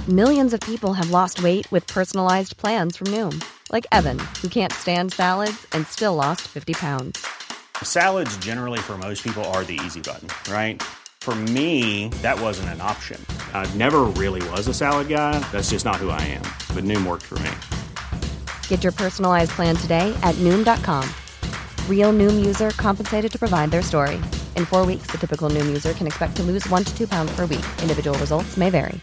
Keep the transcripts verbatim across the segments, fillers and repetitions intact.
Millions of people have lost weight with personalized plans from Noom. Like Evan, who can't stand salads and still lost fifty pounds. Salads generally for most people are the easy button, right? For me, that wasn't an option. I never really was a salad guy. That's just not who I am. But Noom worked for me. Get your personalized plan today at Noom dot com. Real Noom user compensated to provide their story. In four weeks, the typical Noom user can expect to lose one to two pounds per week. Individual results may vary.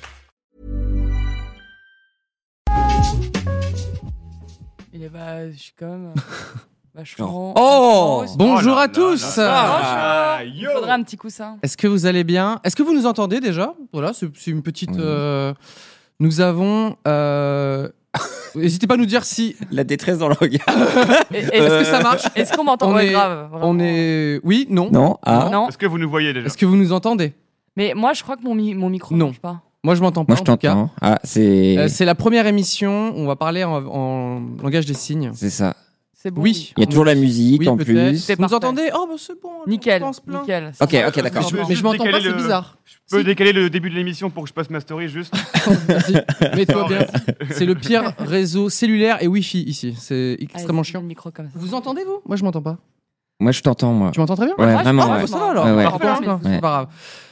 Il est bah, je suis quand même vachement. Oh, vachement bonjour Oh là à là tous. là là. Ah, Ah, il yo. faudrait un petit coussin. Est-ce que vous allez bien? Est-ce que vous nous entendez déjà? Voilà, c'est, c'est une petite. Euh, nous avons. Euh, N'hésitez pas à nous dire si. La détresse dans le regard. Et- et- Est-ce que ça marche? Est-ce qu'on m'entend? On Ouais, est- grave. vraiment. On est. Oui, non. Non, ah. Non. Est-ce que vous nous voyez déjà? Est-ce que vous nous entendez? Mais moi, je crois que mon, mi- mon micro Non. marche pas. Moi, je m'entends pas. Moi, je en tout cas. t'entends. Ah, c'est. Euh, c'est la première émission. On va parler en, en langage des signes. C'est ça. C'est bon. Oui. Il y a toujours la musique Oui, en peut-être. plus. C'est Vous nous parfait. entendez? Oh, bah c'est bon. alors, Nickel. on se plaint. Nickel. Ok, ok, d'accord. Je peux Mais je juste m'entends pas, décaler c'est le- bizarre. Je peux Si. décaler le début de l'émission pour que je passe ma story juste. Vas-y, mets-toi bien. C'est le pire réseau cellulaire et Wi-Fi ici. C'est extrêmement Allez, chiant. le micro comme ça. Vous entendez, vous? Moi, je m'entends pas. Moi, je t'entends, moi. Tu m'entends très bien? Ouais, moi, je vraiment, pense ouais. bah, ça va alors. Ouais, ouais. Parfait, Parfait, c'est ouais. pas grave.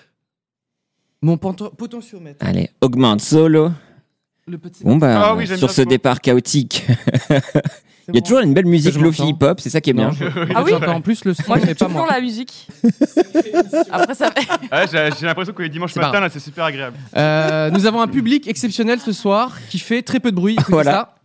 Mon pento- potentiomètre. Allez, augmente solo. Le petit. Bon, bah, Ah oui, j'aime sur bien ce ce mot. départ chaotique, C'est il y a bon. toujours une belle musique Je lofi m'entends. hip-hop, c'est ça qui est bien. Non, je- Ah oui j'entends en plus le son, Moi, mais j'ai pas toujours moi. la musique. Après, ça. Ouais, j'ai, j'ai l'impression que les dimanches C'est pas matin, là, c'est super agréable. Euh, nous avons un public exceptionnel ce soir qui fait très peu de bruit. Écoutez Voilà. ça.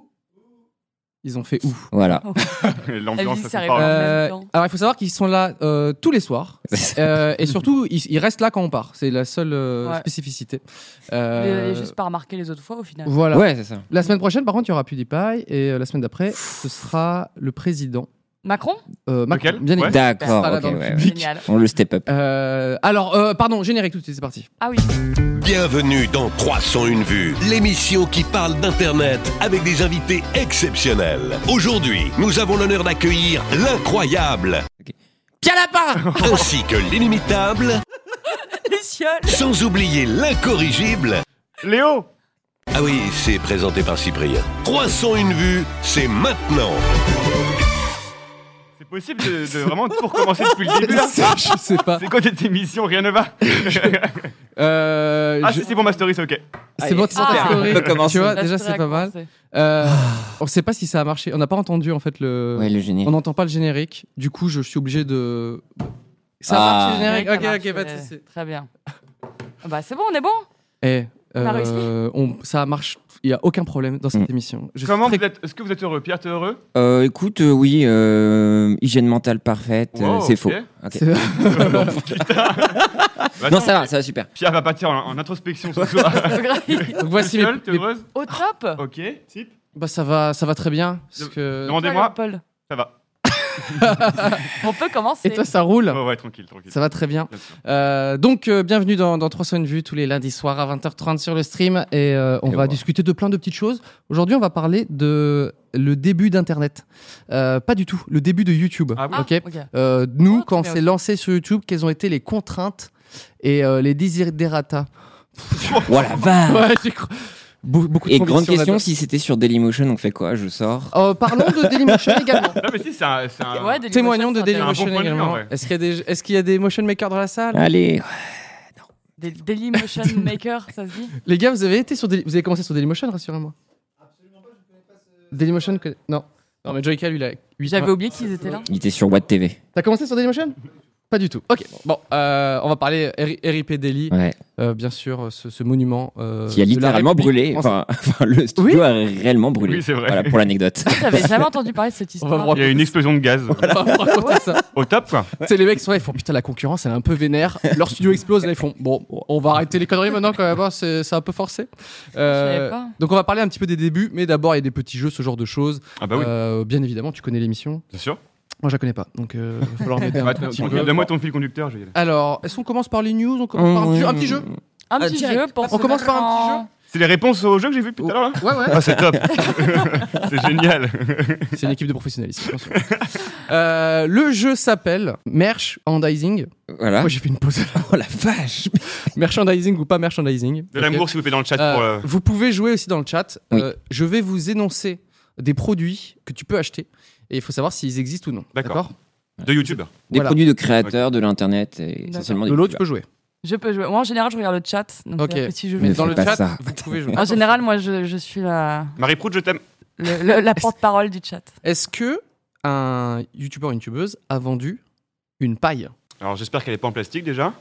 Ils ont fait ouf. Voilà. L'ambiance, vie, ça ça fait arrive. pas. Euh, même temps. alors il faut savoir qu'ils sont là euh, tous les soirs Euh, et surtout ils, ils restent là quand on part. C'est la seule euh, Ouais. spécificité. Vous Euh, l'avez juste pas remarqué les autres fois au final. Voilà. Ouais, c'est ça. La semaine prochaine, par contre, il y aura PewDiePie et euh, la semaine d'après, ce sera le président Macron? euh, Macron, Lequel bien Ouais. évidemment. D'accord, Sera là ok, dans le ouais, ouais. public. Génial. On le step up. Euh, alors, euh, pardon, générique tout de suite, c'est parti. Ah oui. Bienvenue dans trois cent une vues, l'émission qui parle d'Internet avec des invités exceptionnels. Aujourd'hui, nous avons l'honneur d'accueillir l'incroyable, Pierre Lapin. ainsi que l'inimitable, Les chioles. sans oublier l'incorrigible. Léo! Ah oui, c'est présenté par Cyprien. trois cent une vues, c'est maintenant. C'est possible de, de vraiment tout recommencer depuis le début là? Je sais pas. C'est quoi cette émission? Rien ne va. Euh, Ah, je- si c'est bon, ma story, c'est ok. C'est bon, c'est Ah. ta story. On peut commencer. Tu vois, La déjà, story c'est a pas mal. commencé. Euh, on sait pas si ça a marché. On n'a pas entendu, en fait, le. Ouais, le génie. On n'entend pas le générique. Du coup, je suis obligé de. Ça Ah. marche, le générique? Ça Ok, marche, ok, pas de ouais. souci. Très bien. Bah, c'est bon, on est bon. Eh, On a réussi. euh, on- ça marche. Il n'y a aucun problème dans cette Mm. émission. Je suis Comment très- vous êtes? Est-ce que vous êtes heureux? Pierre, t'es heureux? Euh, écoute, euh, oui, euh, hygiène mentale parfaite, euh, Wow, c'est ok. faux. Ok. C'est- Bah, Non, attends, ça va, ça va super. Pierre va partir en, en introspection ce soir. Donc voici mes, Seule, t'es mes- heureuse? Au top. Ok, type. Bah ça va, ça va très bien. Parce que... Demandez-moi. Paul. Ça va. On peut commencer. Et toi, ça roule? Oh, ouais, tranquille, tranquille. Ça va très bien. Bien sûr. Euh, donc, euh, bienvenue dans, dans trois cent une vues tous les lundis soirs à vingt heures trente sur le stream. Et euh, on Et va voilà. discuter de plein de petites choses. Aujourd'hui, on va parler de le début d'Internet. Euh, pas du tout, le début de YouTube. Ah oui. Ah, Ok. ok. Euh, nous, Oh, quand on très s'est bien. lancé sur YouTube, quelles ont été les contraintes et euh, les desiderata? Oh la vache. Ouais, j'ai cru- Be- beaucoup de Et grande conviction question, là-dedans. si c'était sur Dailymotion, on fait quoi? Je sors. Euh, parlons de Dailymotion également. Non, mais si, c'est un. C'est un... Ouais, Dailymotion, Témoignons de c'est Dailymotion un bon point de vue, également. en vrai. Est-ce qu'il y a des, est-ce qu'il y a des motion makers dans la salle? Allez. Des Dailymotion Maker, ça se dit? Les gars, vous avez été sur Daily- vous avez commencé sur Dailymotion, rassurez-moi. Absolument pas, je connais pas ce Dailymotion. que- Non. Non, mais Joyka, lui, il a huit J'avais oublié qu'ils étaient là. Il était sur Watt T V. T'as commencé sur Dailymotion? Pas du tout. Ok. Bon, euh, on va parler R- R I P Daily. Ouais. Euh, bien sûr, ce, ce monument euh, Qui a de la littéralement République brûlé. française. Enfin, enfin, le studio Oui. a réellement brûlé. Oui, c'est vrai. Voilà pour l'anecdote. J'avais jamais entendu parler de cette On va histoire. vous Il y a une explosion de gaz. On va vous raconter ça. Au top, quoi. Tu sais, les mecs, sont là, ils font putain, la concurrence, elle est un peu vénère. Leur studio explose, là, ils font bon, on va arrêter les conneries maintenant quand même, hein, c'est c'est un peu forcé. Euh, Je savais pas. donc, on va parler un petit peu des débuts, mais d'abord, il y a des petits jeux, ce genre de choses. Ah, bah oui, Euh, bien évidemment, tu connais l'émission. bien sûr. Moi, je la connais pas, donc il va falloir m'aider un Bah, tout petit tranquille, peu. Donne-moi ton fil conducteur, je vais y aller. Alors, est-ce qu'on commence par les news? On commence par un petit jeu, un petit jeu Un Ah, petit direct. jeu pour On se commence mettre par un petit en- jeu C'est les réponses au jeu que j'ai vu depuis tout à l'heure là. Ouais, ouais. Ah, c'est top. C'est génial. C'est une équipe de professionnels ici, attention. Euh, le jeu s'appelle Merchandising. Voilà. Moi, j'ai fait une pause. Oh la vache. Merchandising ou pas merchandising. De l'amour, Ok. s'il vous plaît, dans le chat. Euh, pour, euh, Vous pouvez jouer aussi dans le chat. Oui. Euh, je vais vous énoncer des produits que tu peux acheter et il faut savoir s'ils existent ou non. D'accord. De YouTube. Des Voilà. produits de créateurs de l'internet et D'accord. essentiellement des Lolo, tu youtubeurs. peux jouer. Je peux jouer. Moi, en général, je regarde le chat. Donc Ok. c'est-à-dire que si je Mais vais... Dans fais le pas chat, ça. vous pouvez jouer. En général, moi, je, je suis la, Marie Prout, je t'aime. le- le- la porte-parole du chat. Est-ce que un youtubeur ou une youtubeuse a vendu une paille? Alors, j'espère qu'elle est pas en plastique déjà.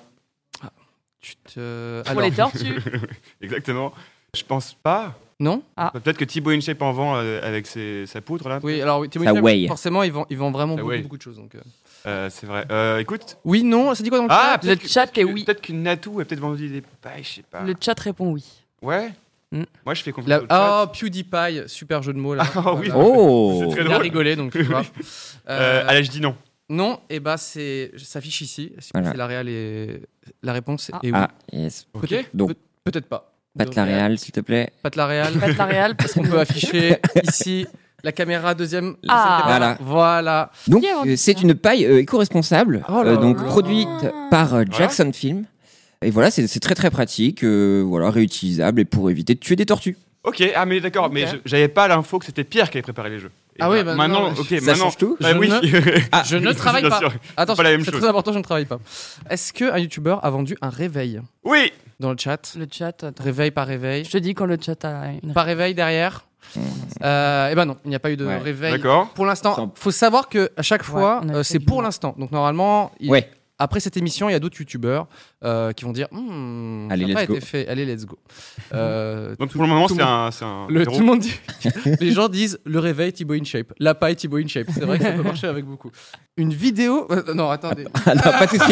Tu te... Pour Alors, les tortues. Exactement. Je pense pas. non? Peut-être que Thibaut InShape en vend euh, avec ses- sa poudre là. Oui, alors oui, Théo Ça Inchep, weigh. forcément, ils vendent, ils vendent vraiment Ça beaucoup, weigh. beaucoup de choses. Donc, euh. Euh, c'est vrai. Euh, écoute. Oui, non, ça dit quoi dans le Ah, chat? peut-être Le que- chat peut-être est que- oui. Peut-être qu'une Natou a peut-être vendu des pailles, je sais pas. Le chat répond oui. Ouais. Hmm. Moi, je fais confiance La- au chat. Ah, PewDiePie, super jeu de mots là. Ah oui. Voilà. Oh. C'est très Il a drôle. rigolé, donc tu vois. Euh, Euh, allez, je dis non. Non, et bah c'est, ça s'affiche ici. Si Voilà. c'est la réelle et la réponse Ah. est oui. Ah, yes. Ok. Peut-être, Donc. peut- peut-être pas. Pas de la réal, s'il te plaît. Pas de la réelle. Pas de la réal. Est-ce qu'on peut afficher ici la caméra deuxième la Ah. deuxième caméra. Voilà. Donc, Qui a vendu euh, c'est ça une paille euh, éco-responsable, Oh là euh, donc là. produite par euh, Jackson Film. Et voilà, c'est c'est très très pratique, euh, voilà, réutilisable et pour éviter de tuer des tortues. Ok, ah mais d'accord, Ok. mais je- j'avais pas l'info que c'était Pierre qui avait préparé les jeux. Et Ah oui, bah, bah maintenant, non, ok, Ça maintenant. change tout. Bah Je oui. Ah, je ne travaille Bien pas. sûr. Attention, pas la même c'est chose. très important, je ne travaille pas. Est-ce qu'un youtubeur a vendu un réveil Oui. dans le chat? Le chat. attends. Réveil par réveil. Je te dis quand le chat a une. Par réveil derrière. Euh, eh ben non, il n'y a pas eu de Ouais. réveil. D'accord. Pour l'instant, Sans- faut savoir que à chaque fois, on a euh, fait c'est du pour mal. l'instant. Donc normalement, il- Ouais. après cette émission, il y a d'autres youtubeurs euh, qui vont dire, Hmm, Allez, ça n'a pas let's go. été fait. Allez, let's go. Euh, Donc tout- pour le moment, tout c'est le un, c'est un. le, zéro. tout le monde dit, les gens disent le réveil Thibaut InShape, la paille Thibaut InShape. C'est vrai que ça peut marcher avec beaucoup. Une vidéo, euh, non attendez, Ah non, pas tout de suite.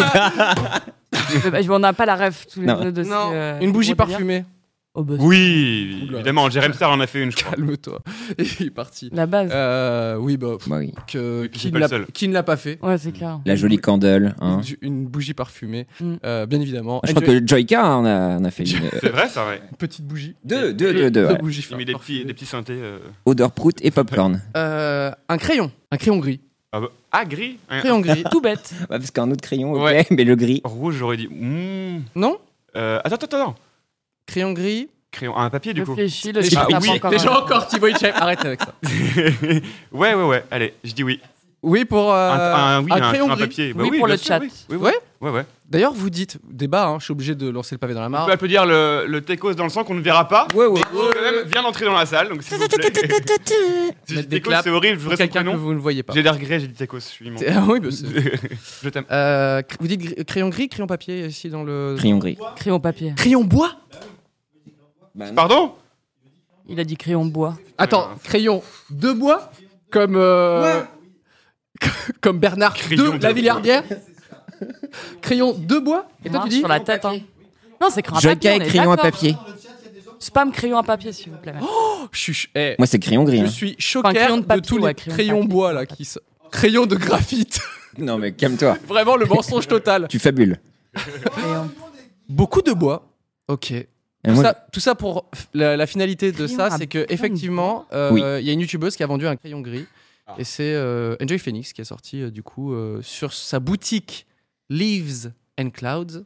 Je vais- On n'a pas la ref tous les Non. deux de non, ces, euh, une bougie gros délires. parfumée. Oh, bah, Oui, Oula. évidemment. Jérém Star en a fait une, je crois. Calme-toi. Et il est parti. La base. Euh, oui, bah, Bah oui. que, Oui, puis qui, c'est pas ne l'a, le seul. qui ne l'a pas fait. Ouais, c'est clair. La jolie candle. Hein. Une, une bougie parfumée, Mm. euh, bien évidemment. Je crois Enjoy- que Joyka en a, en a fait une. euh, C'est vrai, ça, ouais. une petite bougie. Deux, deux, deux, deux. ouais. bougies J'ai mis des parfumées. petits, des petits synthés. euh. Odeur prout et popcorn. Euh, un crayon, un crayon gris. Ah, bah- ah, gris. Un- Crayon gris. Tout bête. Ouais, parce qu'un autre crayon, ok, Ouais. mais le gris. Rouge, j'aurais dit. hmm. Non? Euh, attends, attends, attends. Crayon gris. Crayon, ah, un papier du coup. Réfléchis, le Déjà, chat n'a oui, pas encore. déjà un- encore Thibaut InShape. Arrête avec ça. ouais, ouais, ouais. Allez, je dis oui. Oui, pour euh, un, un- oui, un un, crayon un gris. papier. Bah Oui, pour bien le sûr, chat. oui. Oui, oui. Ouais. Ouais, ouais. D'ailleurs, vous dites, débat, hein, je suis obligé de lancer le pavé dans la On mare. peut applaudir le, le Tecos dans le sang qu'on ne verra pas. Ouais, ouais. Mais qui, quand même vient d'entrer dans la salle, donc s'il vous plaît. Si je Mettre dis des Tecos, claps c'est horrible, je Pour voudrais son quelqu'un que prénom. vous ne voyez pas. J'ai des regrets, j'ai dit Tecos, je suis immonde. C'est- ah oui, bah, c'est- Je t'aime. Euh, vous dites gri- crayon gris, crayon papier ici dans le. Crayon gris. Crayon papier. Crayon bois. Bah, non. Pardon Il a dit crayon bois. Attends, crayon de bois comme euh, comme Bernard Crayon de de la bois. Villardière. Crayon de bois. Et toi tu dis sur la tête. Hein. Non, c'est crayon à Joyka papier. et on est crayon à d'accord. papier. Spam crayon à papier, s'il vous plaît. mec. Je suis, ch- eh, Moi, c'est crayon gris. je hein. suis choqué Enfin, crayon de de, papier, tous les ouais, crayon de crayons papier. bois là qui sont. Crayon de graphite. Non, mais calme-toi. Vraiment le mensonge total. Tu fabules. Crayon. Beaucoup de bois. Ok. Et Tout, moi, ça, tout ça pour f- la, la finalité de Crayon ça, à c'est que plein de effectivement, euh, Oui. il y a une youtubeuse qui a vendu un crayon gris, Ah. et c'est euh, Enjoy Phoenix qui a sorti euh, du coup euh, sur sa boutique Leaves and Clouds.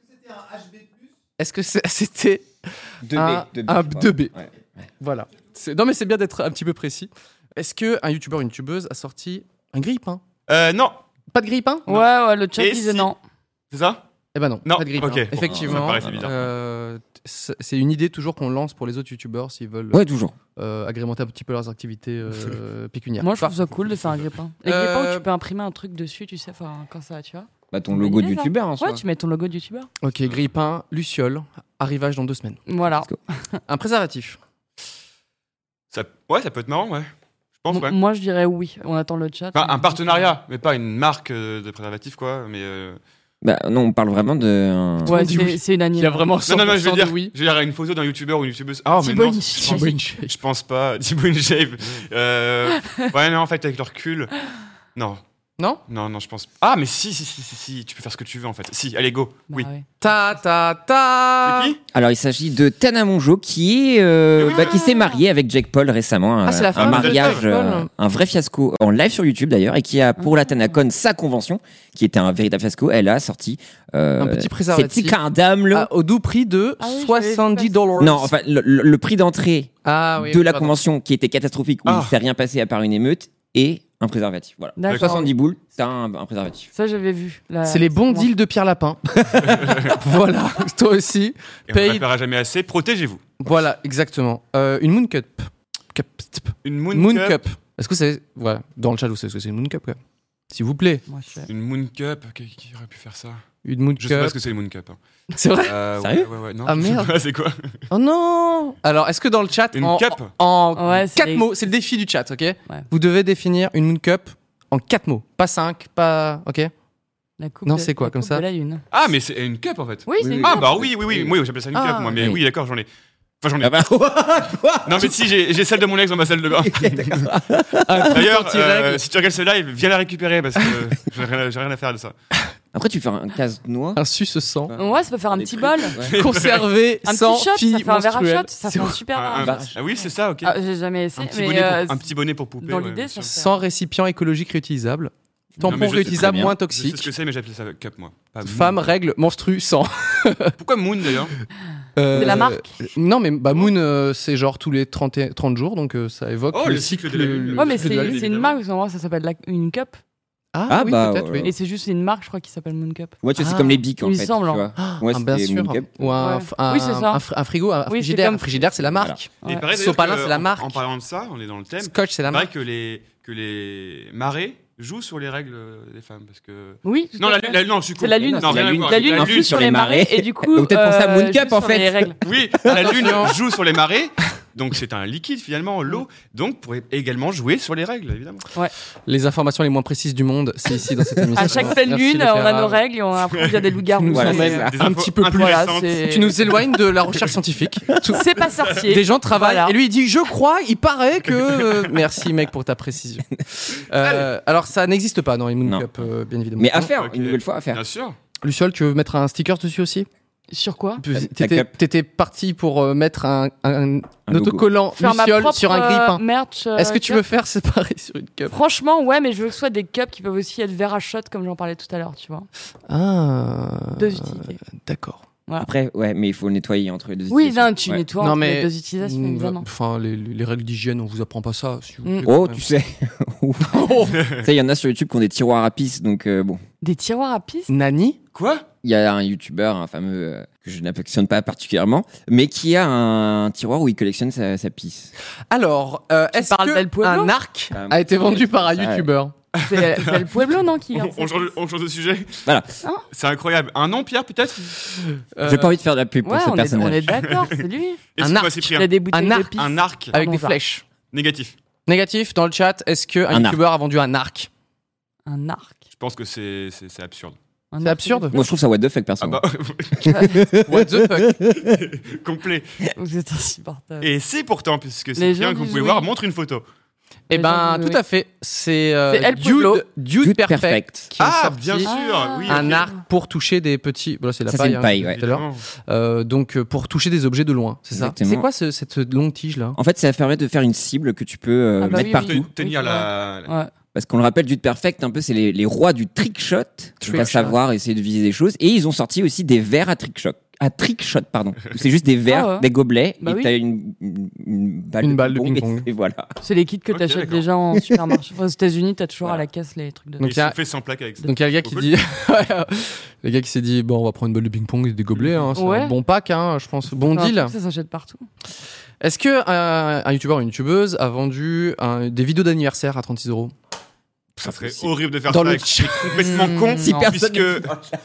Est-ce que c'était un H B plus? Est-ce que c'est- c'était deux B, un, deux B, un je crois. deux B? Ouais. Voilà. C'est- Non mais c'est bien d'être un petit peu précis. Est-ce que un youtubeur ou une youtubeuse a sorti un grille-pain? Euh, non, Pas de grille-pain? Ouais, ouais, le chat Et disait si- non. c'est ça Eh ben non, Non, pas de grille-pain. ok. Effectivement, Ça me paraissait bizarre. euh, c'est c'est une idée toujours qu'on lance pour les autres youtubeurs s'ils veulent Ouais, toujours. euh, agrémenter un petit peu leurs activités euh, pécuniaires. Moi, je Bah, trouve ça cool de faire un grippin. Les Euh, grippins où tu peux imprimer un truc dessus, tu sais, enfin, quand ça, tu vois. Bah, ton Bonne logo de idée, ça. youtubeur en Ouais, soi. tu mets ton logo de youtubeur. Ok, grille-pain, Luciole, arrivage dans deux semaines. Voilà. Un préservatif. Ça- Ouais, ça peut être marrant, ouais. Je pense, M- ouais. Moi, je dirais oui. On attend le chat. Enfin, un partenariat, mais pas une marque euh, de préservatif, quoi. Mais euh, Bah, non, on parle vraiment de. un- Ouais, On dit c'est oui. c'est unanime. Il y a vraiment non, cent non, pour non, je veux cent dire, de oui. je veux dire une photo d'un youtubeur ou une youtubeuse. Ah, mais Thibaut non, InShape. je pense- je pense pas. Thibaut InShape. Euh, ouais, non, en fait, avec leur recul. Non. Non. Non, non, je pense. Ah, mais si, si, si, si, si, tu peux faire ce que tu veux en fait. Si, allez, go. Bah Oui. ouais. Ta ta ta. C'est qui Alors, il s'agit de Tana Mongeau qui, est, euh, bah, qui s'est mariée avec Jake Paul récemment. Un, Ah, c'est la un femme de mariage, Jake Paul. euh, un vrai fiasco en live sur YouTube d'ailleurs, et qui a pour la TanaCon sa convention, qui était un véritable fiasco. Elle a sorti euh, Un petit ces préservatif. petits cardames là. Ah, au doux prix de Ah oui, je l'avais vu soixante-dix dollars. Non, enfin, le, le- le prix d'entrée Ah oui. de la pardon. convention qui était catastrophique, où Ah. il s'est rien passé à part une émeute, et un préservatif. Voilà. D'accord. soixante-dix boules, t'as un, un préservatif. Ça, j'avais vu. La- C'est les bons la- deals de Pierre Lapin. Voilà, toi aussi. Et on Paye. ne répara jamais assez. Protégez-vous. Voilà, exactement. Euh, une Moon Cup. Cup. Une Moon, Moon Cup. Cup. Est-ce que c'est. Voilà, dans le chat, vous savez ce que c'est une Moon Cup, quoi. S'il vous plaît. Moi, je sais. Une Moon Cup. Qui, qui aurait pu faire ça? Une Moon Je sais pas Cup. ce que c'est une Moon Cup. hein. C'est vrai? Euh, Sérieux ouais, ouais, ouais, non, Ah, je sais merde. pas, c'est quoi? Oh non! Alors, est-ce que dans le chat. Une en, cup En Ouais, c'est quatre les- mots, c'est le défi du chat, ok? Vous devez définir une Moon Cup en quatre mots. Pas cinq, pas. Ok? La coupe Non, de- c'est quoi, la comme coupe ça de la lune. Ah, mais c'est une cup en fait. Oui, c'est une Ah, cup. bah oui, oui, oui. Moi, j'appelle ça une Ah, cup, moi. Mais oui. oui, d'accord, j'en ai. Enfin, j'en ai. Ah bah, Non, mais si, j'ai j'ai celle de mon ex dans ma salle de bain. D'ailleurs, euh, si tu regardes ce live, viens la récupérer parce que j'ai rien, j'ai rien à faire de ça. Après, tu fais un casse noix. Un suce sang. Ouais, ça peut faire un Des petit trucs, bol. ouais. Conservé Un sans petit shot, filles ça fait un verre à menstruelles. shot, ça fait un super Un- un- verre. ah oui, c'est ça, ok. Ah, j'ai jamais essayé, un, petit mais bonnet euh, pour, un petit bonnet pour poupée. dans ouais, l'idée, bien ça sûr. se Sans récipient écologique réutilisable. Non, Tampon mais je sais réutilisable très bien. moins Je sais toxique. ce que c'est, mais j'appelle ça cup, moi. Pas moon. Femme, règle, menstrue, sang. Pourquoi Moon d'ailleurs? Euh, C'est la marque Non, mais bah, Moon, euh, c'est genre tous les trente, et- trente jours, donc euh, ça évoque Oh, le, le cycle de la lune. Ouais, mais cycle de la c'est lune. c'est une marque, parce qu'en vrai, ça s'appelle la- une cup. Ah, Ah, oui, bah, peut-être, ouais. oui. Et c'est juste une marque, je crois, qui s'appelle Moon Cup. Ouais, tu vois, Ah, c'est comme les bics en il me fait. semble, tu hein. vois. Ouais, Ah, bien c'était sûr. Moon Cup. Ou un, Ouais. un, Oui, c'est ça. un fr- un frigo, un c'est frigidaire. comme- Un frigidaire, c'est la marque. Et Ouais. pareil, d'ailleurs, Sopalin, que, c'est la en- marque. En parlant de ça, on est dans le thème. Scotch, c'est la Il paraît marque. que les, que les marées jouent sur les règles des femmes. Parce que. Oui, tout Non, à la, fait. la, non, je suis C'est la con. lune. Non, c'est rien la à lune. voir. La lune influe joue sur sur les les marées marées. et du coup. Donc, peut-être pour ça, euh, Moon Cup, joue en sur fait. les règles. Oui, la lune joue sur les marées. Donc c'est un liquide finalement, l'eau. Donc pourrait également jouer sur les règles, évidemment. Les informations les moins précises du monde, c'est ici dans cette émission. À chaque pleine Merci, lune, le on a Ferrari. nos règles et on apprend qu'il y a des loups-garous. Nous Voilà, emmène c'est ça. Des un infos petit peu plus. Voilà, intéressantes. c'est- Tu nous éloignes de la recherche scientifique. Tout- C'est pas sorcier. Des gens travaillent Voilà. et lui il dit je crois, il paraît que. euh, Merci mec pour ta précision. Euh, alors ça n'existe pas dans les Moon Non. Cup, euh, bien évidemment. Mais à faire, Ok. une nouvelle fois à faire. Bien sûr. Luciole, tu veux mettre un sticker dessus aussi? Sur quoi T'étais cup. t'étais parti pour euh, mettre un, un, Un un logo. autocollant Faire ma Luciole propre sur un grille-pain. euh, merch. euh, Est-ce que tu cup. veux faire séparer sur une cup? Franchement, ouais, mais je veux que ce soit des cups qui peuvent aussi être verre à shot, comme j'en parlais tout à l'heure, tu vois. Ah. Deux utilités. D'accord. Après, ouais, mais il faut le nettoyer entre les deux. Oui, utilisations. non, tu Ouais. nettoies Non, entre mais- les deux utilisations, évidemment. Enfin, les, les règles d'hygiène, on vous apprend pas ça. Si vous Mm. plaît, Oh, quand même. tu sais. Tu sais, il y en a sur YouTube qui ont des tiroirs à pisse, donc euh, bon. Des tiroirs à pisse Nani? Quoi? Il y a un youtubeur, un fameux, euh, que je n'affectionne pas particulièrement, mais qui a un tiroir où il collectionne sa, sa pisse. Alors, euh, est-ce parles d'El que Pueblo un arc Ah, a été vendu par un ça, youtubeur? C'est c'est le Pueblo, non qui on, garde on ça change, on change de sujet. Voilà. Hein C'est incroyable. Un nom, Pierre, peut-être? Euh, J'ai pas envie de faire de la pub pour Ouais, ce on est, personnage. on est d'accord, c'est lui. Excuse-moi, arc. Il Cyprien. a des bouteilles Un arc, de pisse. Un arc avec Pardon, des ça. flèches. négatif. Négatif dans le chat. Est-ce que un Un youtubeur a vendu un arc? Un arc. Je pense que c'est c'est- c'est absurde. Un C'est arc absurde. de Moi, je trouve ça what the fuck, Ah personne. bah, What the fuck? complet. flèche. Vous êtes insupportable. Et c'est pourtant, puisque Les c'est gens bien que vous disent pouvez oui. voir, montre une photo. Eh Les ben, gens disent tout oui. à fait. C'est euh, C'est El Pueblo. Dude, Dude, Dude Perfect, Perfect. qui ont Ah, sorti bien sûr. Ah. Oui, un ok. arc pour toucher des petits. Voilà, c'est la Ça, c'est paille. une hein, paille, tout ouais. à l'heure. Évidemment. Euh, donc euh, pour toucher des objets de loin, c'est ça. Exactement. C'est quoi ce- cette longue tige là? En fait, ça permet de faire une cible que tu peux euh, Ah bah mettre oui, partout. oui. Te- Tenir Oui, la. Ouais. Parce qu'on le rappelle, Dude Perfect, un peu, c'est les, les rois du trick shot. Trick Donc, à shot. savoir essayer de viser des choses. Et ils ont sorti aussi des verres à trick shot. À trick shot, pardon. C'est juste des verres, Ah ouais. des gobelets, Bah et oui. t'as une, une, une balle Une de balle de ping-pong. ping-pong. Et, et voilà. C'est les kits que Ok, t'achètes d'accord. déjà en supermarché. Enfin, aux États-Unis, t'as toujours Voilà. à la caisse les trucs de. Donc, Ils il y a- sont faits sans plaque avec ça. Donc il y a le gars qui Cool. dit, Ouais, le gars qui s'est dit bon on va prendre une balle de ping-pong et des gobelets, hein, c'est Ouais. un bon pack, hein, je pense, bon Enfin, un deal. truc, Ça s'achète partout. Est-ce que un, un youtubeur ou une youtubeuse a vendu un- des vidéos d'anniversaire à trente-six euros? Ça serait horrible de faire Dans ça le avec chat. c'est complètement con, Si personne puisque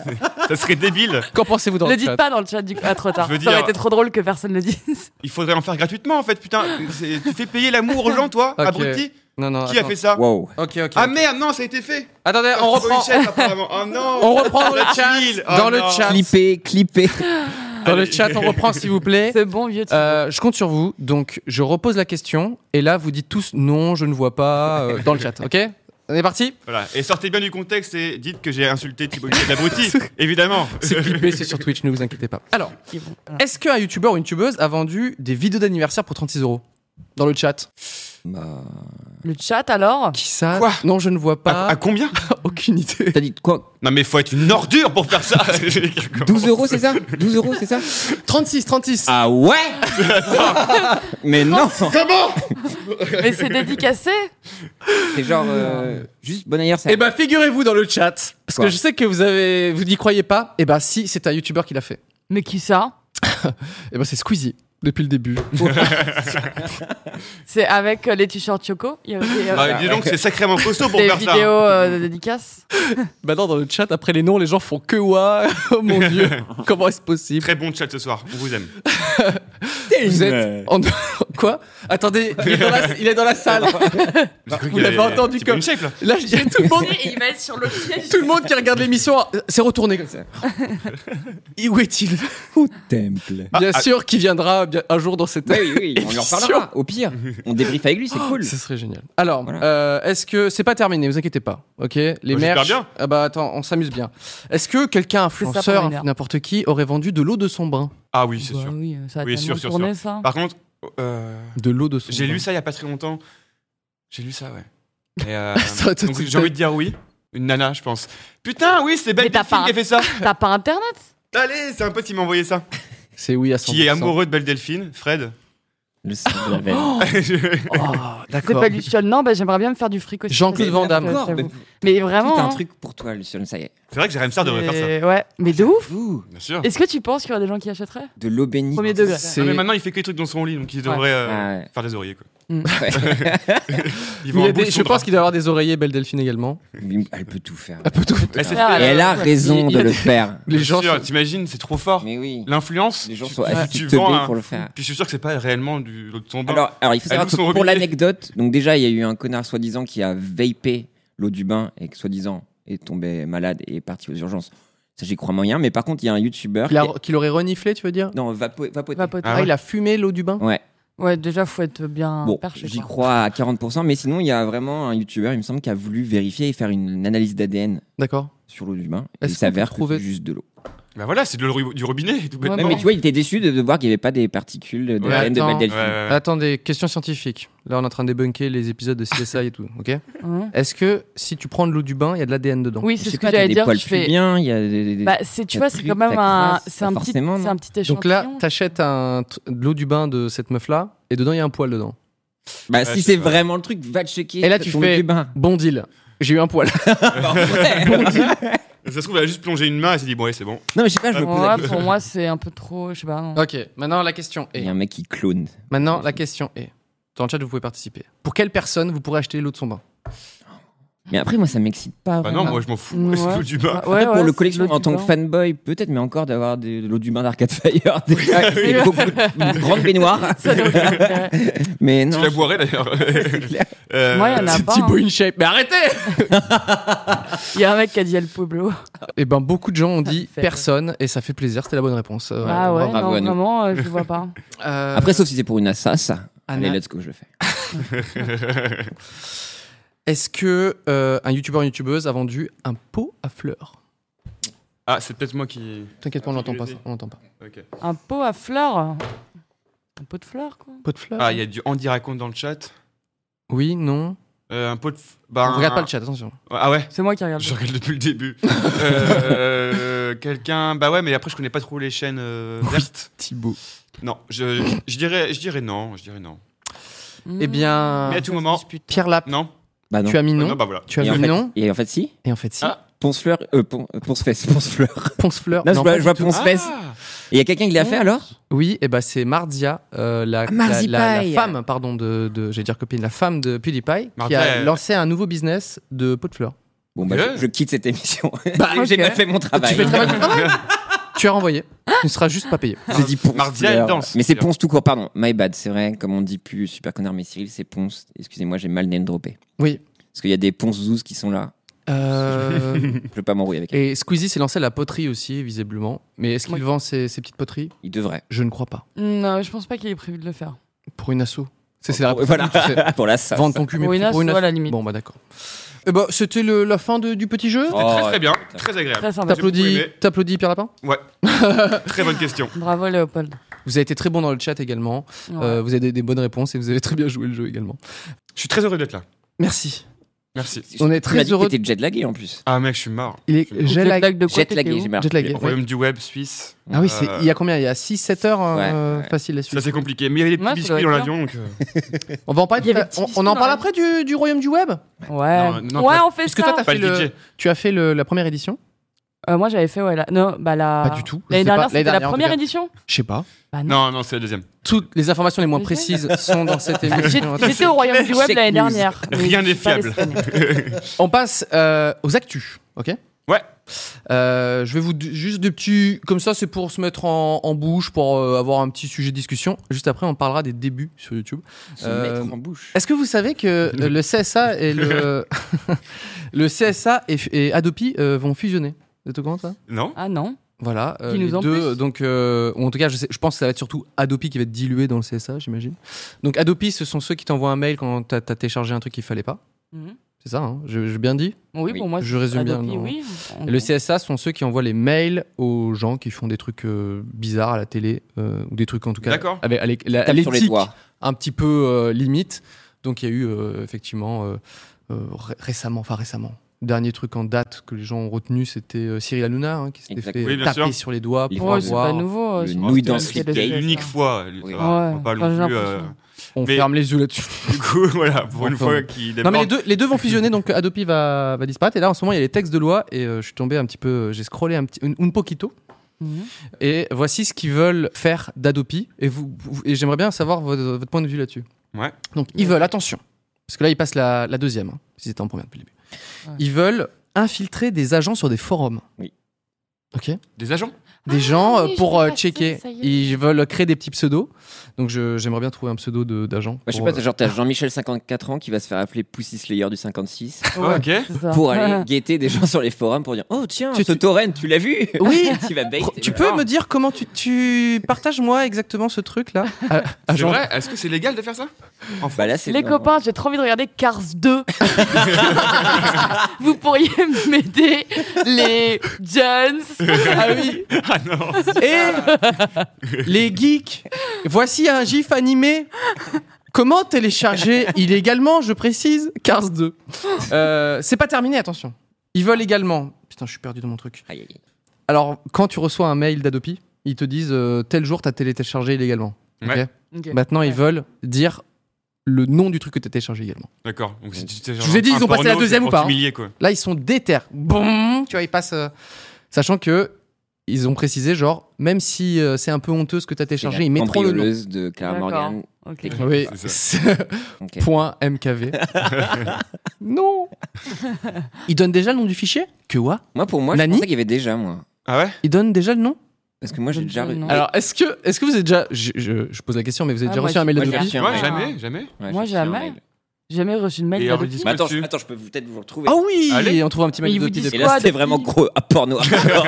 ça serait débile. Qu'en pensez-vous dans Ne le le dites chat? pas dans le chat du coup. Ah, trop tard. Je veux Ça aurait dire- été trop drôle que personne le dise. Il faudrait en faire gratuitement en fait, putain. C'est- Tu fais payer l'amour aux gens, toi, Ok. abruti. Non non. Qui a attends. fait ça? Wow. Ok ok. Ah merde, non, ça a été fait. Attendez, on Par reprend. Richesse, apparemment. Oh non. On reprend dans le La chat. tuile. Oh Dans le non. chat. Clipper, clipper. Dans le Allez. chat, on reprend s'il vous plaît. C'est bon, vieux. Euh, je compte sur vous. Donc je repose la question et là vous dites tous non, je ne vois pas euh, dans le chat. Ok? On est parti. Voilà. Et sortez bien du contexte et dites que j'ai insulté Thibaut Inchette d'abruti, évidemment. C'est clippé, c'est sur Twitch, ne vous inquiétez pas. Alors, est-ce qu'un youtubeur ou une youtubeuse a vendu des vidéos d'anniversaire pour trente-six euros dans le chat? Bah... Le chat alors? Qui ça? Quoi? Non, je ne vois pas. À, à combien? Aucune idée. T'as dit quoi? Non mais faut être une ordure pour faire ça. douze euros, c'est ça? douze euros, c'est ça? trente-six, trente-six. Ah ouais? Mais non! Mais c'est dédicacé? C'est genre euh, juste bon anniversaire. Eh ben, figurez-vous dans le chat, parce Quoi? que je sais que vous avez, vous n'y croyez pas. Eh ben, si, c'est un youtubeur qui l'a fait. Mais qui ça? Eh ben, c'est Squeezie. Depuis le début. C'est avec euh, les t-shirts Choco? Il y a aussi, euh, Bah, dis donc, c'est sacrément costaud pour des faire vidéos ça. euh, de dédicaces? Maintenant, dans le chat, après les noms, les gens font que ouah. Oh mon dieu, comment est-ce possible? Très bon chat ce soir, on vous aime. Vous êtes en... Quoi? Attendez, il est dans la, il est dans la salle. Vous l'avez entendu comme... Une shape là. Là, je dis tout le monde... Et il va être sur le piège. Tout le monde qui regarde l'émission s'est retourné comme ça. Et où est-il? Au temple. Bien ah. sûr qu'il viendra bien un jour dans cette Oui, oui, oui, on lui en parlera. Au pire, on débriefe avec lui, c'est cool. Ce serait génial. Alors, Voilà. euh, est-ce que c'est pas terminé? Vous inquiétez pas. Ok. Les j'espère merch. bien. Ah bah attends, on s'amuse bien. Est-ce que quelqu'un, C'est ça influenceur, pour les nerfs. n'importe qui, aurait vendu de l'eau de son bain? Ah oui, c'est Bah sûr. oui, ça a Oui, tellement sûr, sûr, tourné, sûr. ça. Par contre, euh, De l'eau de son j'ai bain. lu ça il y a pas très longtemps. J'ai lu ça, ouais. Et, euh, Ça, toi, donc tu- j'ai envie de dire oui. Une nana, je pense. Putain, oui, c'est Belle Mais t'as Delphine pas qui a fait ça. T'as pas internet? Allez, c'est un pote qui m'a envoyé ça. C'est oui à cent pour cent. Qui est amoureux de Belle Delphine, Fred. Le sang de la veine. Oh, C'est d'accord. pas Luciole, non, bah, j'aimerais bien me faire du fric aussi. Jean-Claude Van Damme. Je Encore, t'avoue. mais- Mais vraiment. Tout un hein. truc pour toi, Lucien, ça y est. C'est vrai que Jérém Star devrait faire ça. Et- Ouais, mais de ouf. Ouh, Bien sûr. Est-ce que tu penses qu'il y aura des gens qui achèteraient? de l'eau bénite. Premier degré. C'est- Non, mais maintenant il fait que des trucs dans son lit, donc il devrait euh, Ah ouais. faire des oreillers quoi. Ouais. Il Mais il y a en des- bouche je son pense drap. qu'il doit y avoir des oreillers Belle Delphine également. Oui, Elle peut tout faire. Elle peut tout. Elle s'est Ah, Et elle a ouais. raison Il y a de le des- faire. Les gens. Sûr, sont- t'imagines, c'est trop fort. Mais oui. L'influence. Les gens tu- sont tu- assis tu teubés vends un- pour le faire. Puis je suis sûr que c'est pas réellement du l'eau de son bain. Alors, alors, il faut Elle savoir ouvre que son pour robinet. l'anecdote, donc déjà, il y a eu un connard soi-disant qui a vapé l'eau du bain et que soi-disant est tombé malade et est parti aux urgences. Ça, j'y crois moyen. Mais par contre, il y a un youtubeur. Qu'il a- qui est- qu'il aurait reniflé, tu veux dire? Non, vapo... vapoté. Vapoter. Ah Ah, ouais. il a fumé l'eau du bain? Ouais. Ouais, déjà, faut être bien Bon, perché. j'y quoi. crois à quarante pour cent. Mais sinon, il y a vraiment un youtubeur, il me semble, qui a voulu vérifier et faire une analyse d'A D N D'accord. sur l'eau du bain. Et Est-ce il qu'on s'avère peut que trouver- c'est juste de l'eau. Bah voilà, c'est de l'eau du robinet. Tout Ouais, bêtement. Ouais, mais tu vois, il était déçu de, de voir qu'il n'y avait pas des particules de Ouais, A D N de attends. Belle Delphine. Ouais, ouais, ouais. Attendez, question scientifique. Là, on est en train de débunker les épisodes de C S I et tout, ok? Hein. Est-ce que si tu prends de l'eau du bain, il y a de l'A D N dedans? Oui, Je c'est sais ce que pas, t'as j'allais des dire. poils Je fais. bien, il y a des... des- Bah, c'est, tu Ça vois, c'est tripe, quand même ça un, crasse, c'est pas un petit, forcément, c'est non. un petit échantillon. Donc là, t'achètes un, t- de l'eau du bain de cette meuf-là, et dedans, il y a un poil dedans. Bah, Ouais, si je c'est sais pas. vraiment le truc, va te checker. Et là, tu ton fais- du bain. Bon deal. J'ai eu un poil. Ça se trouve, elle a juste plongé une main et elle s'est dit, bon, ouais, c'est bon. Non, mais je sais pas, je me pose la Ouais, question. pour moi, c'est un peu trop. Je sais pas. non. Ok, maintenant la question Il est. y a un mec qui clone. Maintenant la question est. Dans le chat, vous pouvez participer. Pour quelle personne vous pourrez acheter l'eau de son bain? Mais après, moi, ça m'excite pas. Bah vraiment. non, moi je m'en fous. Ouais. C'est l'eau du bain. Ouais, Après, pour ouais, le c'est collection l'eau en du tant que bain. fanboy, peut-être, mais encore d'avoir des- de l'eau du bain d'Arcade Fire, des, des beaucoup de grandes baignoires. Ça doit être- Mais Tu non. la boirais d'ailleurs. Euh, Moi, il y en a C'est pas. Thibaut hein. InShape. Mais arrêtez! Il y a un mec qui a dit El Pueblo. Eh ben, beaucoup de gens ont dit Fait. personne, et ça fait plaisir. C'était la bonne réponse. Euh, Ah ouais, bravo non, à nous. vraiment, euh, je vois pas. euh, Après, sauf si c'est pour une assas. Anna. Allez, let's go, je le fais. Est-ce que euh, un youtubeur ou une youtubeuse a vendu un pot à fleurs? Ah, c'est peut-être moi qui. T'inquiète pas, on l'entend pas. Ça. On l'entend pas. Ok. Un pot à fleurs. Un pot de fleurs, quoi. Pot de fleurs? Ah, il y a du Andy raconte dans le chat. Oui, non. Euh, un pot de. f- Bah, On un- regarde pas le chat, attention. Ah ouais. C'est moi qui regarde. Je regarde depuis le début. euh, Quelqu'un. Bah ouais, mais après je connais pas trop les chaînes euh, vertes. Thibaut. Non, je, je dirais, je dirais non, je dirais non. Mmh. Eh bien, Mais à tout moment. Pierre Lap, Non. Bah non. tu as mis non. Non, bah voilà. Tu as Et en mis fait- non. Et en fait, si. Et en fait, si. Ah. Ponce-fleur. Euh, pon- euh, ponce-fesse. Ponce-fleur. Ponce-fleur. Non, je vois, pas je vois du tout. ponce-fesse. Ah. Et il y a quelqu'un qui l'a fait alors? Oui, et ben c'est Mardia, euh, la, Ah, Marzi la, la- la Pie. femme, pardon, de, de j'allais dire copine, la femme de PewDiePie, qui Mardia, a elle- lancé un nouveau business de pot de fleurs. Bon, bah, Ouais. je, je quitte cette émission. Bah, J'ai ok. mal fait mon travail. Tu fais très mal ton travail. Tu as renvoyé. Tu ne seras juste pas payé. J'ai dit Ponce. Mardia, elle danse. Mais c'est Ponce tout court, pardon. My bad, c'est vrai. Comme on dit plus super connard, mais Cyril, c'est Ponce. Excusez-moi, j'ai mal name droppé. Oui. Parce qu'il y a des Ponce zouz qui sont là. Euh, Je veux pas m'embrouiller avec eux. et Squeezie s'est lancé à la poterie aussi, visiblement. Mais est-ce qu'il Oui. vend ses, ses petites poteries? Il devrait. Je ne crois pas. Non, je pense pas qu'il ait prévu de le faire. Pour une asso. C'est, c'est la Voilà, tu sais. pour la S A S. Vendre ton cul, mais Pour une pour une asso, asso. à la limite. Bon, bah d'accord. Eh bah, c'était le, la fin de- du petit jeu. Oh, Très très ouais. bien, très agréable. Très sympa. J'ai beaucoup T'applaudis, aimé. t'applaudis Pierre Lapin. Ouais. Très bonne question. Bravo Léopold. Vous avez été très bon dans le chat également. Ouais. Euh, vous avez des, des bonnes réponses et vous avez très bien joué le jeu également. Je suis très heureux d'être là. Merci. Merci. On est Tu très m'as dit heureux. que t'étais jetlagué en plus. Ah mec, je suis mort. Il est Jet jet lag. lag de quoi Jetlagué, t'étais où j'ai marqué. Jetlagué. ouais. Royaume du web suisse. Ah oui, c'est, Euh, il y a combien? Il y a six sept heures euh, Ouais, ouais. facile à suivre. Ça c'est compliqué. Mais il y avait des Ouais, petits ça doit biscuits dans être l'avion. Donc, euh, On va en parler. Il y avait de- petits on, biscuits on en dans parle la- après du, du Royaume du Web. Ouais. Non, non, ouais, pas- on fait Puisque ça. toi, t'as Pas fait le le, D J. tu as fait le- la première édition. Euh, moi j'avais fait ouais la non bah la Pas du tout. Je L'année sais pas. dernière L'année c'était la dernière, en tout première cas. édition. Je sais pas. Bah non. Non, non, c'est la deuxième. Toutes les informations les moins Mais précises sont dans cette J'ai- émission. J'étais au Royaume du Web Fake l'année news. dernière. mais Rien je n'est suis pas fiable. allée cette année. On passe euh, aux actus, ok? Ouais. Euh, je vais vous d- juste des petits comme ça, c'est pour se mettre en, en bouche, pour euh, avoir un petit sujet de discussion. Juste après, on parlera des débuts sur YouTube. Se Euh, mettre en bouche. Est-ce que vous savez que euh, le C S A et le le C S A et, et Adopi euh, vont fusionner? Vous êtes au courant de ça? Non. Ah non. Voilà, euh, Qui nous les en deux, plus. donc, euh, ou en tout cas, je, sais, je pense que ça va être surtout Adopi qui va être dilué dans le C S A, j'imagine. Donc Adopi, ce sont ceux qui t'envoient un mail quand t'as, t'as téléchargé un truc qu'il fallait pas. Mhm. C'est ça, hein, je- j'ai bien dit. Oui, Oui. pour moi Je résume bien, Adopi, non. oui. En Et le gros. C S A sont ceux qui envoient les mails aux gens qui font des trucs euh, bizarres à la télé, euh, ou des trucs en tout cas D'accord. avec à l'é- la- à Tape sur les l'éthique doigts. un petit peu euh, limite. Donc il y a eu euh, effectivement euh, euh, ré- récemment, enfin récemment, dernier truc en date que les gens ont retenu, c'était euh, Cyril Hanouna hein, qui s'était Exact. fait Oui, bien taper sûr. sur les doigts Les pour Ouais, c'est avoir. pas nouveau. euh, le c'est- nouille dans c'est- Slip c'est Gate. le- L'unique fois. Oui. Ça va, on va Ouais, pas enfin, non j'ai plus, euh, l'impression. On Mais- ferme les yeux là-dessus. Du coup, voilà, pour une Enfin, fois qu'il Non mais les déborde. deux, les deux vont fusionner, donc Adopi va, va disparaître. Et là en ce moment il y a les textes de loi et euh, je suis tombé un petit peu, euh, j'ai scrollé un petit, un, un poquito. Mhm. Et voici ce qu'ils veulent faire d'Adopi. Et, vous, vous- et j'aimerais bien savoir votre, votre point de vue là-dessus. Ouais. Donc ils veulent, attention, parce que là ils passent la, la deuxième, hein, si c'était en première depuis le début. Ouais. Ils veulent infiltrer des agents sur des forums. Oui. Ok. Des agents. Des Ah, gens euh, oui, pour je l'ai euh, passé, checker. ça y est. Ils veulent créer des petits pseudos. Donc je- j'aimerais bien trouver un pseudo de- d'agent. Moi, je sais pour, pas, euh, t'as- genre t'as Jean-Michel cinquante-quatre ans qui va se faire appeler Pussy Slayer du cinquante-six Ah, ok. C'est ça. pour aller guetter des gens sur les forums pour dire oh tiens Tu- ce tu- torrent tu l'as vu Oui. tu vas bait Tu peux me dire comment tu, tu partages moi exactement ce truc là Ah, C'est agent- vrai. Est-ce que c'est légal de faire ça? bah là c'est Les non. copains, j'ai trop envie de regarder Cars deux. Vous pourriez m'aider, les Jones. Ah oui. Ah non. Et les geeks, voici un gif animé. Comment télécharger illégalement, je précise, Cars deux. Euh, c'est pas terminé, attention. Ils veulent également. Putain, je suis perdu dans mon truc. Aïe, aïe, aïe. Alors, quand tu reçois un mail d'Adopi, ils te disent euh, tel jour t'as téléchargé illégalement. Ok. Ouais. Ok. Maintenant, ils Ouais. veulent dire le nom du truc que t'as téléchargé également. D'accord. Donc, si tu t'es Je vous ai dit, un ils ont passé porno, la deuxième c'est ou pour pas, hein t'humilier, quoi. Là, ils sont déter. Bon, tu vois, ils passent. euh, sachant que ils ont précisé, genre, même si euh, c'est un peu honteux ce que t'as téléchargé, C'est la ils mettront le nom. cambrioleuse de Clara D'accord. Morgan. Ok. Oui, C'est c'est- Ok. point M K V. Non. Ils donnent déjà le nom du fichier? Que quoi? Moi pour moi je Nani pensais qu'il y avait déjà moi Ah ouais? Ils donnent déjà le nom? parce que moi j'ai Je déjà ne sais re- pas, non. Alors, est-ce que, est-ce que vous avez déjà. Je, je- je pose la question, mais vous avez Ah, déjà moi, reçu un mail j'ai- moi, j'ai d'Adopi? reçu un Ouais, mail. jamais, jamais. Ouais, Moi, j'ai reçu un jamais. mail. J'ai jamais reçu de mail Et alors, d'Adopi. ils disent- Mais attends, dessus. attends, je peux vous- peut-être vous le retrouver. Ah oui! Allez. On trouve un petit mail Mais ils vous d'Adopi. disent Et d'accord. là, quoi, c'était depuis vraiment gros à porno.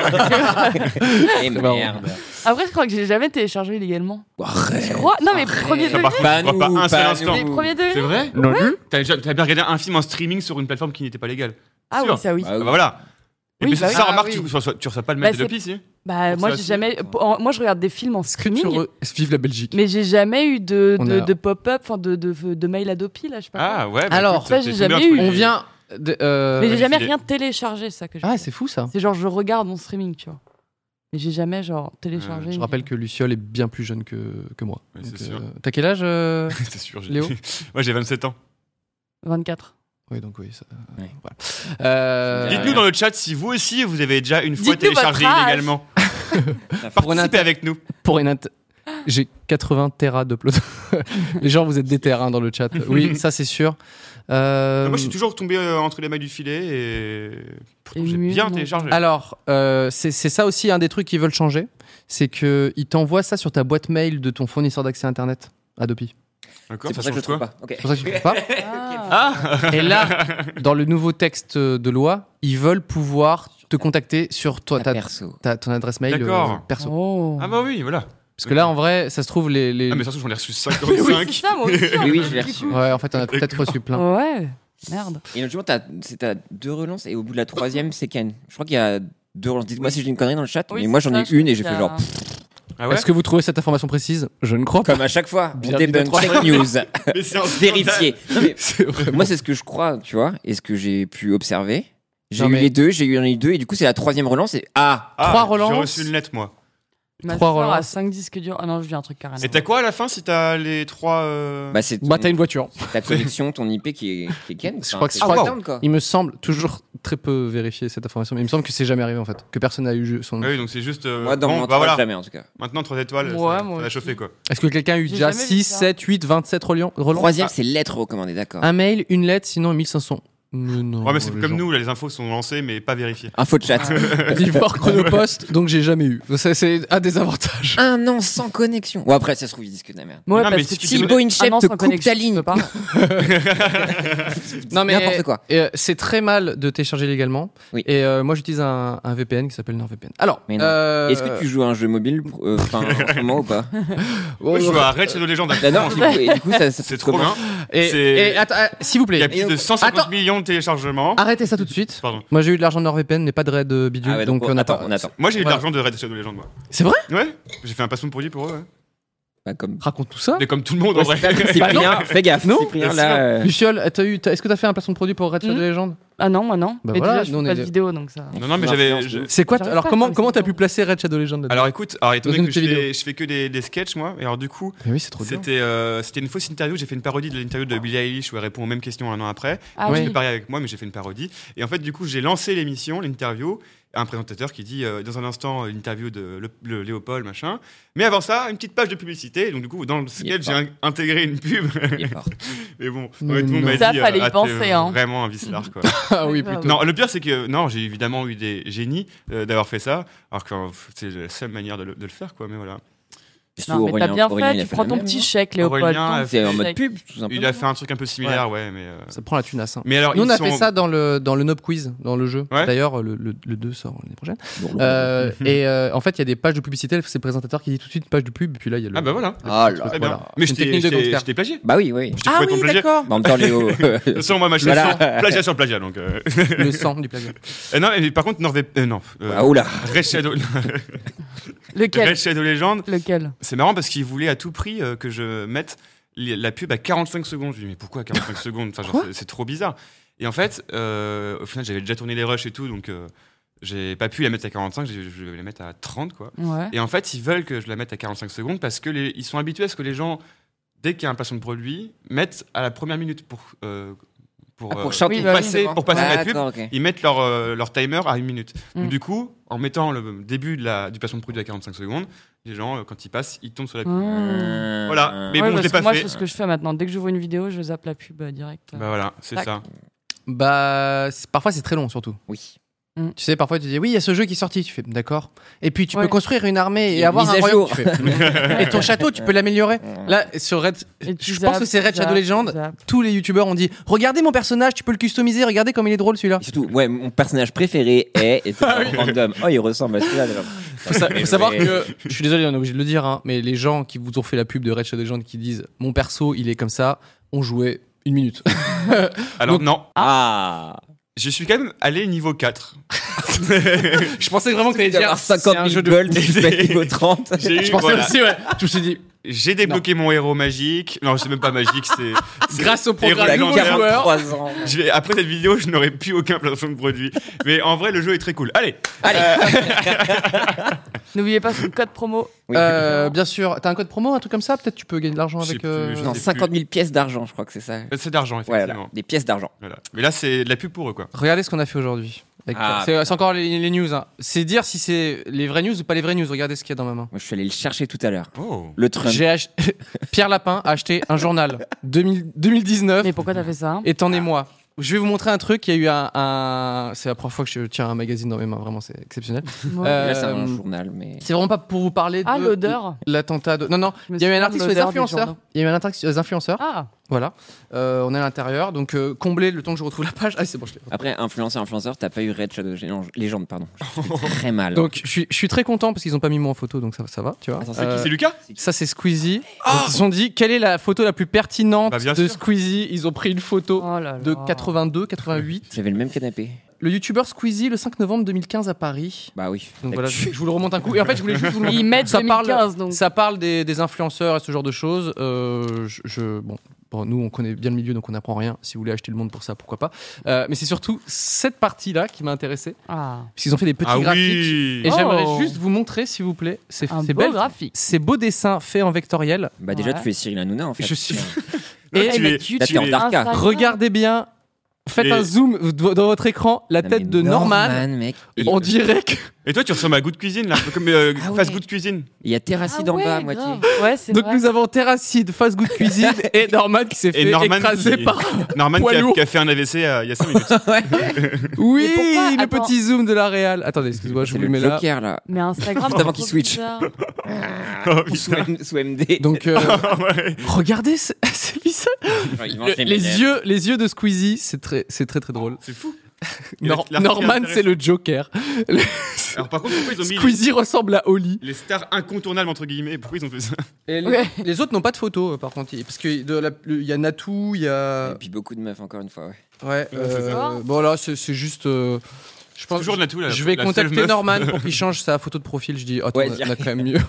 Et marrant. merde. Après, je crois que j'ai jamais téléchargé illégalement. Arrête. Tu crois? Non, mais premier Ça, par degré. contre, Pas je crois nous, pas un seul pas instant. Les nous. premiers degrés. C'est vrai? Non, T'as déjà- t'as bien regardé un film en streaming sur une plateforme qui n'était pas légale? Ah Sûr. oui, ça oui. Bah Ah oui. bah voilà. Et Oui, puis bah ça, oui. remarque, Ah tu, oui. tu reçois, tu reçois pas le Bah, mail de c'est- Dopi, si? Bah, Pour moi, ça j'ai aussi. jamais. en- Moi, je regarde des films en Est-ce que tu streaming. re- vive la Belgique. Mais j'ai jamais eu de, On de, a- de pop-up, enfin de, de, de mail Adopi, là, je sais pas. quoi. Ah ouais. bah, Alors, écoute, ça, t'es j'ai tombé jamais un truc. eu. On vient. De, euh, Mais j'ai jamais défilé. rien téléchargé, ça que je Ah, c'est fou ça. C'est genre, je regarde mon streaming, tu vois. Mais j'ai jamais, genre, téléchargé. Euh, Je rappelle que Luciole est bien plus jeune que, que moi. Oui, Donc, c'est sûr. euh, T'as quel âge euh C'est sûr. j'ai- Léo Moi j'ai vingt-sept ans. vingt-quatre. Oui, donc oui. Ça... Ouais. voilà. Euh, Dites-nous dans le chat si vous aussi vous avez déjà une fois Dites-nous téléchargé votre âge. illégalement. Pour une Participez inter- avec nous. Pour une int- J'ai quatre-vingts téras d'upload. Les gens, vous êtes des terrains dans le chat. Oui, ça c'est sûr. Euh, Moi je suis toujours tombé euh, entre les mailles du filet et pourtant, j'ai Ému, bien non. téléchargé. Alors, euh, c'est c'est ça aussi un des trucs qu'ils veulent changer. C'est qu'ils t'envoient ça sur ta boîte mail de ton fournisseur d'accès Internet, Adopi. D'accord, C'est pour ça ça que je change trouve quoi? pas. Ok. C'est pour ça que tu ne trouves pas. Ah. Ah Et là, dans le nouveau texte de loi, ils veulent pouvoir te contacter sur toi, Ta ta, perso. ta- ton adresse mail euh, D'accord. perso. Oh. Ah bah oui, voilà. Parce que là, en vrai, ça se trouve, les. les... Ah, mais surtout, j'en ai reçu C'est cinquante-cinq. ça, moi aussi. Oui, oui, je l'ai reçu. Ouais, en fait, on a peut-être reçu plein. Ouais, merde. Et donc, t'as, c'est- t'as deux relances et au bout de la troisième, c'est Ken. Je crois qu'il y a deux relances. Dites-moi si j'ai une connerie dans le chat, Oui, mais moi c'est j'en ça, ai je une et crois j'ai qu'il fait y a- genre. Ah ouais Est-ce que vous trouvez cette information précise? Je ne crois pas. Comme à chaque fois, on Bienvenue débunk dans chaque news. Mais c'est un Vérifié. Non, mais C'est vraiment- moi, c'est ce que je crois, tu vois, et ce que j'ai pu observer. J'ai Non, eu mais- les deux, j'ai eu les deux, et du coup, c'est la troisième relance. Et ah, Ah, Trois relances. J'ai reçu une lettre, moi. Ma Trois sœur a relances. cinq disques durs. Ah non, je dis un truc carrément. Et t'as quoi à la fin si t'as les trois. euh, bah c'est ton- Bah, t'as une voiture. ta connexion, ton I P qui est, qui est Ken. Je crois que c'est c'est- pas Ah, wow. pattern, quoi. Il me semble toujours très peu vérifier cette information, mais il me semble que c'est jamais arrivé en fait, que personne n'a eu son. Ah oui, donc c'est juste. euh, Moi, dans bon, mon bah entourage, voilà. jamais en tout cas. Maintenant, trois étoiles, Ouais, ça, moi ça va aussi. chauffer quoi. Est-ce que quelqu'un a eu J'ai déjà jamais vu six, ça. sept, huit, vingt-sept relans relans Troisième, c'est lettre recommandée, d'accord. Un mail, une lettre, sinon mille cinq cents. Mais non. Ouais, mais c'est les comme gens. nous, là, les infos sont lancées mais pas vérifiées. Info de chat. Livreur Chronopost, donc j'ai jamais eu. Ça, c'est un des avantages. Un an sans connexion. Ou après, ça se trouve, ils disent que de la merde. Ouais, Non, parce mais que si tu tu Si peux- Boeing Un Chef an te sans coupe connexion, ta tu ligne. peux pas. Non mais N'importe quoi. euh, c'est très mal de télécharger légalement. Oui. Et euh, moi j'utilise un, un V P N qui s'appelle NordVPN. Alors, Mais non. euh, Est-ce que tu joues à un jeu mobile pour- euh, enfin, en ce moment ou pas oh, Moi, je joue à Red Shadow Legends. J'adore. du coup, et du coup, ça, ça C'est te trop comment bien. Et, c'est- et attends, euh, s'il vous Il y a plaît, plus de cent cinquante Attends. millions de téléchargements. arrêtez ça tout de suite. Pardon. Moi j'ai eu de l'argent de NordVPN, mais pas de raid euh, bidule, Ah ouais, donc, donc, on on n'a attend, pas. on attend. Moi, j'ai eu de Voilà. l'argent de Red Shadow Legends, moi. C'est vrai? Ouais, j'ai fait un placement de produit pour eux. Ouais. Bah, comme. Raconte tout ça. Mais comme tout le monde, en vrai. Cyprien, fais gaffe. Non. Cyprien, Bien là. euh, Luciole, t'as eu, t'as- est-ce que t'as fait un placement de produit pour Red Shadow Mhm. Legends? Ah non, moi non. Bah mais voilà, déjà, je nous, on fais est pas des- de vidéo, donc ça. Non, non, mais j'avais. L'influence je- de- C'est quoi J'arrive Alors pas à comment faire comment des t'as vidéos. pu placer Red Shadow Legends là-dedans? Alors écoute, alors, étant Dans donné une que je petite fais, vidéo. je fais que des, des sketchs, moi, et alors du coup, Mais oui, c'est trop dur. c'était euh, c'était une fausse interview. J'ai fait une parodie de l'interview de Billie Eilish où elle répond aux mêmes questions un an après. Ah Oui. J'ai oui. préparé avec moi, mais j'ai fait une parodie. Et en fait, du coup, j'ai lancé l'émission, l'interview, à un présentateur qui dit euh, dans un instant euh, l'interview de le, le Léopold, machin. Mais avant ça, une petite page de publicité. Donc du coup, dans le sketch, j'ai fort. in- intégré une pub. Il est fort. Mais bon, Mais honnêtement, on non. m'a Ça, dit, fallait y ah, t'es penser, hein. Vraiment un vicelard, quoi. Ah oui, Ouais, plutôt. Non, le pire, c'est que non, j'ai évidemment eu des génies euh, d'avoir fait ça, alors que euh, c'est la seule manière de le, de le faire, quoi. Mais voilà. Non, mais t'as bien Aurélien, il fait, a tu prends la ton même, petit non chèque, Léopold. Aurélien ton a petit C'est en mode chèque. pub, tout simplement. Il a fait un truc un peu similaire, ouais, mais. euh, Ça prend la tunasse. Hein. Mais alors, Nous, on ils a sont- fait ça dans le, dans le Nob Quiz, dans le jeu. Ouais. D'ailleurs, le, le, le deux sort l'année prochaine. Bon, Euh, et euh, en fait, il y a des pages de publicité. C'est le présentateur qui dit tout de suite page de pub. Et puis là, il y a le. Ah bah voilà. Ah là. Très bien. Voilà. Mais C'est je une technique de t'ai- je t'ai gangster. je t'ai plagié. Bah oui, oui. Je t'ai trouvé ton plagiat. d'accord. En même temps, Léo. De toute façon, moi, ma chaîne Voilà. sont plagiat sur plagiat, donc. euh, Le sang du plagiat. euh, non, mais par contre, Norvé... euh, non. euh, Ah, oula. Red Shadow... Lequel Red Shadow Legends, Lequel c'est marrant parce qu'ils voulaient à tout prix euh, que je mette li- la pub à quarante-cinq secondes. Je me dis, mais pourquoi quarante-cinq secondes enfin, genre, Quoi c'est, c'est trop bizarre. Et en fait, euh, au final, j'avais déjà tourné les rushs et tout, donc euh, j'ai pas pu la mettre à quarante-cinq, j'ai- je vais la mettre à trente, quoi. Ouais. Et en fait, ils veulent que je la mette à quarante-cinq secondes parce que les, ils sont habitués à ce que les gens, dès qu'il y a un placement de produit, mettent à la première minute pour. euh, pour, Ah, pour euh, chanter. Oui, bah oui, passer, pour passer la pub, D'accord, ok. ils mettent leur, euh, leur timer à une minute. Mm. Donc du coup, en mettant le début de la, du placement de produit à quarante-cinq secondes, les gens, euh, quand ils passent, ils tombent sur la pub. Mmh. Voilà. Mais Ouais, bon, je parce l'ai que pas moi, fait. c'est ce que je fais maintenant. Dès que je vois une vidéo, je zappe la pub euh, direct. Bah voilà, c'est Tac. ça. Bah, c'est- parfois c'est très long surtout. Oui. Tu sais, parfois tu dis oui, il y a ce jeu qui est sorti. Tu fais d'accord. Et puis tu Ouais. peux construire une armée et Une avoir mise un à royaume. jour. Tu fais. Et ton château, tu peux l'améliorer. Là, sur Red, Et tu je pense zappes, que c'est Red zappes, Shadow Legends. zappes. Tous les youtubeurs ont dit regardez mon personnage, tu peux le customiser. Regardez comme il est drôle celui-là. Et surtout, ouais, mon personnage préféré est. Et c'est Ah random. Oh, il ressemble à celui-là. déjà. Faut, sa- faut savoir que je suis désolé, on est obligé de le dire, hein, mais les gens qui vous ont fait la pub de Red Shadow Legends qui disent mon perso, il est comme ça, ont joué une minute. Alors Donc- non, Ah. je suis quand même allé niveau quatre. Je pensais vraiment que t'allais dire Avoir c'est cinquante un mille jeu de. gold, tu fais niveau trente. J'ai eu, Je pensais voilà. aussi, ouais. Je me suis dit J'ai débloqué mon héros magique. Non, c'est même pas magique, c'est. c'est- grâce au Héros programme de nouveau langage. joueur. quarante-trois ans. Je vais- après cette vidéo, je n'aurai plus aucun placement de produit. Mais en vrai, le jeu est très cool. Allez, Allez. N'oubliez pas son code promo. Oui. Euh, bien sûr, t'as un code promo, un truc comme ça, peut-être tu peux gagner de l'argent Je sais avec. plus, euh, je Non, sais cinquante mille pièces d'argent, je crois que c'est ça. c'est d'argent, Ouais, effectivement. voilà, des pièces d'argent. Voilà. Mais là, c'est de la pub pour eux, quoi. Regardez ce qu'on a fait aujourd'hui. Avec- Ah, c'est c'est encore les, les news. Hein. C'est dire si c'est les vraies news ou pas les vraies news. Regardez ce qu'il y a dans ma main. Moi, je suis allé le chercher tout à l'heure. Oh. Le Trump. J'ai ach- Pierre Lapin a acheté un journal deux mille deux mille dix-neuf. Mais pourquoi t'as fait ça Et t'en es moi. Je vais vous montrer un truc. Il y a eu un. un- C'est la première fois que je tiens un magazine dans mes mains. Vraiment, c'est exceptionnel. Ouais. Euh, Là, c'est un journal, mais. C'est vraiment pas pour vous parler de Ah, l'odeur. l'attentat de. Non, non. Je me Il y a eu un souviens de article sur les l'odeur des influenceurs. journaux. Il y a eu un article sur les influenceurs. Ah, Voilà. Euh, on est à l'intérieur, donc euh, combler le temps que je retrouve la page. Ah, c'est bon, je l'ai. Après, influenceur, influenceur, t'as pas eu Red Shadow Légende, pardon. Je suis très mal. Donc je suis, je suis très content parce qu'ils ont pas mis moi en photo, donc ça, ça va, tu vois. Attends, C'est Euh, qui C'est Lucas Ça c'est Squeezie. Donc, ils se sont dit quelle est la photo la plus pertinente Bah, bien de sûr. Squeezie. Ils ont pris une photo Oh là là. de quatre-vingt-deux, quatre-vingt-huit. J'avais le même canapé. Le youtubeur Squeezie le cinq novembre deux mille quinze à Paris. Bah oui. Donc voilà, je, je vous le remonte un coup. Et en fait, je voulais juste vous le Ils mettent ça deux mille parle, quinze, donc. ça parle des, des influenceurs et ce genre de choses. Euh, je, je- bon, bon, nous, on connaît bien le milieu, donc on n'apprend rien. Si vous voulez acheter le monde pour ça, pourquoi pas. Euh, mais c'est surtout cette partie-là qui m'a intéressé, Ah, puisqu'ils ont fait des petits Ah graphiques. oui Et Oh. j'aimerais juste vous montrer, s'il vous plaît. C'est un c'est beau belle. graphique. Ces beaux dessins faits en vectoriel. Bah déjà, Ouais. tu es Cyril Hanouna en fait. Je suis- Là, Et tu mais es- tu- là, tu t'es en es- dark. Instagram. regardez bien. Faites Les- un zoom d- dans votre écran, la Non, tête mais de Norman. mec. On dirait que. Et toi, tu ressembles à Goût de Cuisine, là, comme euh, Ah ouais. Fast Goût de Cuisine. Il y a Terracide Ah en ouais, bas à moitié. grave. Ouais, c'est Donc vrai. nous avons Terracide, Fast Good Cuisine et Norman qui s'est Et fait Norman écraser qui- par. Norman Poids qui a, lourd. qui a fait un A V C euh, il y a cinq minutes. Oui, Mais pourquoi le Attends. petit zoom de la Réal. Attendez, excuse-moi, je C'est vous le le mets là. Joker là. Mais Instagram, Juste avant c'est qu'il trop switch. bizarre. Oh, Sous, putain. M- sous M D. Donc euh, Ouais. regardez ce, ce visage. Genre, il mange Le- les les ménères. yeux, les yeux de Squeezie, c'est très, c'est très très drôle. C'est fou. Et la- Nor- l'article est Norman, intéressant. c'est le Joker. Le- Alors, par contre, pourquoi ils ont mis Squeezie ressemble à Oli. les stars incontournables, entre guillemets? Pourquoi ils ont fait ça? Et les, Ouais. les autres n'ont pas de photos, euh, par contre, parce que de la- le- il y a Natou, il y a. Et puis beaucoup de meufs encore une fois. Ouais. Ouais. Ouais, c'est ça. euh, bon là, c'est c'est juste. euh, je pense. Toujours Natou, là. Je vais la contacter seule meuf. Norman pour qu'il change sa photo de profil. Je dis, attends, Ouais, on a- tiens. on a quand même mieux.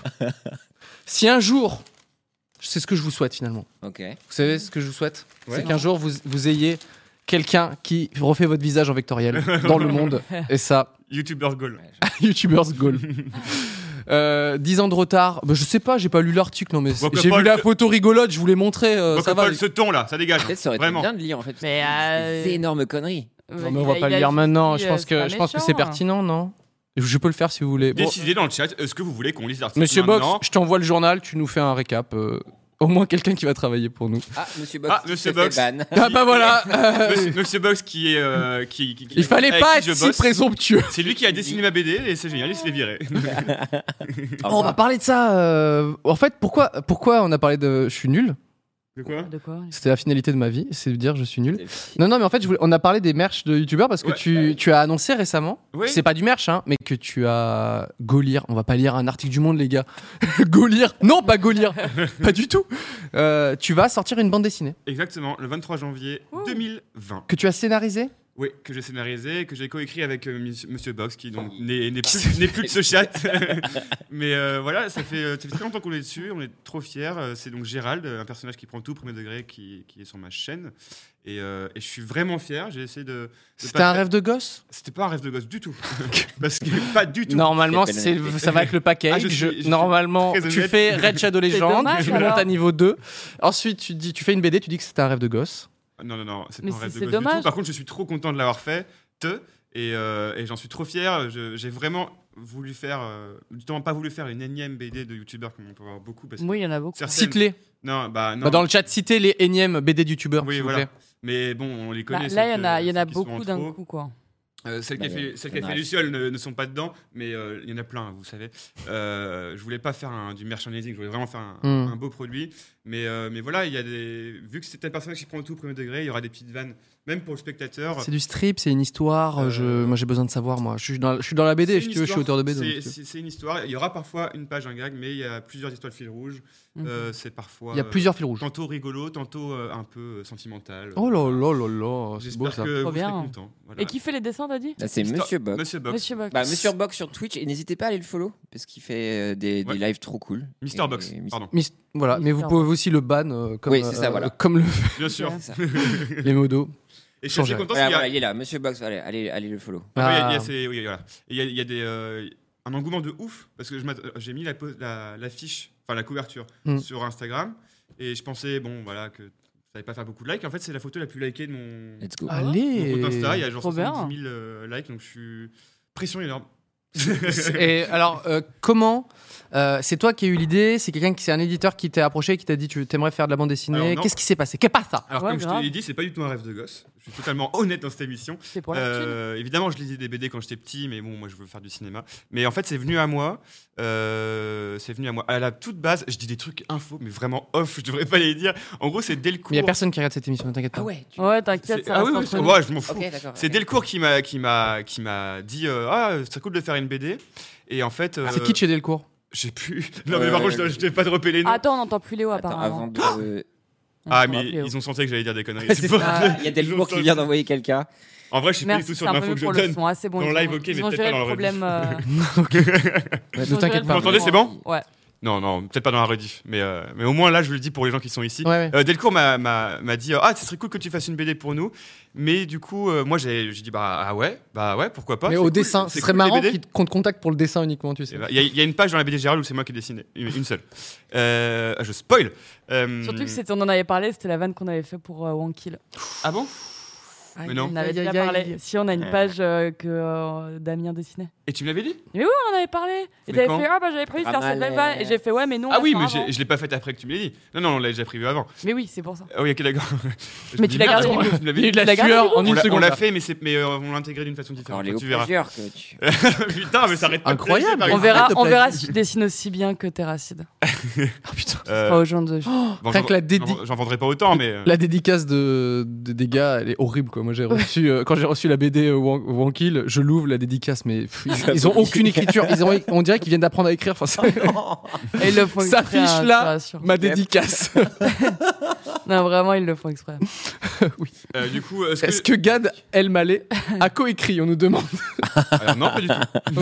Si un jour, c'est ce que je vous souhaite finalement. Ok. Vous savez ce que je vous souhaite, Ouais. c'est qu'un jour vous, vous ayez quelqu'un qui refait votre visage en vectoriel dans le monde. Et ça, YouTuber Goal. YouTubers goal. Euh, dix ans de retard, bah, je sais pas, j'ai pas lu l'article, non mais c'est- Boca j'ai vu Paul, la ce- photo rigolote, je vous l'ai montré, euh, Donc, ça va. Paul, ce ton là, ça dégage. Peut-être ça aurait été Vraiment. bien de lire en fait. parce Mais, que euh, c'est des énormes conneries. Non, mais on va pas le lire maintenant, je pense que, je pense que c'est pertinent, non? Je peux le faire si vous voulez. Bon, Décidez dans le chat, est-ce que vous voulez qu'on lise l'article Monsieur Box, maintenant? je t'envoie le journal, tu nous fais un récap. euh, au moins quelqu'un qui va travailler pour nous. Ah, Monsieur Box. Ah, qui Monsieur se fait Box. ban. Ah bah voilà. euh, Monsieur, Monsieur Box qui est. euh, qui, qui- qui- il fallait avec pas qui être je si bosse. présomptueux. C'est lui qui a dessiné ma B D et c'est génial, il se fait virer. Au On va revoir. parler de ça. euh, En fait, pourquoi, pourquoi on a parlé de je suis nul? De quoi? De quoi C'était la finalité de ma vie, c'est de dire je suis nul. C'est- Non, non, mais en fait, je voulais- on a parlé des merch de youtubeurs parce que Ouais. tu, tu as annoncé récemment, Oui. c'est pas du merch, hein, mais que tu as go lire. On va pas lire un article du Monde, les gars. Go lire. Non, pas go lire. Pas du tout. Euh, tu vas sortir une bande dessinée Exactement, le vingt-trois janvier deux mille vingt. que tu as scénarisée. Oui, que j'ai scénarisé, que j'ai coécrit avec euh, Miss- Monsieur Box, qui donc n'est n'est plus, n'est plus de ce chat. Mais euh, voilà, ça fait, euh, ça fait très longtemps qu'on est dessus, on est trop fiers. Euh, C'est donc Gérald, un personnage qui prend tout au premier degré, qui, qui est sur ma chaîne. Et, euh, et je suis vraiment fier. J'ai essayé de. de C'était pas un faire- rêve de gosse. C'était pas un rêve de gosse du tout. Parce que pas du tout. Normalement, C'est c'est, pénalisé. ça va avec le package. Ah, je suis- je suis Normalement, très tu honnête. fais Red Shadow Legend, dommage, tu montes alors. à niveau deux. Ensuite, tu, dis, tu fais une B D, tu dis que c'était un rêve de gosse. Non, non, non, c'est Mais pas un c'est- rêve de c'est gosse du dommage. tout. Par contre, je suis trop content de l'avoir fait. Te, et euh, et j'en suis trop fier. Je- J'ai vraiment voulu faire, euh, du temps pas voulu faire une énième B D de youtubeurs comme on peut avoir beaucoup. Parce que Oui, il y en a beaucoup. certaines- Cite-les. Non, bah non. Bah, dans le chat, citez les énièmes B D de youtubeurs. Oui, s'il vous voilà. plaît. Mais bon, on les Bah, connaît. là, il y celles en a, que- il y en a celles qui sont beaucoup en d'un trop. coup, quoi. Euh, celles Bah, qui a il y fait, a- celles il y qui a en a fait assez. Luciole ne, ne sont pas dedans, mais euh, il y en a plein, vous savez. Euh, je voulais pas faire un- du merchandising, je voulais vraiment faire un, Mm. un beau produit. Mais, euh, mais voilà, il y a des, vu que c'était un personnage qui prend tout au premier degré, il y aura des petites vannes, même pour le spectateur. C'est du strip, c'est une histoire. Euh, Je, moi, j'ai besoin de savoir. Moi, je suis dans, je suis dans la B D. C'est Si une tu veux, je suis histoire. auteur de B D. C'est- donc, si tu veux. C'est c'est une histoire. Il y aura parfois une page, un gag, mais il y a plusieurs histoires de fil rouge. Mhm. Euh, c'est parfois. Il y a euh, plusieurs fils rouges. Tantôt rigolo, tantôt euh, un peu euh, sentimental. Oh là là là là, c'est beau J'espère ça. que Trop vous bien. serez contents. Voilà. Et qui fait les dessins, t'as dit Là, c'est Histoire- Monsieur Box. Monsieur Box. Monsieur Box. Bah, Monsieur Box sur Twitch et n'hésitez pas à aller le follow parce qu'il fait euh, des, Ouais. des lives trop cool. Mister Et- Box, et Mis- pardon. Mis- voilà, mais vous Mister pouvez aussi le ban euh, comme, Oui, c'est ça, euh, voilà. comme le, Bien sûr. C'est ça. les modos. Et je suis assez Changer. content parce Voilà, qu'il y a- voilà, il est là, Monsieur Box, allez, allez, allez le follow. Ah oui, il y a- il y Ah. a ces- oui, voilà. Et il y a, il y a des, euh, un engouement de ouf parce que je m'att- j'ai mis la, pose- la, l'affiche, enfin la couverture Mm. sur Instagram et je pensais bon voilà que ça allait pas faire beaucoup de likes. En fait, c'est la photo la plus likée de mon, Let's go. Ah, mon Allez. compte Insta. Il y a genre Trop bien. soixante-dix mille euh, likes, donc je suis pression énorme. Et alors, euh, comment euh, c'est toi qui as eu l'idée? C'est quelqu'un qui, c'est un éditeur qui t'a approché, qui t'a dit tu aimerais faire de la bande dessinée. Alors, non. Qu'est-ce qui s'est passé? Qu'est-ce pas ça? Alors, Ouais, comme grave. je te l'ai dit, c'est pas du tout un rêve de gosse. Je suis totalement honnête dans cette émission. C'est pour la Euh, évidemment, je lisais des B D quand j'étais petit, mais bon, moi, je veux faire du cinéma. Mais en fait, c'est venu à moi. Euh, c'est venu à moi. À la toute base, je dis des trucs infos, mais vraiment off. Je devrais pas les dire. En gros, c'est Delcourt. Mais il y a personne qui regarde cette émission, ne t'inquiète pas. Ah ouais. tu- Ouais, t'inquiète, C'est- ça Ah reste oui, oui, entre c'est- nous. ouais, je m'en fous. Ok, d'accord. C'est ok. Delcourt qui m'a qui m'a qui m'a dit euh, ah, c'est cool de faire une B D. Et en fait, euh, C'est qui de chez Delcourt? j'ai pu. Non, mais Euh, par contre, je ne vais pas te repérer les noms. Attends, on n'entend plus Léo Attends, apparemment. avant de. On Ah, entend mais plus Léo. ils ont senti que j'allais dire des conneries. C'est C'est pour- ça. Il y a Delcourt Ils ont qui vient senti. d'envoyer quelqu'un. En vrai, je suis pas du Merci, tout c'est sur un l'info peu que mieux je pour le donne. son. Ah, c'est bon. Dans ils le live, ont- ok, ils mais ont peut-être géré pas dans le la problème. euh, Ouais, ils ne ont t'inquiète géré pas. le Vous m'entendez, c'est bon problème. Ouais. Non, non, peut-être pas dans la rediff, mais, euh, mais au moins là, je le dis pour les gens qui sont ici. Ouais, ouais. Euh, Delcourt m'a, m'a, m'a dit ah, ce serait cool que tu fasses une B D pour nous, mais du coup, euh, moi j'ai, j'ai dit bah ah ouais, bah ouais, pourquoi pas. Mais c'est au cool, dessin, c'est ce serait cool, les marrant B D. qu'il- qu'on te contacte pour le dessin uniquement, tu sais. Eh ben, Il y, a- il y a une page dans la B D Gérald où c'est moi qui ai dessiné, une, une seule. Euh, ah, je spoil. Euh, Surtout que c'était, on en avait parlé, c'était la vanne qu'on avait fait pour euh, One Kill. Ah bon Mais non. On avait Aïe, déjà aïe, aïe. parlé. Si on a une page euh, que euh, Damien dessinait. Et tu me l'avais dit Mais oui, on en avait parlé. Et Mais t'avais quand fait ah bah j'avais prévu de faire cette Ramalais. vanne et j'ai fait ouais mais non. on Ah va oui, faire mais avant. j'ai- je l'ai pas fait après que tu me l'aies dit. Non, non, on l'a déjà prévu avant. Mais oui, c'est pour ça. Ah oui, ok, d'accord. Je Mais me tu dis, l'as merde, gardé, attends, du coup. tu me l'avais Il y a eu dit. de la l'as gardé, sueur du coup en On une l'a, on seconde. l'a là. fait, mais, c'est, mais euh, on l'a intégré d'une façon Alors, différente. Léo tu verras. Plagieur, coach. Putain, mais ça arrête pas de Incroyable. plagier, On par verra, de on verra plagier. si tu dessines aussi bien que Terracide. Ah, putain. Euh, Pas aux gens de. bon, Rien j'en- que la dédi- j'en- J'en vendrai pas autant, mais. euh, La dédicace de, de des gars, elle est horrible quoi. Moi j'ai reçu euh, quand j'ai reçu la B D euh, Wan- Wankill, je l'ouvre la dédicace, mais pff, ils, ils ont aucune écriture. Ils ont, on dirait qu'ils viennent d'apprendre à écrire. Enfin, c'est- Et ils le font Ça exprès, affiche hein, là. je te rassure. ma dédicace. Non, vraiment, ils le font exprès. euh, du coup, est-ce que. Est-ce que Gad Elmaleh a coécrit? On nous demande. Alors, non, pas du tout.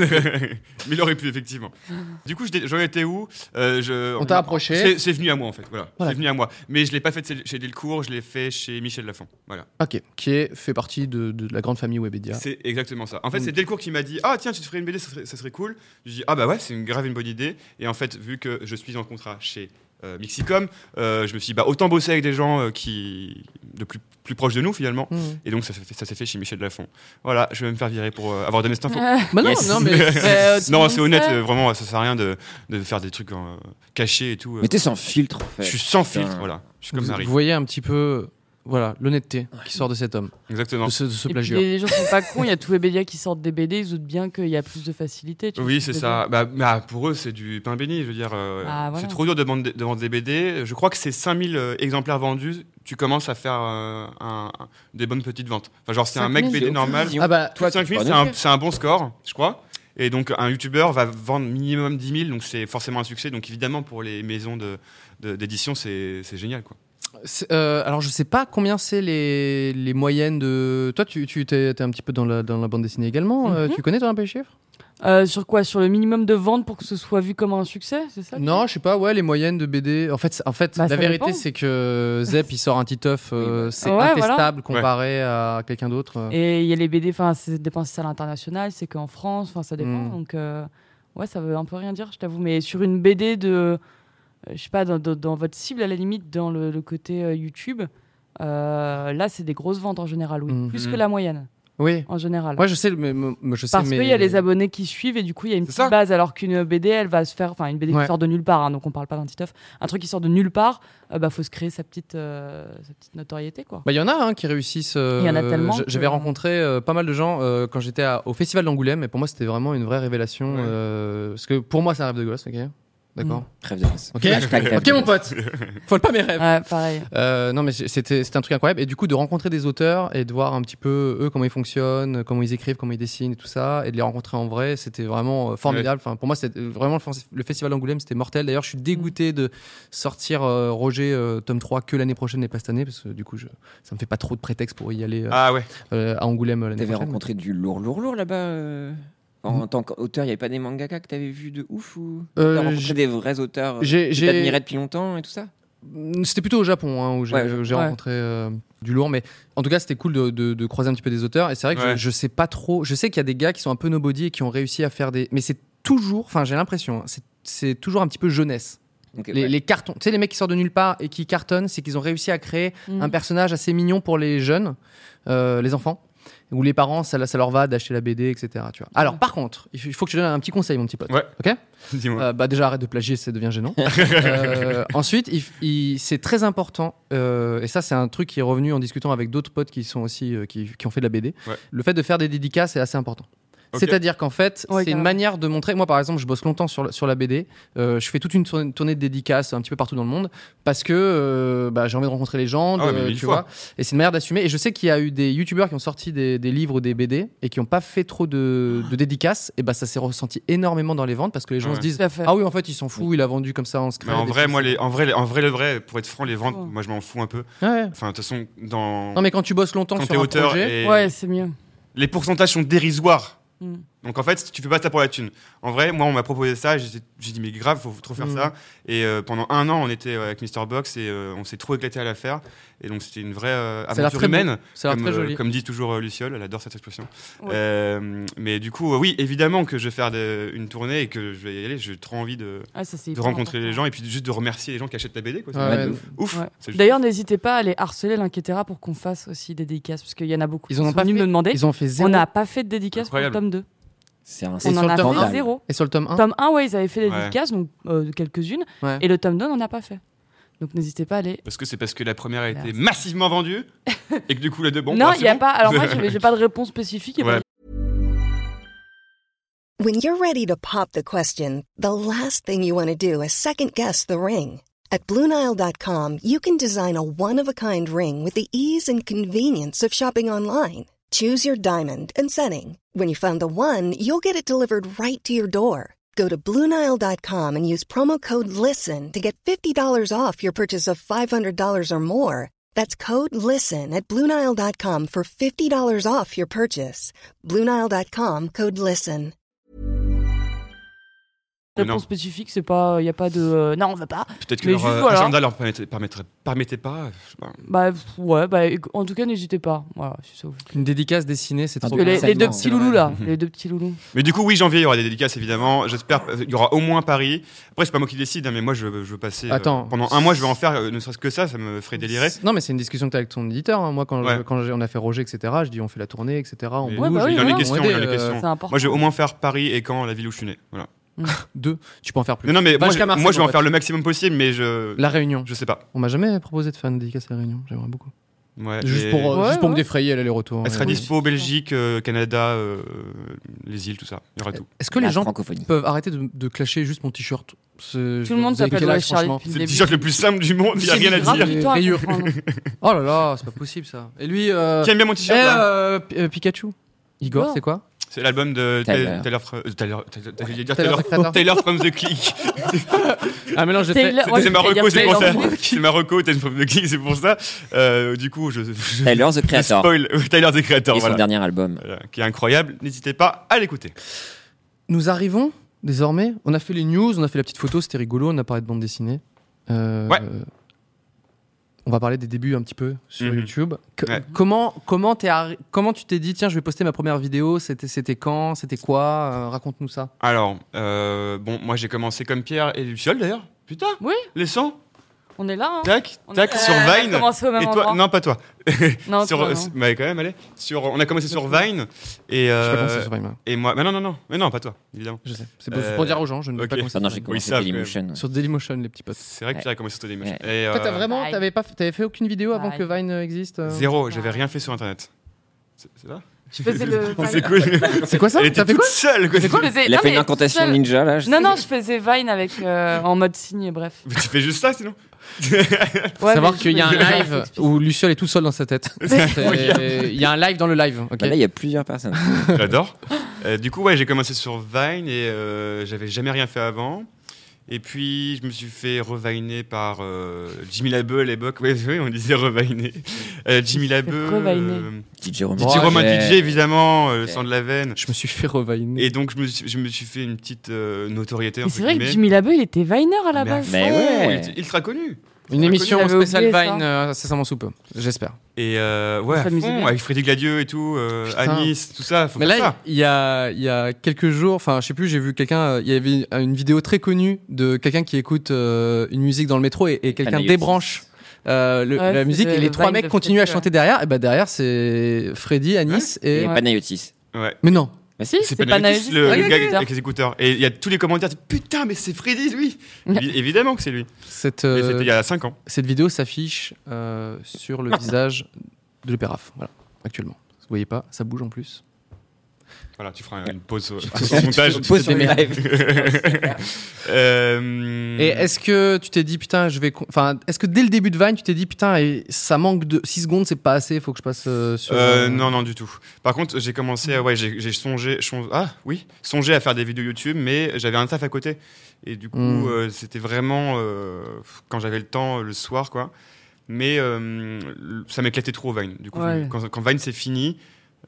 Mais il aurait pu, effectivement. Du coup, je dé- j'en étais où Euh, je- On t'a approché. C'est, c'est venu à moi, en fait. Voilà. Voilà. C'est venu à moi. Mais je l'ai pas fait chez- chez Delcourt, je l'ai fait chez Michel Lafon. Voilà. Ok, qui est, fait partie de, de la grande famille Webedia. C'est exactement ça. En fait, Mm. c'est Delcourt qui m'a dit ah tiens, tu te ferais une B D, ça serait, ça serait cool. Je dis ah bah ouais, c'est une grave une bonne idée. Et en fait, vu que je suis en contrat chez euh, Mixicom, euh, je me suis dit bah autant bosser avec des gens euh, qui de plus plus proches de nous finalement. Mmh. Et donc ça, s'est fait- ça s'est fait chez Michel Lafon. Voilà, je vais me faire virer pour euh, avoir donné cette info. Euh, Bah non, Yes. non, mais euh, tout le non, monde c'est honnête, sait. euh, vraiment, ça sert à rien de, de faire des trucs euh, cachés et tout. euh. Mais t'es sans filtre, en fait. Je suis sans Putain. filtre, voilà. Je suis comme vous, Marie. vous voyez un petit peu, voilà, l'honnêteté qui sort de cet homme, Exactement. de ce, de ce Et puis plagiat. les gens sont pas cons, il y a tous les médias qui sortent des B D, ils se doutent bien qu'il y a plus de facilité. tu vois Oui, ce que c'est je veux ça. dire. Bah, bah, pour eux, c'est du pain béni. Je veux dire, euh, Ah, voilà. c'est trop dur de vendre, de vendre des B D. Je crois que c'est cinq mille euh, exemplaires vendus. Tu commences à faire euh, un- un- des bonnes petites ventes. Enfin, genre, c'est un mec cinq mille, B D normal. Ah bah, Toi, cinq mille, c'est un, c'est un bon score, je crois. Et donc, un youtubeur va vendre minimum dix mille, donc c'est forcément un succès. Donc, évidemment, pour les maisons de, de- d'édition, c'est, c'est génial, quoi. c'est- euh, alors je sais pas combien c'est les, les moyennes de. Toi, tu, tu t'es, t'es un petit peu dans la, dans la bande dessinée également. euh, Mhm. tu connais toi un peu les chiffres? Euh, sur quoi? Sur le minimum de ventes pour que ce soit vu comme un succès, c'est ça? Non, je sais pas. Ouais, les moyennes de B D. En fait, c'est- en fait, Bah, la ça vérité, dépend. c'est que Zep il sort un titeuf, euh, c'est Ouais, intestable comparé à quelqu'un d'autre. euh. Et il y a les B D, enfin, ça dépend si c'est à l'international, c'est qu'en France, enfin, ça dépend. Mm. Donc, euh, ouais, ça veut un peu rien dire, je t'avoue. Mais sur une B D de, euh, je sais pas, dans, dans- dans votre cible, à la limite, dans le, le côté euh, YouTube, euh, là, c'est des grosses ventes en général, oui. Mm. Plus Mm. que la moyenne, Oui. en général. Ouais, je sais, mais, mais- mais je sais, Parce mais... qu'il y a les abonnés qui suivent et du coup il y a une C'est petite ça. base alors qu'une B D elle va se faire, enfin une B D Ouais. qui sort de nulle part, hein, donc on parle pas d'un titeuf, un truc qui sort de nulle part, euh, bah faut se créer sa petite, euh, sa petite notoriété quoi. Bah, il y en a hein, qui réussissent. euh, Il y en a tellement j- J'avais que- rencontré euh, pas mal de gens euh, quand j'étais à- au Festival d'Angoulême, et pour moi, c'était vraiment une vraie révélation. Ouais. euh, parce que pour moi, c'est un rêve de gosse, ok? D'accord. Rêve de gosse. Ok, Hashtag rêve ok, de mon gosse. pote. Faut pas mes rêves. Ouais, pareil. Euh, non, mais c'était c'était un truc incroyable. Et du coup, de rencontrer des auteurs et de voir un petit peu eux comment ils fonctionnent, comment ils écrivent, comment ils dessinent et tout ça, et de les rencontrer en vrai, c'était vraiment euh, formidable. Enfin, pour moi, c'était vraiment le, f- le festival d'Angoulême, c'était mortel. D'ailleurs, je suis dégoûté de sortir euh, Roger euh, tome trois que l'année prochaine et pas cette année, parce que du coup, je, ça me fait pas trop de prétexte pour y aller euh, Ah ouais. euh, à Angoulême euh, l'année T'avais prochaine. rencontré du lourd, lourd, lourd là-bas euh, en, en tant qu'auteur, il n'y avait pas des mangaka que t'avais vu de ouf ou Euh, t'as rencontré j'ai- des vrais auteurs euh, j'ai- que j'ai- t'admirais depuis longtemps et tout ça? C'était plutôt au Japon hein, où j'ai Ouais, j'ai ouais. rencontré euh, du lourd, mais en tout cas c'était cool de, de- de croiser un petit peu des auteurs. Et c'est vrai que Ouais. je, je sais pas trop. Je sais qu'il y a des gars qui sont un peu nobody et qui ont réussi à faire des. Mais c'est toujours, enfin j'ai l'impression, hein, c'est- c'est toujours un petit peu jeunesse. Ok, Les, ouais. les cartons, tu sais, les mecs qui sortent de nulle part et qui cartonnent, c'est qu'ils ont réussi à créer Mm. un personnage assez mignon pour les jeunes, euh, les enfants. où les parents, ça, ça leur va d'acheter la B D, et cetera. Tu vois. Alors, Ouais. par contre, il faut il faut que je te donne un petit conseil, mon petit pote. Ouais. Ok. Dis-moi. Euh, bah déjà arrête de plagier, ça devient gênant. Euh, ensuite, il, il- c'est très important, euh, et ça c'est un truc qui est revenu en discutant avec d'autres potes qui sont aussi euh, qui, qui ont fait de la B D. Ouais. Le fait de faire des dédicaces est assez important. Ok. C'est-à-dire qu'en fait, Ouais, c'est une carrément. manière de montrer. Moi, par exemple, je bosse longtemps sur la, sur la B D. Euh, je fais toute une tournée, tournée de dédicaces un petit peu partout dans le monde parce que euh, bah, j'ai envie de rencontrer les gens, de- Ah ouais, mais mille tu fois. vois. Et c'est une manière d'assumer. Et je sais qu'il y a eu des youtubeurs qui ont sorti des, des livres ou des B D et qui n'ont pas fait trop de, de dédicaces. Et bah, ça s'est ressenti énormément dans les ventes parce que les gens Ouais. se disent Tout à fait. ah oui, en fait, il s'en fout, il a vendu comme ça en Mais scrap. en et vrai, puis moi, c'est- les, en vrai, les- en vrai, le vrai, pour être franc, les ventes, Ouais. moi, je m'en fous un peu. Ouais, ouais. Enfin, de toute façon, dans Non, mais quand tu bosses longtemps quand sur t'es un auteur, projet, et Ouais, c'est mieux. les pourcentages sont dérisoires. Mm. Donc en fait, tu fais pas ça pour la thune. En vrai, moi, on m'a proposé ça, et j'ai j'ai dit mais grave, faut trop faire Mm. ça. Et euh, pendant un an, on était euh, avec mister Box et euh, on s'est trop éclaté à la faire. Et donc c'était une vraie euh, Ça a l'air aventure très beau. humaine, ça a l'air comme, très euh, joli. comme dit toujours euh, Luciole, elle adore cette expression. Ouais. Euh, mais du coup, euh, oui, évidemment que je vais faire de- une tournée et que je vais y aller. J'ai trop envie de, Ah, ça, c'est de hyper rencontrer les important. gens et puis juste de remercier les gens qui achètent la B D. Quoi. C'est Ouais, Ouais, ouais. de ouf. ouf. Ouais. C'est juste- D'ailleurs, n'hésitez pas à aller harceler l'Inquiétera pour qu'on fasse aussi des dédicaces, parce qu'il y en a beaucoup. Ils en ont qui pas sont venus fait. me demander. Ils ont fait zéro. On n'a pas fait de dédicace Incroyable. pour le tome deux. C'est un On sur en le a tome fait un zéro. Et sur le tome un Tome un, ouais, ils avaient fait des Ouais. dédicaces, donc euh, quelques-unes. Ouais. Et le tome deux, on n'en a pas fait. Donc n'hésitez pas à aller. Parce que c'est parce que la première a été Merci. massivement vendue et que du coup les deux bon. non, bah, il c'est n'y a bon. pas. Alors moi, j'ai j'ai pas de réponse spécifique. et Ouais. ben, When you're ready to pop the question, the last thing you want to do is second guess the ring. At Blue Nile dot com, you can design a one-of-a-kind ring with the ease and convenience of shopping online. Choose your diamond and setting. When you find the one, you'll get it delivered right to your door. Go to Blue Nile dot com and use promo code LISTEN to get fifty dollars off your purchase of five hundred dollars or more. That's code LISTEN at Blue Nile dot com for fifty dollars off your purchase. Blue Nile dot com, code LISTEN. Mais non. réponse spécifique, c'est pas. Il n'y a pas de. euh, non, on va pas. Peut-être que Mais leur juste, euh, voilà. agenda leur permettait, permettrait, permettait pas. je sais pas. Bah pff, ouais, bah en tout cas, n'hésitez pas. Voilà, si ça vous fait. Une dédicace dessinée, c'est Ah, trop Que de- les, bien. les deux Absolument. petits loulous là, les deux petits loulous. Mais du coup, oui, janvier, il y aura des dédicaces évidemment. J'espère, il y aura au moins Paris. Après, c'est pas moi qui décide, hein, mais moi, je, veux- je veux passer. euh, Attends. pendant un mois, je vais en faire, euh, ne serait-ce que ça, ça me ferait délirer. Non, mais c'est une discussion que tu as avec ton éditeur. hein. Moi, quand, Ouais. je- quand j'ai- on a fait Roger, et cetera, je dis on fait la tournée, et cetera. On Mais- bouge. Ouais, bah oui, il y a voilà. les questions, On il y a aide, les euh, questions. C'est important. Moi, je vais au moins faire Paris et Caen, la ville où je suis né. Voilà. Deux. Tu peux en faire plus. Non, non, mais Va moi, jusqu'à je, Marseille, moi, je vais en en fait. faire le maximum possible, mais je, La Réunion. je sais pas. On m'a jamais proposé de faire une dédicace à la Réunion. J'aimerais beaucoup. Ouais, Juste mais pour, euh, Ouais, juste pour me ouais. défrayer l'aller-retour. Elle sera Ouais. dispo Belgique, euh, Canada, euh, les îles, tout ça. Il y aura tout. Est-ce que La les gens francophonie. peuvent arrêter de, de clasher juste mon t-shirt C'est- Tout le vous monde avez s'appelle quel ouais, âge, Charlie franchement depuis C'est le le début. t-shirt le plus simple du monde, il y a C'est rien à grave dire. du temps à Rayures. comprendre. Oh là là, c'est pas possible ça. Et lui, euh... Qui aime bien mon eh, t-shirt là euh, P- euh, Pikachu. Igor, Igor. c'est quoi C'est l'album de Tyler. Taylor, Taylor, Fr- euh, Taylor, Taylor, Taylor, j'allais dire Taylor, Taylor, the Creator. Taylor from the Click. Ah, mais non, j'ai Taylor- fait. Ouais, c'est Marocco, j'allais c'est dire pour ça. Taylor. C'est Marocco, Taylor from the Click, c'est pour ça. Euh, du coup, je, je, Tyler, The je Creator. spoil euh, Tyler the Creator, Et son voilà. dernier album. Voilà, qui est incroyable. N'hésitez pas à l'écouter. Nous arrivons désormais. On a fait les news, on a fait la petite photo, c'était rigolo. On a parlé de bande dessinée. Euh, Ouais. On va parler des débuts un petit peu sur Mhm. YouTube. Que- Ouais. Comment, comment, t'es arri- comment tu t'es dit, tiens, je vais poster ma première vidéo. C'était, c'était quand C'était quoi Euh, Raconte-nous ça. Alors, euh, bon, moi j'ai commencé comme Pierre et Luciole d'ailleurs. Putain, Oui. les sons, On est là. Hein. tac, On tac, a- sur on a Vine. commencé au même Et toi, endroit. non, pas toi. Non, sur, toi, euh, non. bah, quand même, allez. Sur, on a commencé sur Vine et, Je sais euh, pas comment c'est sur Vine, moi. et moi, mais non, non, non, mais non, pas toi, évidemment. Je sais. C'est pour, Euh, pour dire aux gens, je ne sais ok. pas comment Ah c'est non, sur j'ai Vine. Oui, commencé ça, quand Dailymotion. Sur Dailymotion, les petits potes. C'est vrai que Ouais. Pierre a commencé sur Dailymotion. Ouais. Et, Toi, t'as euh, vraiment, Pareil. t'avais pas, t'avais fait aucune vidéo avant Pareil. que Vine euh, existe euh Zéro, j'avais rien fait sur internet. C'est c'est ça Je faisais le. C'est cool. C'est quoi ça Elle était T'as fait toute quoi seule. Quoi. Je faisais- Il a non, fait mais une incantation seul. ninja là. je Non, sais. non, je faisais Vine avec, euh, en mode signe, bref. Mais tu fais juste ça sinon. Ouais, Savoir mais je qu'il y a un faisais- live où Luciole est tout seul dans sa tête. C'est- Il y a un live dans le live. ok Bah là, il y a plusieurs personnes. J'adore. Euh, du coup, ouais, j'ai commencé sur Vine et euh, j'avais jamais rien fait avant. Et puis, je me suis fait reviner par euh, Jimmy Labeu à l'époque. Oui, oui, on disait reviner. Euh, Jimmy Labeu. reviner. Euh, D J Roman. D J Ouais, Roman j'ai- D J, évidemment, euh, Ok. sang de la veine. Je me suis fait reviner. Et donc, je me suis, je me suis fait une petite euh, notoriété. Mais entre c'est vrai que guillemets. Jimmy Labeu, il était Viner à la Mais à base. Mais fond, ouais. Il était ultra connu. Une émission J'avais spéciale oublié ça. Vine, euh, c'est ça mon soupe. J'espère. Et euh, ouais, On à s'amusait fond, bien. avec Freddy Gladieux et tout, euh, Putain. Anis, tout ça. Faut Mais faire là, ça. il y a, il y a quelques jours, enfin, je sais plus, j'ai vu quelqu'un, euh, il y avait une vidéo très connue de quelqu'un qui écoute euh, une musique dans le métro et, et quelqu'un Panayotis. débranche euh, le- Ouais, la c'est musique le- et les le trois Vine mecs de continuent à Freddy, chanter derrière. Et bah derrière c'est Freddy, Anis et. Et Ouais. Panayotis. Ouais. Mais non. Bah si. C'est pas Panayotis, le, ouais, le ouais, gars ouais. avec les écouteurs. Et il y a tous les commentaires. Putain, mais c'est Freddy, lui. Évi- Évidemment que c'est lui. Cette, Mais euh, c'était il y a cinq ans. cette vidéo s'affiche euh, sur le visage de l'opéraf. Voilà, actuellement. Vous voyez pas, ça bouge en plus. Voilà, tu feras une pause au te- au montage. tu te poses sur les Euh, Et est-ce que tu t'es dit putain, je vais. con- Enfin, est-ce que dès le début de Vine, tu t'es dit putain, et ça manque de six secondes, c'est pas assez, faut que je passe euh, sur. Euh, euh, non, non, du tout. Par contre, j'ai commencé, à- ouais, j'ai j'ai songé, chon- ah oui, songé à faire des vidéos YouTube, mais j'avais un taf à côté. Et du coup, Mm. euh, c'était vraiment euh, quand j'avais le temps, le soir, quoi. Mais euh, ça m'éclatait trop Vine. Du coup, Ouais. je- quand, quand Vine c'est fini,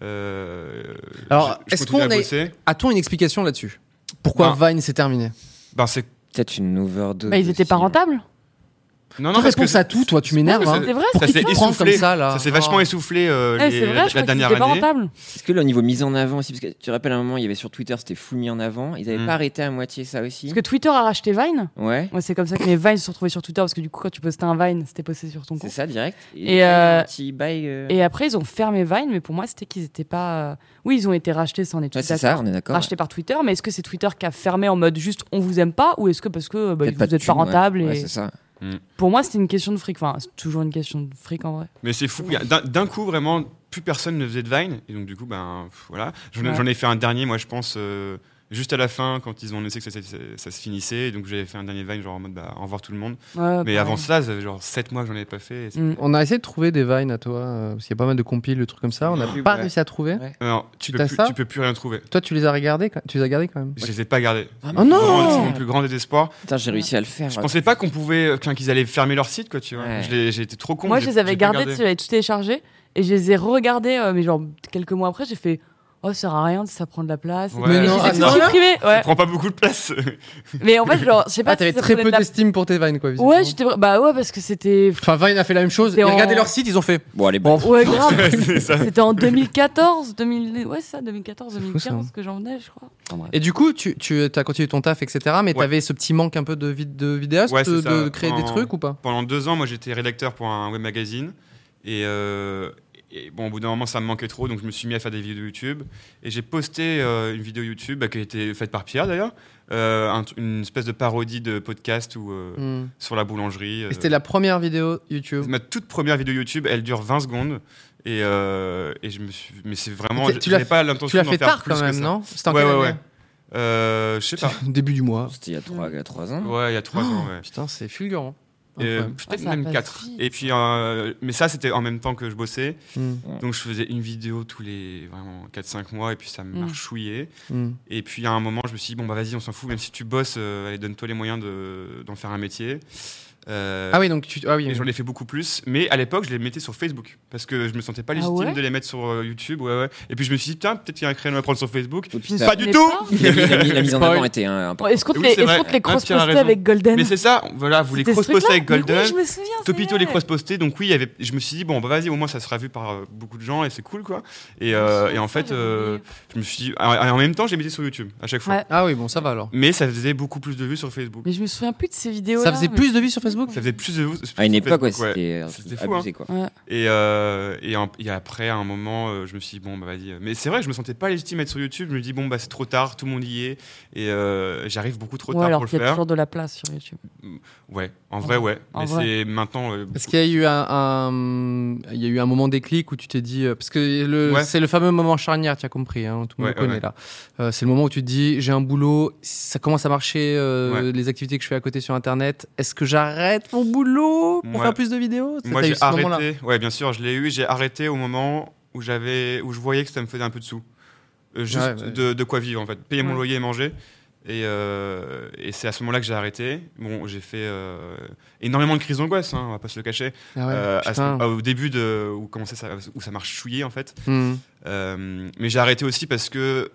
euh, Alors, je- je est-ce continue qu'on à a- bosser. A-t-on une explication là-dessus? Pourquoi Vine s'est terminé? Ben, c'est Peut-être une overdose. Bah, ils étaient pas aussi. rentables. non, Tu parce réponds que à tout, toi, tu m'énerves. parce Hein. que C'est vrai, Pour ça qui s'est tu te prends essoufflé. comme ça là? Ça s'est vachement Oh. essoufflé euh, Ouais, les- c'est vrai, la, je crois la qu'ils dernière étaient pas année. rentables. Est-ce que là, au niveau mise en avant aussi, parce que tu te rappelles à un moment, il y avait sur Twitter, c'était full mis en avant. Ils n'avaient Mm. pas arrêté à moitié ça aussi. Parce que Twitter a racheté Vine. Ouais, Ouais, c'est comme ça que mes Vines se sont retrouvés sur Twitter parce que du coup, quand tu postais un Vine, c'était posté sur ton c'est compte. ça, direct. Et, il y a eu euh, un petit bail. euh, Et après, ils ont fermé Vine, mais pour moi, c'était qu'ils étaient pas. euh, Oui, ils ont été rachetés, ça en est tout Ouais, c'est d'accord. ça, on est d'accord. Rachetés par Twitter, mais est-ce que c'est Twitter qui a fermé en mode juste on vous aime pas ou est-ce que parce que bah, Peut-être vous pas de êtes pas thunes, ouais. rentable Ouais, et... c'est ça. Pour moi, c'était une question de fric. Enfin, c'est toujours une question de fric en vrai. Mais c'est fou. il y a- D'un d'un coup, vraiment, plus personne ne faisait de Vine. Et donc, du coup, ben, pff, voilà. J'en ai, Ouais. j'en ai fait un dernier, moi, je pense, euh, juste à la fin, quand ils ont annoncé que ça, ça- ça- ça se finissait. Et donc, j'avais fait un dernier Vine, genre en mode, bah, au revoir tout le monde. Ouais, Mais pareil. avant cela, ça faisait genre sept mois que j'en avais pas fait. et c'est- Mm. On a essayé de trouver des Vines à toi, euh, parce qu'il y a pas mal de compiles, de trucs comme ça. On n'a Ouais. pas Ouais. réussi à trouver. Ouais. Non, tu, Tu peux t'as plus, ça tu peux plus rien trouver. Toi, tu les as regardés, quand- tu les as gardés quand même. Je les ai pas gardés. Ah, Oh non Vraiment, c'est mon plus grand désespoir. Putain, j'ai réussi à le faire. Je pensais pas qu'on pouvais, enfin, qu'ils allaient fermer leur site, quoi, tu vois. Ouais. Je l'ai- J'ai été trop con. Moi, j'ai- je les avais j'ai pas gardés, gardé. j'avais tout téléchargé et je les ai regardés, euh, mais genre quelques mois après, j'ai fait oh, ça sert à rien, ça prend de la place. Ouais. Mais Et non, je les ai ah, tous non. supprimés, Ça ouais. prend pas beaucoup de place. Mais en fait, genre, je sais pas Ah, si t'avais ça très prenait peu de la- d'estime pour tes Vines, quoi. visiblement. Ouais, j'étais vra- bah ouais, parce que c'était. Enfin, Vine a fait la même chose. C'était Ils en- regardaient leur site, ils ont fait. Bon, allez, Bon, bon. Ouais, grave. C'est ça. C'était en deux mille quatorze, deux mille... ouais, c'est ça, deux mille quatorze, C'est fou, deux mille quinze ça. que j'en venais, je crois. Enfin, bref. Et du coup, tu, tu as continué ton taf, et cetera. Mais Ouais. t'avais ce petit manque un peu de, vid- de vidéastes, Ouais, c'est de, ça. de créer des En- trucs ou pas? Pendant deux ans, moi, j'étais rédacteur pour un web magazine. Et, euh, et bon, au bout d'un moment, ça me manquait trop, donc je me suis mis à faire des vidéos YouTube. Et j'ai posté euh, une vidéo YouTube bah, qui a été faite par Pierre d'ailleurs, euh, un- une espèce de parodie de podcast où, euh, Hmm. sur la boulangerie. Et c'était la première vidéo YouTube. Ma toute première vidéo YouTube, elle dure vingt secondes. Et, euh, et je me suis, mais c'est vraiment, Tu- je tu l'as n'ai pas Tu l'intention l'as d'en fait faire tard plus quand que même, ça. non? C'était en Ouais, quelle ouais, année ouais. Euh, je sais pas. Début du mois. C'était il y a trois, il y a trois ans. Ouais, il y a trois ans. Ouais. Putain, c'est fulgurant. Et, euh, Incroyable. peut-être Ah, ça même passe quatre. vite. Et puis, euh, mais ça, c'était en même temps que je bossais. Hmm. Donc, je faisais une vidéo tous les vraiment quatre cinq mois et puis ça me Mm. marchouillait. Hmm. Et puis, à un moment, je me suis dit, bon, bah vas-y, on s'en fout, même si tu bosses, euh, allez, donne-toi les moyens de- d'en faire un métier. Euh, Ah oui, donc tu. Ah oui. Et j'en ai fait beaucoup plus. Mais à l'époque, je les mettais sur Facebook. Parce que je me sentais pas légitime ouais de les mettre sur euh, YouTube. Ouais, ouais. Et puis, je me suis dit, tiens, peut-être qu'il y a un créneau à prendre sur Facebook. Et puis, Je ça- Pas me du souvenais tout pas. La, mise- la mise- la mise en Spoil. avant était un, important. Est-ce qu'on te Oui, les, c'est est-ce vrai. qu'on te les Ah, Pierre a cross-postait raison. avec Golden? Mais c'est ça, voilà, vous les C'était ce cross-postez truc-là avec Mais Golden. oui, je me souviens. c'est Topito vrai. les cross-postés, donc oui, il y avait, je me suis dit, bon, bah vas-y, au moins ça sera vu par euh, beaucoup de gens et c'est cool, quoi. Et, euh, et en fait, euh, je me suis dit, en, en même temps, j'ai mis sur YouTube à chaque fois. Ouais. Ah oui, bon, ça va alors. Mais ça faisait beaucoup plus de vues sur Facebook. Mais je me souviens plus de ces vidéos. Ça faisait plus de vues sur Facebook? Ça faisait plus de vues. À une sur époque, ouais, Facebook, c'était C'était fou, abusé, quoi. Ouais. Et, euh, et, en- et après, à un moment, euh, je me suis dit, bon, bah vas-y. Mais c'est vrai, je me sentais pas légitime à être sur YouTube. Je me dis, bon, bah c'est trop tard, tout le monde y est. Et euh, j'arrive beaucoup trop Ouais, tard alors pour le qu'il y a faire. toujours de la place sur YouTube. Ouais, en vrai, ouais. En Mais vrai. c'est maintenant. euh, Est-ce qu'il y a eu un, un- il y a eu un moment déclic où tu t'es dit, euh, parce que le, Ouais. c'est le fameux moment charnière, tu as compris, hein, tout le monde Ouais, le connaît ouais. là. Euh, c'est le moment où tu te dis, j'ai un boulot, ça commence à marcher, euh, Ouais. les activités que je fais à côté sur Internet. Est-ce que j'arrête mon boulot pour Ouais. faire plus de vidéos? Moi, T'as eu j'ai ce moment-là? arrêté. Ouais, bien sûr, je l'ai eu. J'ai arrêté au moment où j'avais, où je voyais que ça me faisait un peu de sous, Euh, juste Ouais, ouais. De, de quoi vivre en fait, payer mon Ouais. loyer et manger. Et, euh, et c'est à ce moment-là que j'ai arrêté. Bon, j'ai fait euh, énormément de crises d'angoisse, hein, on va pas se le cacher. Ah ouais, Euh, à ce- putain. au début de où commençait ça, où ça marche chouillé en fait. Hmm. Euh, mais j'ai arrêté aussi parce que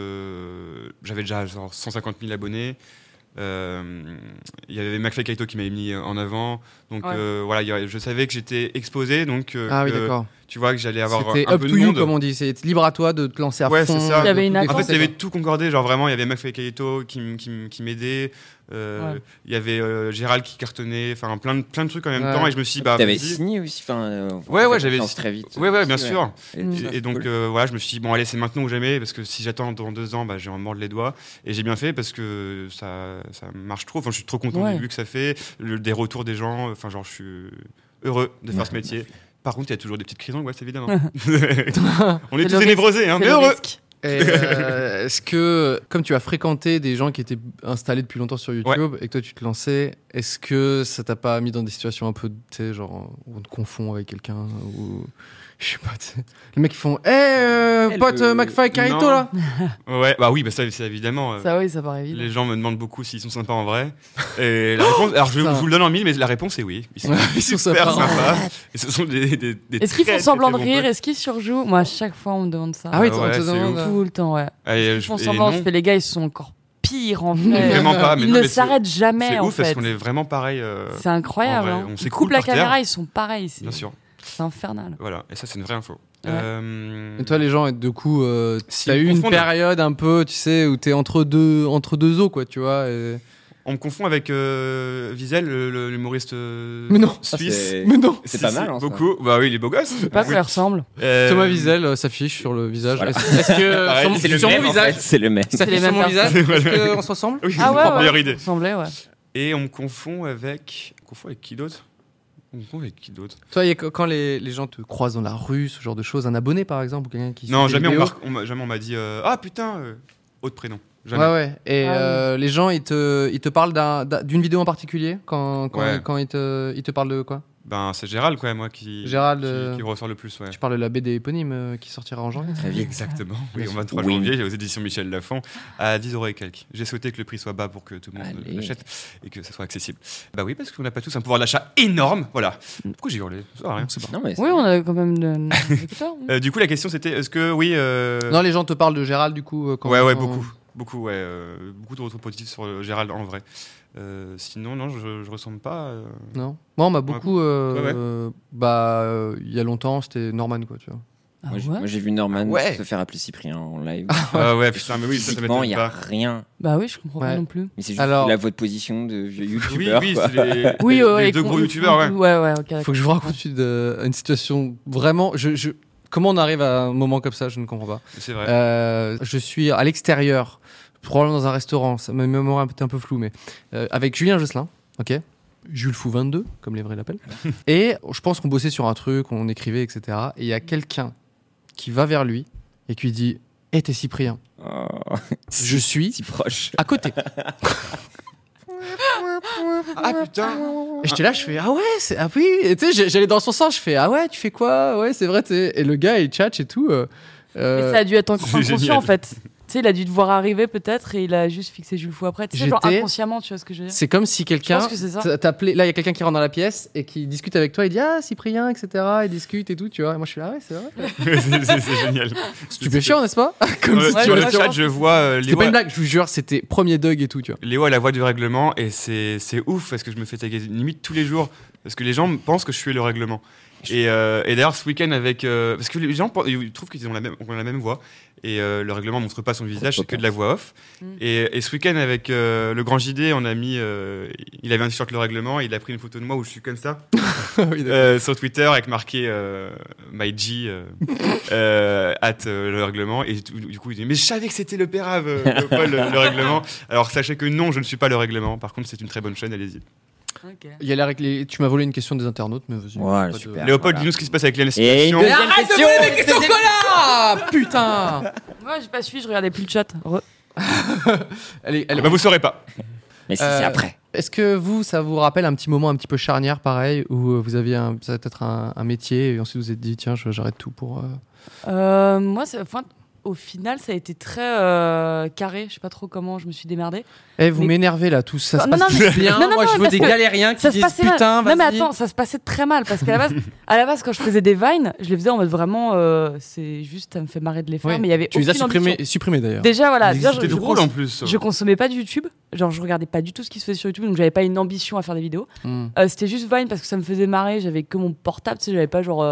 je j'avais déjà genre cent cinquante mille abonnés. Euh, Il y avait McFly Kaito qui m'avait mis en avant, donc Ouais. euh, voilà, il y a- je savais que j'étais exposé, donc euh, Ah oui, que- d'accord. tu vois, que j'allais avoir C'était un up peu to de you, monde. comme on dit. C'est libre à toi de te lancer à Ouais, fond. c'est ça. Il y avait une de tout accent. En fait, il y défoncer, avait tout concordé. Genre vraiment, il y avait McFly et Kaito qui, m- qui, m- qui m'aidaient. Euh, Ouais. Il y avait euh, Gérald qui cartonnait. Enfin, plein de, plein de trucs en même Ouais. temps. Et je me suis dit, bah, T'avais vas-y. signé aussi. Enfin, euh, Ouais, ouais, on j'avais- lance très vite. Ouais, ouais, bien aussi, sûr. Et, Mm. ça, Et, c'est et donc, cool. euh, voilà, je me suis dit, bon, allez, c'est maintenant ou jamais. Parce que si j'attends dans deux ans, bah, je vais en mordre les doigts. Et j'ai bien fait parce que ça, ça marche trop. Enfin, je suis trop content Ouais. du but que ça fait. Le, des retours des gens. Enfin, genre, je suis heureux de faire ce métier. Par contre, il y a toujours des petites crises d'angoisse, évidemment. On est C'est tous le névrosés, hein, C'est mais le heureux. risque. Et, euh, est-ce que, comme tu as fréquenté des gens qui étaient installés depuis longtemps sur YouTube et que toi tu te lançais, est-ce que ça t'a pas mis dans des situations un peu, tu sais, genre, où on te confond avec quelqu'un ou. Je sais pas, tu sais. Les mecs qui font Eh, euh, Eh, pote le- euh, McFly et Carito Non. là Ouais, bah oui, bah ça, c'est évidemment. euh, Ça, oui, ça paraît évident. Les gens me demandent beaucoup s'ils sont sympas en vrai. Et la réponse, alors je, Putain. je vous le donne en mille, mais la réponse est oui. Ils sont, Ouais, ils sont super sympas. sympas. Et ce sont des, des, des Est-ce qu'ils très, font semblant de très, très rire bons potes. Est-ce qu'ils surjouent Moi, à chaque fois, on me demande ça. Ah oui, Ah on ouais, te c'est demande. ouf. Tout le temps, ouais. Allez, Ils je- font et semblant, non, je fais les gars, ils sont encore pires en vrai. Vraiment pas, mais Ils non, ne mais c'est- s'arrêtent jamais C'est en ouf parce fait. qu'on est vraiment pareil. euh, C'est incroyable. en vrai, hein. on Ils s'écoule coupent la par terre. caméra, ils sont pareils. C'est Bien sûr. c'est infernal. Voilà, et ça, c'est une vraie info. Ouais. Euh, Et toi, les gens, du coup, euh, Si t'as ils eu me une confondent. période un peu, tu sais, où t'es entre deux, entre deux eaux, quoi, tu vois. et- On me confond avec euh, Wiesel, le- le- l'humoriste euh, Mais non. Ça, suisse. c'est- Mais non. C'est Si, pas si, mal, en soi. beaucoup. Bah oui, il est beau gosse. Je sais pas à quoi Oui. il ressemble. Euh, Thomas Wiesel euh, s'affiche sur le visage. Voilà. Est-ce est-ce que Pareil, sur, c'est le sur même, mon en visage, fait, c'est le même. ça C'est les s'affiche sur mêmes mon visage personnes. Est-ce qu'on se ressemble Oui, Ah ouais, ouais. meilleure idée. Ça semblait, ouais. Et on me confond avec. On me confond avec qui d'autre On me confond avec qui d'autre Toi, il y a- quand les, les gens te croisent dans la rue, ce genre de choses, un abonné par exemple, ou quelqu'un qui Non, suit des jamais on, vidéos. m'a- on m'a jamais on m'a dit euh, ah putain, euh, autre prénom. Jamais. Ouais, ouais. Et Ah oui. euh, les gens, ils te, ils te parlent d'un- d'un- d'une vidéo en particulier quand, quand, Ouais. quand ils, te, ils te parlent de quoi Ben c'est Gérald quoi, moi qui. Gérald, qui, euh, qui me ressort le plus, ouais. Tu parles de la B D éponyme euh, qui sortira en janvier. Très vite. Exactement. Oui, Bien au sûr. vingt-trois Oui. janvier, aux éditions Michel Lafon, à dix euros et quelques. J'ai souhaité que le prix soit bas pour que tout le monde Allez. l'achète et que ça soit accessible. Bah oui, parce qu'on n'a pas tous un pouvoir d'achat énorme. Voilà. Pourquoi j'ai hurlé Ça sert à rien. Non, mais Oui, on a quand même de- des écouteurs. Euh, du coup, la question c'était est-ce que oui. euh, Non, les gens te parlent de Gérald du coup. euh, quand ouais, ouais, quand- beaucoup. Beaucoup, ouais. euh, beaucoup de retours positifs sur euh, Gérald en vrai. Euh, sinon, non, je, je ressemble pas. euh, Non. Moi, on m'a beaucoup. euh, Ouais, ouais. euh, bah, euh, il y a longtemps, c'était Norman, quoi, tu vois. Ah Moi, j'ai- ouais moi, j'ai vu Norman Ouais. se faire appeler Cyprien en live. Ah ouais, putain, mais oui, ça, ça Physiquement, il m'étonne n'y a pas. rien. Bah oui, je comprends Ouais. pas non plus. Mais c'est juste Alors- la votre position de vieux Oui, youtubeur. oui, quoi. c'est les, Oui, les- ouais, les ouais, deux con- gros youtubeurs, ouais. Ouais, ouais, ok. Faut que je vous raconte une, euh, une situation vraiment. Je, je- Comment on arrive à un moment comme ça, je ne comprends pas. C'est vrai. Euh, je suis à l'extérieur, probablement dans un restaurant, ça, ma mémoire est un peu floue, mais euh, avec Julien Josselin, ok, Jules Fou vingt-deux, comme les vrais l'appellent. Et je pense qu'on bossait sur un truc, on écrivait, et cetera. Et il y a quelqu'un qui va vers lui et qui lui dit Hé, t'es Cyprien. Oh, Je suis si proche. à côté. Ah putain Et j'étais là, je fais Ah ouais, c'est... ah oui. Et tu sais, j'ai- j'allais dans son sens, je fais Ah ouais, tu fais quoi Ouais, c'est vrai, tu sais. Et le gars, il tchatche et tout. euh, euh, Mais ça a dû être en- c'est inconscient génial. en fait. Tu sais, il a dû te voir arriver peut-être et il a juste fixé Jules Fou après. Tu sais, genre J'étais- inconsciemment, tu vois ce que je veux dire C'est comme si quelqu'un Je pense que c'est ça. t'a- t'appelait. Là, il y a quelqu'un qui rentre dans la pièce et qui discute avec toi. Il dit Ah, Cyprien, et cetera. Il discute et tout, tu vois. Et moi, je suis là, ouais, c'est vrai. c'est, c'est- c'est génial. Stupéfiant, n'est-ce pas Comme Ouais, si Ouais, tu sur ouais, le vois. je chat, pense je vois euh, C'était Léo, pas une blague, je vous jure, c'était premier Doug et tout, tu vois. Léo à la voix du règlement et c'est, c'est ouf parce que je me fais taguer limite tous les jours parce que les gens pensent que je suis le règlement. Et, euh, et d'ailleurs, ce week-end, avec. euh, parce que les gens pensent- ils trouvent qu'ils ont la même, ont la même voix et euh, le règlement montre pas son visage, c'est que de la voix off. Mm. Et, et ce week-end, avec euh, le grand J D, on a mis. euh, il avait un t-shirt le règlement, il a pris une photo de moi où je suis comme ça. Oui, d'accord. Euh, sur Twitter avec marqué euh, My G euh, euh, at euh, le règlement et tout- du coup il dit mais je savais que c'était le Pérave euh, le, Paul, le, le règlement. Alors sachez que non, je ne suis pas le règlement, par contre c'est une très bonne chaîne, allez-y. Ok. Il y a la règle- Tu m'as volé une question des internautes, mais vas-y. Voilà, Pas de- super. Léopold, voilà. dis-nous ce qui se passe avec Et une l'inscription. deuxième Arrête de question. voler mes questions, connard Putain Moi, j'ai pas suivi, je regardais plus le chat. Re- Allez, allez. Bah vous saurez pas. Mais si, Euh, c'est après. Est-ce que vous, ça vous rappelle un petit moment un petit peu charnière, pareil, où euh, vous aviez un- peut-être un, un métier et ensuite vous vous êtes dit tiens, je- j'arrête tout pour. euh, Euh, moi, c'est- enfin, au final, ça a été très euh, carré. Je sais pas trop comment je me suis démerdée. Eh, vous Mais- m'énervez là, tout ça se Non, passe non, mais- bien. non, non, Moi, non, je veux parce des que galériens qui Ça se disent passait putain, mal. Non, mais vas-y. attends, ça se passait très mal parce qu'à la base, à la base, quand je faisais des vines, je les faisais en mode vraiment, euh, c'est juste, ça me fait marrer de les faire, Oui. mais il y avait Tu les as aucune supprimés, ambition. supprimés d'ailleurs. Déjà, voilà. Ils déjà, je, C'était je drôle cons- en plus. je consommais pas de YouTube. Genre, je regardais pas du tout ce qui se faisait sur YouTube, donc j'avais pas une ambition à faire des vidéos. Hmm. Euh, c'était juste Vine parce que ça me faisait marrer. J'avais que mon portable, tu sais, j'avais pas genre euh,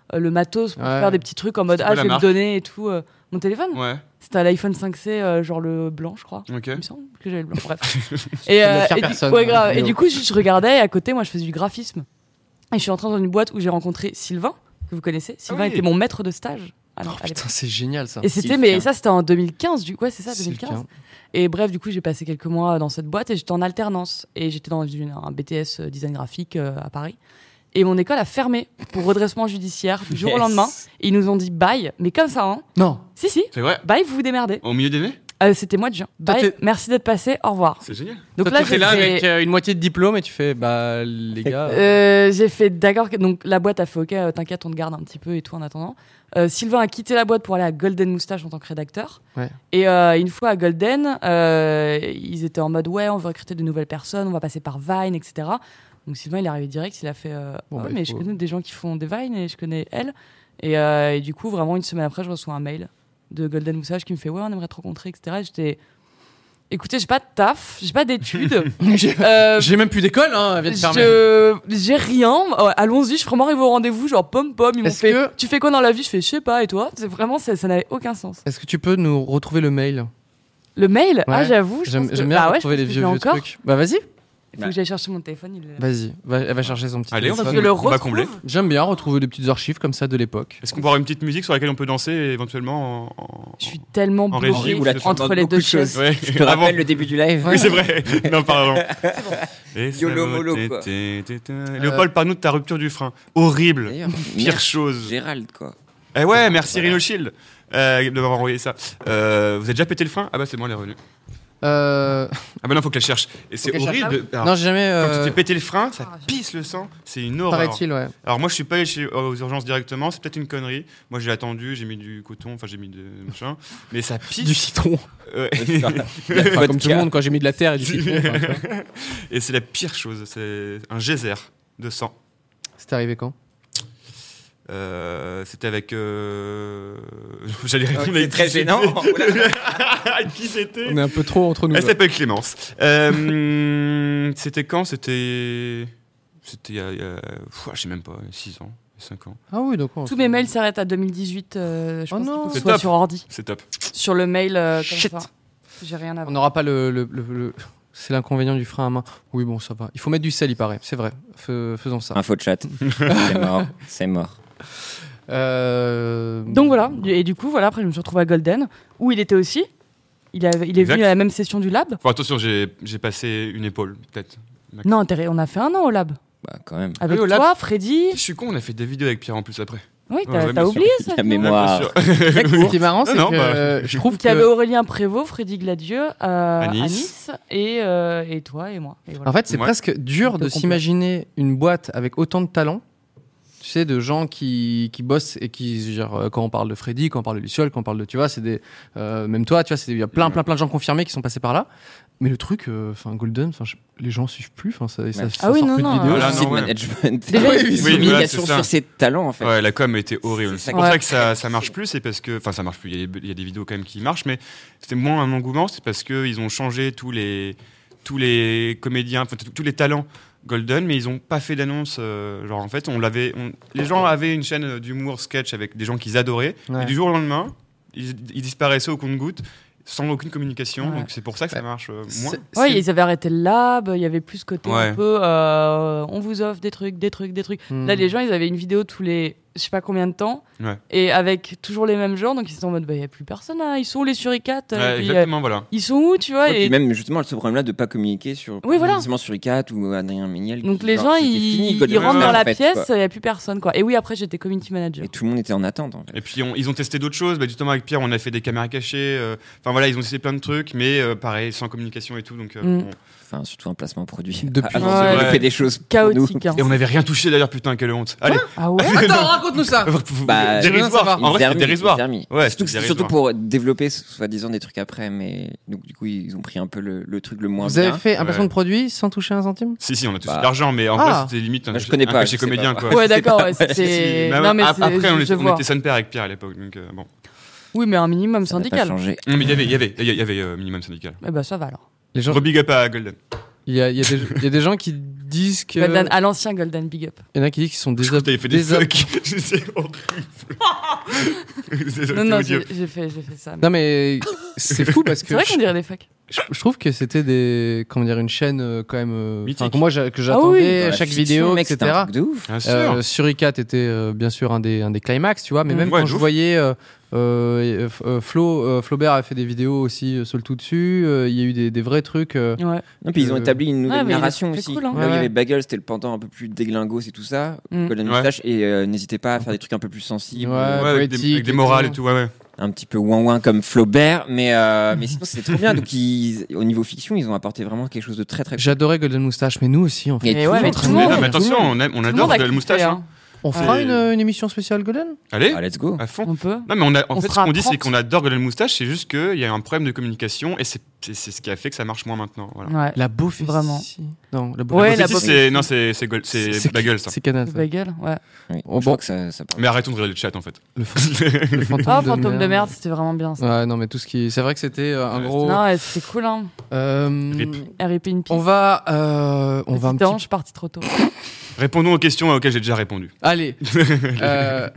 euh, le matos pour Ouais. faire des petits trucs en mode C'est ah quoi je la vais me marque donner et tout. euh, mon téléphone. Ouais, C'était à l'iPhone cinq C, euh, genre le blanc, je crois. ok. Il me semble que j'avais le blanc. Bref. et, la euh, pire et, du- personne, ouais, hein, grave. Et Léo. du coup, je, je regardais et à côté, moi, je faisais du graphisme. Et je suis rentrée dans une boîte où j'ai rencontré Sylvain, que vous connaissez. Sylvain oui. était mon maître de stage. à- Oh, à l'époque. putain, c'est génial ça. Et c'était, Sylvain. mais ça, c'était en deux mille quinze, du coup, ouais, c'est ça, deux mille quinze. Sylvain. Et bref, du coup, j'ai passé quelques mois dans cette boîte et j'étais en alternance. Et j'étais dans une- un B T S design graphique euh, à Paris. Et mon école a fermé pour redressement judiciaire du jour au Yes. lendemain. Et ils nous ont dit bye, mais comme ça, hein. Non. Si, si, C'est vrai. bye, vous vous démerdez. Au milieu des mai Euh, c'était mois de juin. Toi, Bye, t'es- merci d'être passé, au revoir. C'est génial. Donc Toi, là, t'es j'ai là fait- avec euh, une moitié de diplôme et tu fais bah les gars. Euh, j'ai fait d'accord. que- Donc la boîte a fait ok, euh, t'inquiète, on te garde un petit peu et tout en attendant. Euh, Sylvain a quitté la boîte pour aller à Golden Moustache en tant que rédacteur. Ouais. Et euh, une fois à Golden, euh, ils étaient en mode ouais, on veut recruter de nouvelles personnes, on va passer par Vine, et cetera. Donc Sylvain, il est arrivé direct, il a fait euh, Bon, ouais, bah, il mais faut- je connais des gens qui font des Vine et je connais elle. Et, euh, et du coup, vraiment une semaine après, je reçois un mail de Golden Moustache qui me fait ouais, on aimerait te rencontrer, et cetera. Et j'étais écoutez, j'ai pas de taf, j'ai pas d'études. J'ai Euh, j'ai même plus d'école, hein, elle vient de fermer. je... J'ai rien. Ouais, allons-y, je suis vraiment arrivée au rendez-vous, genre pom pom. Ils m'ont Est-ce fait. que- Tu fais quoi dans la vie? Je fais, je sais pas. Et toi? C'est vraiment, ça, ça n'avait aucun sens. Est-ce que tu peux nous retrouver le mail? Le mail? Ah, Ouais. j'avoue. je J'aime pense que- j'aime bien Bah ouais, retrouver je les pense que vieux, je l'ai vieux encore. trucs. Bah vas-y, Il faut que j'aille chercher mon téléphone. Il... est- vas-y. Va- elle va chercher son petit Allez, on va téléphone. Je le On va retrouve. combler. J'aime bien retrouver des petites archives comme ça de l'époque. Est-ce qu'on peut avoir une petite musique sur laquelle on peut danser éventuellement en, en- Je suis tellement En régie, bloquée ou là, tu entre entends les beaucoup deux de choses. chaises. Ouais, Je te rappelle le début du live. Oui, c'est vrai. Non, pardon. Et ça Yolo vaut mollo, té- quoi. té- té- té. Léopold, parle-nous de ta rupture du frein. Horrible. D'ailleurs, Pire merci, chose. Gérald, quoi. Eh ouais, merci Rhino Shield euh, de m'avoir envoyé ça. Euh, vous avez déjà pété le frein? Ah bah c'est bon, elle est revenue. Euh... Ah bah non, faut qu'elle cherche. Et c'est qu'elle cherche. horrible. Alors, Non, j'ai jamais. quand euh, tu t'es pété le frein, ça Ah, pisse le sang. C'est une horreur. Paraît-il, ouais. Alors moi, je suis pas allé chez- aux urgences directement. C'est peut-être une connerie. Moi, j'ai attendu, j'ai mis du coton, enfin j'ai mis de machin. Mais ça pisse. Du citron. Ouais. Enfin, comme tout le monde, quand j'ai mis de la terre et du citron. enfin, tu vois. Et c'est la pire chose. C'est un geyser de sang. C'est arrivé quand? Euh, C'était avec. Euh... J'allais répondre c'est avec très qui gênant. c'était. Avec qui c'était? On est un peu trop entre nous. Elle là. s'appelle Clémence. Euh, c'était quand? C'était. C'était il y a. il y a- Pff, je sais même pas, six ans, cinq ans. Ah oui, donc. on- Tous mes mails s'arrêtent à deux mille dix-huit. euh, je Oh pense qu'il non. faut que C'est ce soit top. sur ordi. C'est top. Sur le mail euh, comme Shit. ça. J'ai rien à On voir. n'aura pas le. le- le- le- C'est l'inconvénient du frein à main. Oui, bon, ça va. Il faut mettre du sel, il paraît. C'est vrai. Fais- faisons ça. Info de chat. C'est mort. C'est mort. Euh... Donc voilà. Et du coup, voilà. Après, je me suis retrouvée à Golden où il était aussi. Il, avait, il est Exact. venu à la même session du lab. Bon, attention, j'ai j'ai passé une épaule, peut-être. Non, t'es- on a fait un an au lab. Bah, quand même. Avec Oui, au toi, lab. Freddy. Je suis con, on a fait des vidéos avec Pierre en plus après. Oui, Ouais, t'as ouais, t'as bien sûr. oublié ça. La dis donc. mémoire. Ouais, bien sûr. Ce qui est marrant, c'est Non, non, que bah, euh, je trouve Donc il y avait que. Aurélien Prévost, Freddy Gladieux euh, à Nice. Nice, et, euh, et toi et moi. Et voilà. En fait, c'est Ouais. presque dur Un peu de complet. s'imaginer une boîte avec autant de talent. Tu sais, de gens qui, qui bossent et qui, genre, euh, quand on parle de Freddy, quand on parle de Luciole, quand on parle de, tu vois, c'est des, euh, même toi, tu vois, c'est- il y a plein, plein, plein de gens confirmés qui sont passés par là. Mais le truc, enfin, Golden, enfin, je- les gens suivent plus, enfin, ça, ça, Ouais. ça Ah oui, sort non, plus de non, vidéos. Voilà, Souci non, de ouais. management. Déjà, Oui, ils- oui, C'est voilà, communication c'est ça. sur ses talents, en fait. Ouais, la com était horrible. C'est C'est ça pour qui- ça que ça, ça marche plus, c'est parce que. Enfin, ça marche plus. Il y, a, il y a des vidéos quand même qui marchent, mais c'était moins un engouement, c'est parce qu'ils ont changé tous les, tous les comédiens, enfin, tous les talents Golden, mais ils n'ont pas fait d'annonce. euh, genre, en fait, on l'avait. on- Les gens avaient une chaîne d'humour sketch avec des gens qu'ils adoraient, Ouais. et du jour au lendemain, ils, ils disparaissaient au compte-gouttes, sans aucune communication, Ouais. donc c'est pour ça que ça marche euh, moins. C'est- Ouais, c'est- ils avaient arrêté le lab, il y avait plus ce côté Ouais. un peu euh, on vous offre des trucs, des trucs, des trucs. Hmm. Là, les gens, ils avaient une vidéo tous les je sais pas combien de temps Ouais. et avec toujours les mêmes gens, donc ils étaient en mode bah, il n'y a plus personne, hein. Ils sont où les suricates Ouais, Et puis, euh, exactement, voilà. ils sont où, tu vois Ouais, et... puis même justement ce problème-là de pas communiquer sur Oui, voilà. forcément sur Icat ou Adrien Méniel. Donc qui, les genre, gens, c'était ils, fini, ils Golden rentrent dans en la fait, pièce, quoi. il n'y a plus personne. Quoi. Et oui, après, j'étais community manager. Et tout le monde était en attente en fait. Et puis on- ils ont testé d'autres choses. Bah, justement avec Pierre, on a fait des caméras cachées. euh, Enfin voilà, ils ont essayé plein de trucs, mais euh, pareil, sans communication et tout. Donc euh, Mm. bon. Enfin surtout un placement produit. Depuis- Avant Ouais. de développer des choses pour Chaotique. nous. hein. Et on n'avait rien touché d'ailleurs, putain, quelle honte. Allez, Ah ouais Attends, raconte-nous ça. Bah, dérisoire. En vrai, c'était Vermi, dérisoire. Vermi. Ouais, surtout, c'était surtout dérisoire. pour développer soi-disant des trucs après, mais donc du coup ils ont pris un peu le, le truc le moins Vous bien. avez fait un Ouais. placement de produit sans toucher un centime? Si, si, on a touché Bah. de l'argent, mais en Ah. vrai, c'était limite un, Bah, je connais un pas, cachet je sais comédien, pas. quoi. Ouais, d'accord, ouais, Si, si, c'était. mais Non, mais ap- c'est- après, on, je était, on vois. était son père avec Pierre à l'époque, donc euh, bon. Oui, mais un minimum Ça n'a pas syndical. changé. Non, mais il y avait, il y avait, il y avait euh, minimum syndical. Eh ben, ça va alors. Les gens. Rebig up à Golden. Il y a, il y a des, il y a des gens qui disent que. Golden, à l'ancien Golden Big Up. Il y en a qui disent qu'ils sont Je crois que désab... t'avais fait des désab- fucks. C'est horrible. Désolé, Non, non, c'est j'ai audio. j'ai fait, j'ai fait ça. Non mais c'est fou parce que C'est vrai qu'on dirait des fucks. je, je trouve que c'était des comment dire une chaîne euh, quand même euh, Mythique. enfin, que moi j'a- que Ah j'attendais Dans la chaque fiction, vidéo mec, c'était et cetera. un truc de ouf. Bien sûr. Euh, Suricat était euh, bien sûr un des un des climax, tu vois, mais Mm. même Ouais, quand de je ouf. voyais euh, euh, euh, Flo euh, Flaubert a fait des vidéos aussi euh, sur le tout dessus, euh, il y a eu des, des vrais trucs euh, Ouais. Non, puis ils ont Euh, établi une nouvelle ouais, mais narration c'est aussi. cool, hein. Là où il y Ouais. avait Bagel, c'était le pendant un peu plus déglingos et tout ça. Mm. Golden Ouais. Moustache, et euh, n'hésitez pas à faire des trucs un peu plus sensibles. Ouais. Ouais, avec des, poétique avec des et morales tout. et tout, ouais, ouais. Un petit peu ouin ouin comme Flaubert, mais, euh, mais sinon c'était trop bien. Donc ils, au niveau fiction, ils ont apporté vraiment quelque chose de très très cool. J'adorais Golden Moustache, mais nous aussi en fait. Et Mais tout ouais, le mais monde, tout tout le le monde. monde. Mais attention, on, aime- on Tout le adore monde a le kiffé, moustache. hein. On fera Ouais. une, euh, une émission spéciale Golden. Allez, Ah, let's go. à fond. On peut. Non, mais on a, en On fait, ce sera qu'on à dit, c'est trente. qu'on adore Golden Moustache, c'est juste qu'il y a un problème de communication et c'est c'est- c'est ce qui a fait que ça marche moins maintenant. Voilà. Ouais. La beaufie. Vraiment. Non, la Ouais, La la Beaufettis, Beaufettis. c'est non, c'est c'est Gold- c'est Bagel ça. C'est Canal. Le ça. bagel, ouais. Oui. Oh, Je bon. crois que ça, ça parle. Mais arrêtons de regarder le chat en fait. Le, fa- le fantôme, Ah, fantôme de merde, c'était vraiment bien ça. Ouais, non, mais tout ce qui. C'est vrai que c'était euh, un Ouais, gros. Non, ouais, c'était cool, hein. Euh, Rip. R I P in peace. On va, euh, on va un Petit petit. ange, je suis parti trop tôt. Répondons aux questions auxquelles j'ai déjà répondu. Allez. Euh,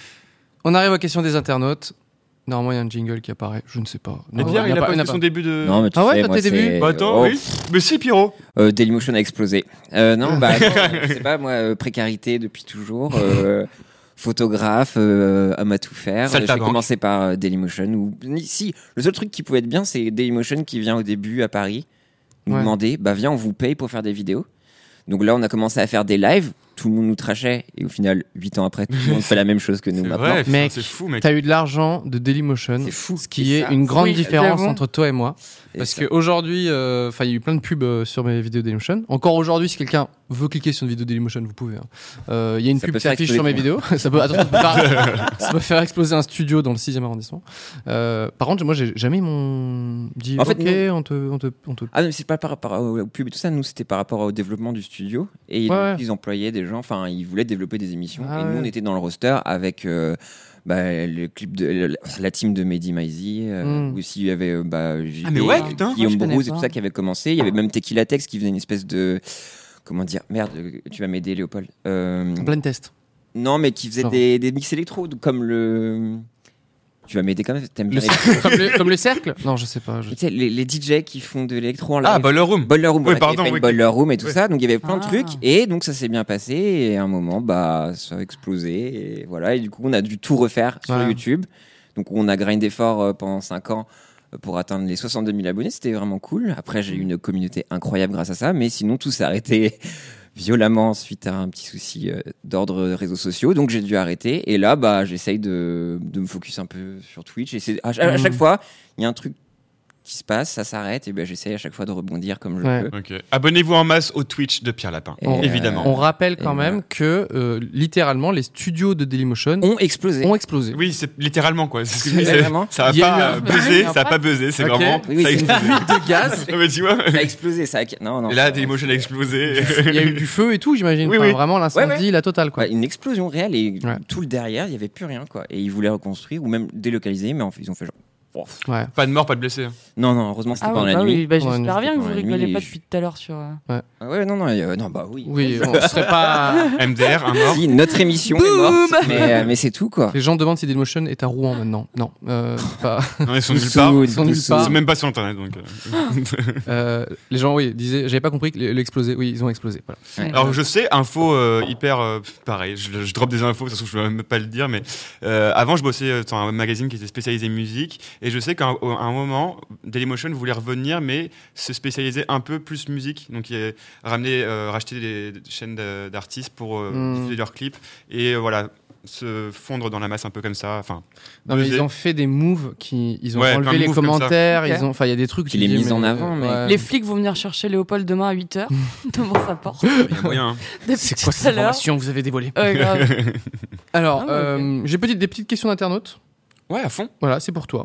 on arrive aux questions des internautes. Normalement, il y a un jingle qui apparaît. Je ne sais pas. Et Non, Pierre, y il a pas y en fait son début de. Non, mais tu Ah ouais, sais, t'as moi, tes débuts c'est- Bah attends, Oh, oui. Mais si, Pierrot. Euh, Dailymotion a explosé. Euh, non, bah, attends, je sais pas, moi, euh, précarité depuis toujours. Euh, photographe, euh, homme à tout faire. J'ai Saltabanque. commencé par euh, Dailymotion. Ou si, le seul truc qui pouvait être bien, c'est Dailymotion qui vient au début à Paris nous Ouais. demander, bah viens, on vous paye pour faire des vidéos. Donc là, on a commencé à faire des lives. Tout le monde nous trachait et au final, huit ans après, tout le monde fait la même chose que nous C'est maintenant. vrai, putain, Mec, c'est fou, mec. T'as eu de l'argent de Dailymotion. C'est fou. Ce qui C'est est ça. une grande Oui, différence j'avoue. entre toi et moi. Et Parce ça. qu'aujourd'hui, enfin, il y a eu plein de pubs euh, sur mes vidéos Dailymotion. Encore aujourd'hui, si quelqu'un veut cliquer sur une vidéo Dailymotion, vous pouvez. hein. Euh, Il y a une Ça pub peut qui faire s'affiche sur mes exploser vidéos. ça, peut, attends, ça, peut faire, ça peut faire exploser un studio dans le sixième arrondissement. Euh, par contre, moi, j'ai jamais mon dit. En fait, ok, nous- on te, on te, on te. Ah non, mais c'est pas par rapport au au pub et tout ça. Nous, c'était par rapport au développement du studio. Et Ouais. donc, ils employaient des gens. Enfin, ils voulaient développer des émissions. Ah et ouais. nous, on était dans le roster avec euh, bah, le clip de le- la team de Mehdi Maizi. Euh, Mm. Aussi, il y avait euh, bah, J B, Ah, mais ouais, putain. Guillaume Moi, je connais Brouze et pas. tout ça qui avait commencé. Il y avait même Tequila Tex qui faisait une espèce de. Comment dire? Merde, tu vas m'aider, Léopold. Euh, Blind test. non, mais qui faisait Genre. des, des mix électro, comme le. Tu vas m'aider quand même. T'aimes bien Le- l'électro. comme, le, comme le cercle. Non, je sais pas. je- Tu sais, les, les D J qui font de l'électro en live. Ah, Boiler Room. Boiler Room, Oui, voilà, qui pardon, avait fait oui. une Boiler Room et tout Ouais. ça. Donc il y avait plein de Ah. trucs et donc ça s'est bien passé et à un moment bah ça a explosé et voilà et du coup on a dû tout refaire sur Ouais. YouTube. Donc on a grindé fort euh, pendant cinq ans euh, pour atteindre les soixante-deux mille abonnés, c'était vraiment cool. Après j'ai eu une communauté incroyable grâce à ça, mais sinon tout s'est arrêté violemment suite à un petit souci euh, d'ordre réseaux sociaux. Donc j'ai dû arrêter et là bah j'essaye de, de me focus un peu sur Twitch et c'est à, à chaque Mhm. fois il y a un truc qui se passe, ça s'arrête, et ben j'essaie à chaque fois de rebondir comme je Ouais. peux. Ok. Abonnez-vous en masse au Twitch de Pierre Lapin. Et, euh, évidemment. On rappelle quand Et même voilà. que euh, littéralement les studios de Dailymotion Ont explosé. ont explosé. Oui, c'est littéralement quoi. C'est ce que je Mais dis, c'est- vraiment ça a Il y a eu pas un- euh, buzzé, un ça a prank. pas buzzé, c'est Ok. vraiment. Oui, oui, ça a c'est une explosé. de gaz. Non, mais tu vois. Ça a explosé, ça a... Non, non. Et là, Dailymotion a explosé. Il y a eu du feu et tout, j'imagine. Oui, Enfin, oui. Vraiment l'incendie, Ouais, ouais. la totale quoi. Ouais, une explosion réelle et Ouais. tout le derrière, il n'y avait plus rien, quoi. Et ils voulaient reconstruire ou même délocaliser, mais en fait, ils ont fait genre. Oh. Ouais. Pas de mort, pas de blessé. Non, non, heureusement, c'était Ah pendant ouais, la bah nuit. oui, bah, Ouais, j'espère non, bien que c'était vous pendant la rigolez nuit, pas je- depuis tout à l'heure sur. euh, Ah ouais, non, non, euh, non, bah oui. Oui, on serait pas. M D R, un mort. Si, notre émission est morte, mais, euh, mais c'est tout, quoi. Les gens demandent si Dailymotion est à Rouen maintenant. Non, euh, pas. Non, ils sont Tout nulle part. sous, Ils sont tout nulle sous. part. C'est même pas sur internet donc. euh. Euh, les gens, oui, disaient. J'avais pas compris que l'explosé. Oui, ils ont explosé. Voilà. Ouais. Alors je sais, info euh, hyper euh, pareil, je, je drop des infos, ça se trouve je vais même pas le dire, mais euh, avant je bossais euh, dans un magazine qui était spécialisé musique et je sais qu'à un, à un moment Dailymotion voulait revenir mais se spécialiser un peu plus musique, donc il a ramené, euh, racheter des, des chaînes de- d'artistes pour euh, Mm. diffuser leurs clips et euh, voilà se fondre dans la masse un peu comme ça. Enfin, Non, mais buzzer. ils ont fait des moves qui. Ils ont Ouais, plein enlevé de les moves comme ça. commentaires. Ok. Ils ont. Enfin, il y a des trucs. Qu'il tu est dis, mis mais- en avant, mec. ouais. Les flics vont venir chercher Léopold demain à huit heures devant sa porte. Il y a moyen. hein. Depuis C'est tout quoi à cette l'heure. information que vous avez dévoilée Ouais, grave. Alors, Ah, ouais, euh, j'ai petite, des petites questions d'internautes. Ouais, à fond. Voilà, c'est pour toi.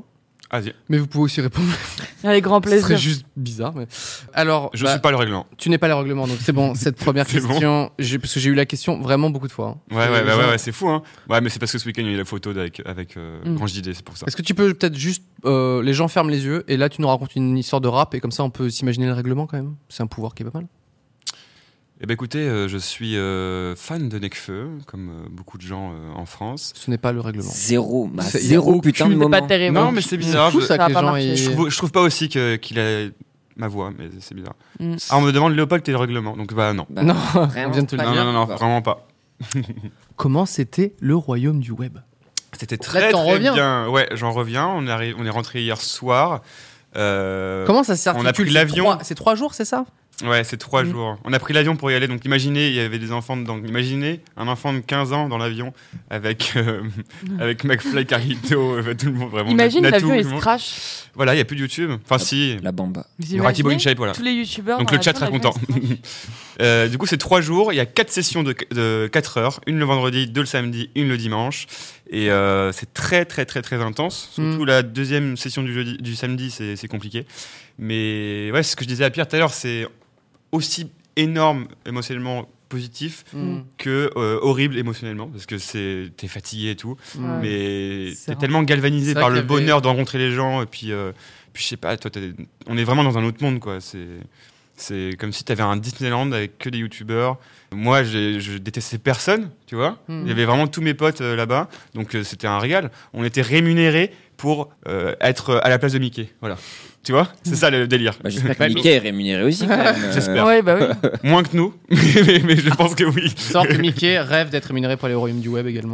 Ah, vas-y. Mais vous pouvez aussi répondre. Avec grand Ce serait plaisir. juste bizarre. Mais... Alors, Je bah, suis pas le règlement. tu n'es pas les règlements, donc c'est bon. Cette première C'est bon. question, j'ai- parce que j'ai eu la question vraiment beaucoup de fois. hein. Ouais, ouais, Les bah, gens- ouais, ouais, c'est fou, hein. Ouais, mais c'est parce que ce week-end, il y a eu la photo avec, avec euh, Mm. Grand J D, c'est pour ça. Est-ce que tu peux peut-être juste, euh, les gens ferment les yeux et là tu nous racontes une histoire de rap et comme ça on peut s'imaginer le règlement quand même. C'est un pouvoir qui est pas mal. Eh ben écoutez, euh, je suis euh, fan de Nekfeu, comme euh, beaucoup de gens euh, en France. Ce n'est pas le règlement. Zéro, bah, C'est- y a zéro aucune- putain de C'est moment. pas terrible. Non, mais c'est bizarre. fou je, ça ça a que les pas gens marché. aient- je trouve, je trouve pas aussi que- qu'il a ma voix, mais c'est bizarre. Mm. Ah, on me demande Léopold, t'es le règlement. Donc bah non. Bah, Non, vraiment on vient de te le pas. Non, dire. non, non, non, Bah. vraiment pas. Comment c'était le royaume du web? C'était très, t'en très reviens. bien. Ouais, j'en reviens. On est, arri- on est rentré hier soir. Euh, Comment ça s'articule? on a pris C'est l'avion. trois- C'est trois jours, c'est ça? Ouais, c'est trois Mm. jours. On a pris l'avion pour y aller. Donc imaginez, il y avait des enfants dedans. Imaginez un enfant de quinze ans dans l'avion avec, euh, avec McFly, Carlito, euh, tout le monde vraiment. Imagine Natou, l'avion tout il le se monde. crash. Voilà, il n'y a plus de YouTube. Enfin, si. La bamba. Vous Il y aura Thibaut imaginez InShape, voilà. Tous les youtubeurs. Donc dans le chat l'avion, sera l'avion, content. il se crash. Euh, du coup, c'est trois jours. Il y a quatre sessions de, de quatre heures. Une le vendredi, deux le samedi, une le dimanche. Et euh, c'est très, très, très, très intense. Surtout Mm. la deuxième session du, jeudi, du samedi, c'est c'est compliqué. Mais ouais, c'est ce que je disais à Pierre tout à l'heure, c'est aussi énorme émotionnellement positif Mm. que euh, horrible émotionnellement parce que c'est t'es fatigué et tout, Mm. mais C'est t'es vrai. tellement galvanisé C'est vrai par qu'il le y avait- bonheur de rencontrer les gens et puis euh, puis je sais pas, toi t'es- on est vraiment dans un autre monde quoi. C'est c'est comme si t'avais un Disneyland avec que des youtubeurs. Moi, j'ai- je détestais personne, tu vois. Mhm. Il y avait vraiment tous mes potes euh, là-bas, donc euh, c'était un régal. On était rémunérés pour euh, être à la place de Mickey, voilà. Tu vois, c'est ça le délire. Bah, j'espère que Mickey est rémunéré aussi. Quand même. euh. J'espère. Ouais, bah oui. Moins que nous, mais, mais je pense que oui. Savoir que Mickey rêve d'être rémunéré pour aller au royaume du web également.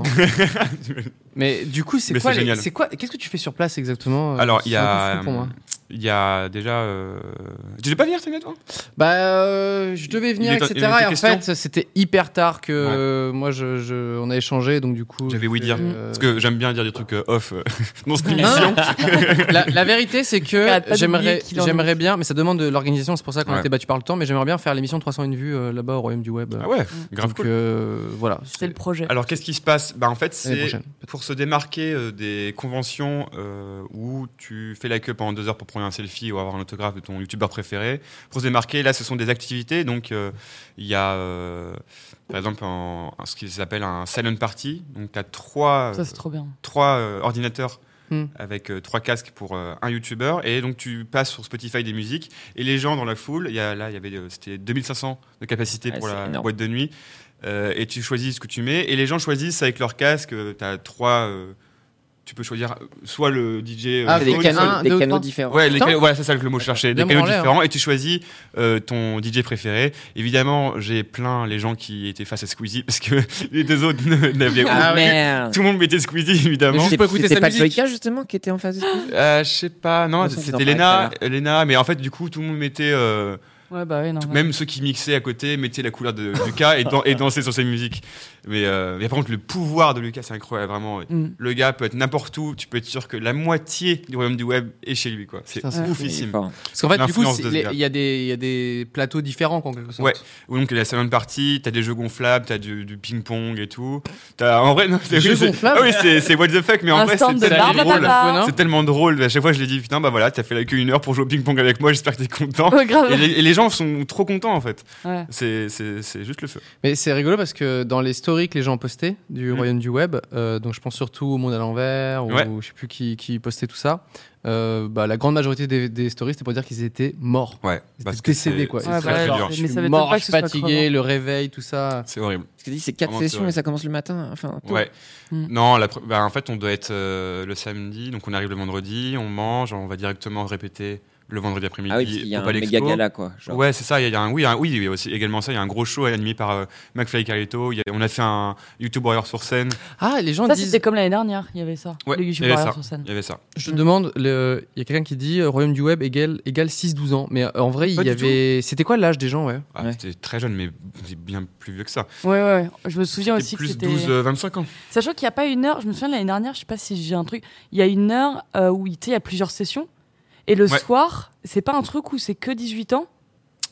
Mais du coup, c'est Mais quoi, c'est les- génial. c'est quoi Qu'est-ce que tu fais sur place exactement? Alors, C'est il y un peu a, flou pour moi. il y a déjà. Euh... Tu devais pas venir, t'inquiète, toi Bah, euh, je devais venir, Il est- et cetera. il était Et en question fait, c'était hyper tard que euh, moi, je, je- on a échangé, donc du coup. J'avais oui dire. euh, Parce que j'aime bien dire des trucs euh, off euh, dans cette Non, émission. non. la, la vérité, c'est que Arrête pas j'aimerais, d'oublier qu'il en j'aimerais est. bien, mais ça demande de l'organisation, c'est pour ça qu'on a Ouais. été battu par le temps, mais j'aimerais bien faire l'émission trois cent un vues euh, là-bas au royaume du web. Ah ouais, grave donc cool. euh, voilà. C'est le projet. Alors, qu'est-ce qui se passe Bah, en fait, L'année c'est prochaine. pour se démarquer euh, des conventions euh, où tu fais la queue pendant deux heures pour prendre un selfie ou avoir un autographe de ton youtubeur préféré. Pour se démarquer, là, ce sont des activités. Donc, euh, il y a, euh, par exemple, en- en ce qui s'appelle un silent party. Donc, tu as trois, Ça, c'est trop bien. trois euh, ordinateurs Hmm. avec euh, trois casques pour euh, un youtubeur et donc tu passes sur Spotify des musiques et les gens dans la foule, il y a, là il y avait euh, c'était deux mille cinq cents de capacité Ah, pour c'est la énorme. boîte de nuit euh, et tu choisis ce que tu mets et les gens choisissent avec leur casque, tu as trois euh, tu peux choisir euh, soit le D J euh, Ah, Des phone, canaux, soit- un, des deux, canaux trois. différents. Ouais, les Putain. canaux- voilà, c'est ça le mot que je cherchais. Des Bien canaux branlé, hein. différents et tu choisis euh, ton D J préféré. Évidemment, j'ai plein les gens qui étaient face à Squeezie parce que les deux autres ne- n'avaient Ah, aucun- merde. Tout le monde mettait Squeezie évidemment. Juste pour écouter C'était sa pas musique. Joyka justement qui était en face de Squeezie. Euh, je sais pas, non, De toute façon, c'était vous en Lena, parlez tout Lena, mais en fait, du coup, tout le monde mettait, euh, Ouais, bah oui, non. même ceux qui mixaient à côté, mettaient la couleur de Lucas et, dan- et dansaient sur ses musiques. Mais, euh, mais par contre, le pouvoir de Lucas, c'est incroyable, vraiment. Mm. Le gars peut être n'importe où, tu peux être sûr que la moitié du royaume du web est chez lui, quoi. C'est Putain, c'est oufissime. Fort. Parce qu'en fait, du coup, L'influence c'est- de ce les- gars. il y, a des- il y a des plateaux différents, en quelque sorte. Ouais. Ou donc, il y a la silent party, t'as des jeux gonflables, t'as du, du ping-pong et tout. T'as, en vrai, non, c'est Jeux oui, c'est- gonflables ah oui, c'est, c'est what the fuck, mais en Un vrai, stand c'est de tellement barbe à drôle. papa. Non C'est tellement drôle. À chaque fois, je l'ai dit, putain, bah voilà, t'as fait la queue une heure pour jouer au ping-pong avec moi, j'espère que t'es content. Ouais, grave. Et les, et les gens sont trop contents en fait. Ouais. C'est, c'est, c'est juste le feu. Mais c'est rigolo parce que dans les stories que les gens postaient du Mm. royaume du web, euh, donc je pense surtout au Monde à l'envers, ou Ouais. je sais plus qui, qui postait tout ça, euh, bah, la grande majorité des, des stories c'était pour dire qu'ils étaient morts. Ouais. Ils étaient décédés quoi. C'est Ouais, très, bah, très ouais, dur. mais Je suis ça m'étonne mort, pas je que suis ce soit fatigué, crevant. le réveil, tout ça. C'est horrible. Parce que dit c'est quatre Vraiment, sessions c'est et ça commence le matin. Enfin, tout. Ouais. Mm. Non, la, pre- bah, en fait, on doit être euh, le samedi, donc on arrive le vendredi, on mange, on va directement répéter le vendredi après-midi. Ah oui, parce qu'il y a au un Palais méga Expo. gala quoi. Genre. Ouais, c'est ça. Il y a, il y a un, oui, un- oui, il y a aussi également ça. Il y a un gros show animé par euh, McFly et Carlito. Il y a- on a fait un YouTube Warrior sur scène. Ah, les gens Ça, disent. c'était comme l'année dernière, il y avait ça. Ouais, le il y YouTube avait Warrior ça. sur scène. Il y avait ça. Je te demande, le- il y a quelqu'un qui dit euh, royaume du web égale, égale six douze ans. Mais euh, en vrai, il Pas y du avait. C'était quoi l'âge des gens, ouais Ah, Ouais. C'était très jeune, mais c'est bien plus vieux que ça. Ouais, ouais, ouais. Je me souviens C'était aussi que plus c'était. douze vingt-cinq ans. Sachant qu'il n'y a pas une heure, je me souviens de l'année dernière, je sais pas si j'ai un truc, il y a une heure euh, où tu sais, il y a plusieurs sessions. Et le Ouais. soir, c'est pas un truc où c'est que dix-huit ans.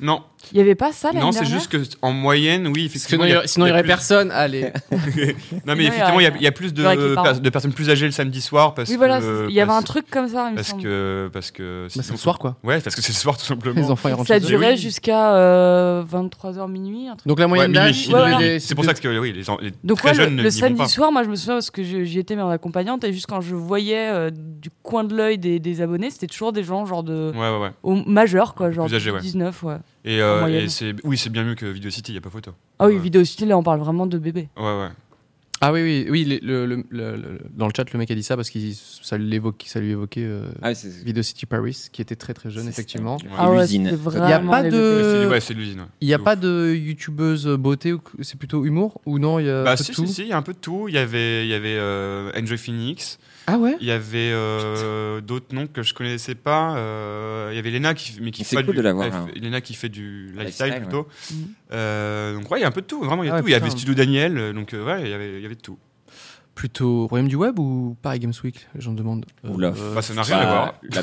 Non, Il y avait pas ça l'année non, c'est dernière juste que en moyenne, oui, Parce que effectivement. sinon, il y aurait- sinon, il y aurait plus- personne. Allez. Non, mais Sinon, effectivement, il y, a- il y a plus il y aurait de, qui parle. per- de personnes plus âgées le samedi soir parce Oui, voilà, que. il y avait parce- un truc comme ça, il me Parce semble. que, parce que. Bah, c'est sinon- le soir, quoi. Ouais, parce que c'est le soir tout simplement. Les enfants, ils rentrent Ça chez eux. durait oui. jusqu'à euh, vingt-trois heures minuit. Un truc. Donc la Ouais, moyenne minuit, d'âge, minuit, Ouais, minuit. voilà. C'est pour ça que oui, les, gens- les Donc très ouais, jeunes le, ne le n'y vont samedi pas. soir, moi je me souviens parce que je- j'y étais mais en accompagnante et juste quand je voyais euh, du coin de l'œil des, des abonnés, c'était toujours des gens genre de Ouais, ouais, ouais. au majeurs quoi, genre Plus âgés, ouais. dix-neuf ouais. Et, En euh, moyenne. et c'est, oui, c'est bien mieux que Video City, il y a pas photo. Ah oui, Ouais. vidéo style là on parle vraiment de bébé. Ouais, ouais. Ah oui, oui, oui. les- le- le- le- le- dans le chat, le mec a dit ça parce que ça, l'évoque- ça lui évoquait euh, Ah, c'est. Video City Paris, qui était très très jeune, C'est effectivement. Ouais. Ah ouais, l'usine. c'était Il y a vraiment pas les de- bébés. C'est, Euh, ouais, c'est l'usine. ouais. Il n'y a De pas ouf. de youtubeuse beauté, ou que- c'est plutôt humour ou non il y a Bah, un peu si, de tout si, si, il y a un peu de tout. Il y avait, il y avait euh, Enjoy Phoenix. Ah ouais. Il y avait euh, d'autres noms que je connaissais pas. Euh, il y avait Lena qui, mais qui C'est fait cool du, de l'avoir, elle hein. fait- Lena qui fait du lifestyle, Lifestyle, plutôt. Mhm. Euh, donc ouais, il y a un peu de tout. Vraiment, il y a Ah ouais, tout. Il y avait putain. Studio Daniel. euh, Donc euh, ouais, il y avait, il y avait de tout. Plutôt Royaume du Web ou Paris Games Week, les gens demandent. Euh, Oula. Bah, ça n'a rien à Bah, voir. La,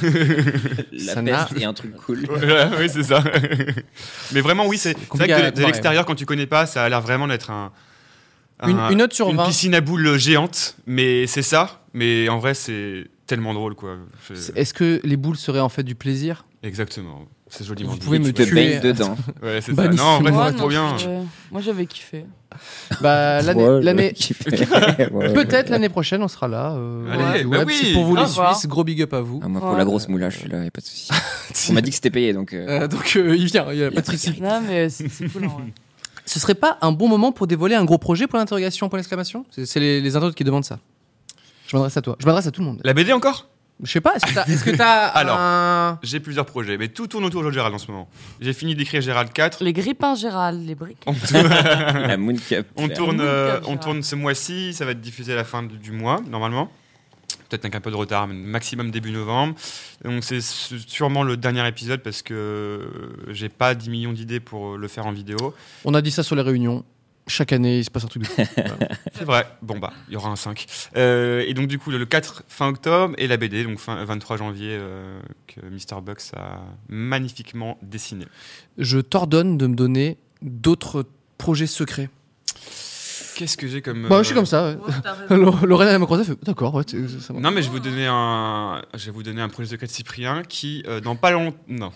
la Ça n'a- peste est un truc cool. Voilà, oui, c'est ça. Mais vraiment, oui, c'est, c'est vrai compliqué à que de, de comparer. l'extérieur, quand tu connais pas, ça a l'air vraiment d'être un. Une- un- une note sur une vingt. piscine à boules géante, mais c'est ça. Mais en vrai, c'est tellement drôle, quoi. C'est- C'est- Est-ce que les boules seraient en fait du plaisir? Exactement. C'est joliment Vous dit. pouvez me Tu te tuer. baignes dedans. Ouais, c'est ça. Bannissez-moi. Non, en vrai, Ouais, c'est non, trop bien. c'est- Moi j'avais kiffé. Bah l'année, Ouais, l'année- je kiffe. Ouais. peut-être l'année prochaine on sera là. euh, Allez, ouais, bah ouais, oui. c'est pour vous les Au revoir. Suisses, gros big up à vous. Ah, moi, pour Ouais. la grosse moula, je suis là, y a pas de souci. On m'a dit que c'était payé, donc. euh, Euh, donc euh, il vient, il y a y a pas de pas de souci. Non mais c'est c'est cool. en vrai. Ce serait pas un bon moment pour dévoiler un gros projet pour l'interrogation, point d'exclamation? C'est, c'est les, les internautes qui demandent ça. Je m'adresse à toi. Je m'adresse à tout le monde. La B D encore? Je sais pas. Est-ce que t'as, est-ce que t'as Alors. un... J'ai plusieurs projets, mais tout tourne autour de Gérald en ce moment. J'ai fini d'écrire Gérald quatre. Les grippins Gérald, les briques. On tourne, La Moon Cup. on là. tourne, Moon euh, Cup, on Gérald. tourne ce mois-ci, ça va être diffusé à la fin du du mois, normalement. Peut-être avec un peu de retard, mais maximum début novembre. Donc c'est s- sûrement le dernier épisode parce que j'ai pas dix millions d'idées pour le faire en vidéo. On a dit ça sur les réunions. Chaque année, il se passe un truc de fou. Voilà. C'est vrai. Bon bah, il y aura un cinq. Euh, et donc du coup le quatre fin octobre et la B D donc fin vingt-trois janvier euh, que Mister Box a magnifiquement dessiné. Je t'ordonne de me donner d'autres projets secrets. Qu'est-ce que j'ai comme Bah, euh, je suis comme ça. Ouais. Lor- Lorraine, elle m'a croisé, elle fait d'accord, ouais, c'est- ça va. Non mais je vais vous donner un, je vais vous donner un projet secret de Cyprien qui euh, dans pas longtemps, non,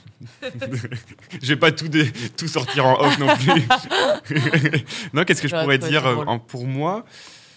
je vais pas tout dé- tout sortir en off non plus. Non, qu'est-ce que je Ça va pourrais être dire drôle. euh, en- pour moi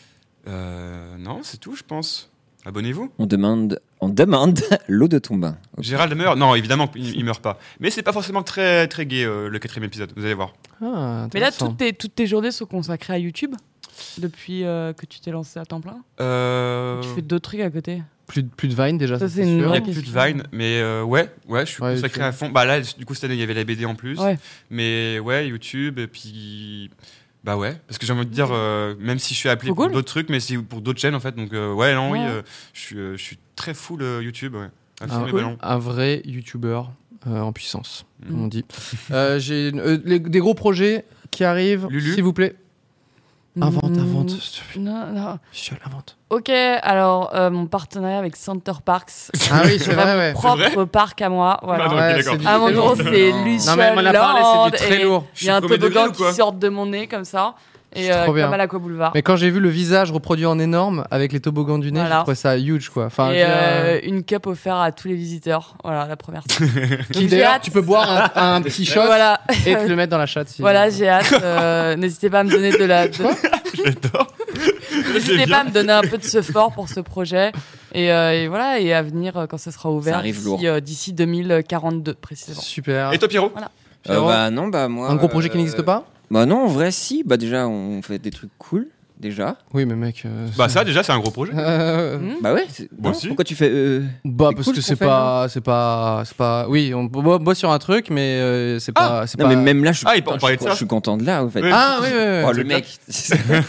Euh, Non, c'est tout, je pense. Abonnez-vous. On demande, on demande l'eau de ton bain. Gérald meurt. Non, évidemment, il, il meurt pas. Mais c'est pas forcément très très gai euh, le quatrième épisode. Vous allez voir. Ah, Mais là intéressant. toutes tes, toutes tes journées sont consacrées à YouTube depuis euh, que tu t'es lancé à temps plein. Euh, Tu fais d'autres trucs à côté. plus, de- plus de Vine déjà. Ça, ça, c'est c'est une Il sûr. n'y a vraie plus de question. Vine, mais euh, ouais, ouais, je suis Ouais, consacré tu- à fond. Bah là, du coup cette année il y avait la B D en plus. Ouais. Mais ouais, YouTube, et puis. Bah ouais, parce que j'ai envie de dire, euh, même si je suis appelé Trop pour cool. d'autres trucs, mais c'est pour d'autres chaînes en fait. Donc euh, ouais, non, oui, Ouais. euh, je, suis, euh, je suis très full euh, YouTube, ouais. À Un, fond les ballons. un vrai YouTuber euh, en puissance, Mm. comme on dit. Euh, j'ai une- euh, les- des gros projets qui arrivent, Lulu s'il vous plaît. Invente, Mm, invente. s'il te plaît. Non, non. Michel, invente. Ok, alors euh, mon partenariat avec Center Parks. Ah oui, c'est vrai, ouais. Propre parc à moi. Voilà. Ah, ok, Ouais, d'accord. c'est du Ah, mon très gros, lourd. c'est Non. Lucian Non, mais elle m'en a parlé, c'est du très et lourd. Il y a un Je suis premier toboggan degré ou quoi qui sort de mon nez comme ça. Et C'est euh, trop bien. comme à l'Aqua Boulevard. Mais quand j'ai vu le visage reproduit en énorme avec les toboggans du nez, Voilà. j'ai trouvé ça huge, quoi. Enfin, et j'ai, euh, une cup offerte à tous les visiteurs. Voilà, la première. qui, j'ai d'ailleurs, hâte. tu peux boire un, un petit shot Voilà. et te le mettre dans la chatte. Si... Voilà, j'ai hâte. euh, N'hésitez pas à me donner de la. de- J'adore. C'est N'hésitez bien. pas à me donner un peu de ce fort pour ce projet. Et, euh, et voilà, et à venir euh, quand ce sera ouvert. arrive d'ici, lourd. euh, D'ici deux mille quarante-deux, précisément. Super. Et toi, Pierrot Euh, Pierrot, bah non, bah moi. un gros projet euh, qui n'existe pas? Bah non, en vrai, si. Bah déjà, on fait des trucs cool, déjà. Oui, mais mec. euh, Bah ça déjà c'est un gros projet. euh, Hmm Bah ouais. c'est- Moi non, aussi. Pourquoi tu fais. euh, Bah C'est parce cool que ce c'est qu'on fait, pas, c'est pas, c'est pas. Oui, on bo- bosse sur un truc, mais euh, c'est pas, c'est Non, pas. mais même là, je, Ah, il putain, on parlait je, de ça. je suis content de là, en fait. Ouais. Ah oui, oui, oui. Oh, c'est le clair. mec.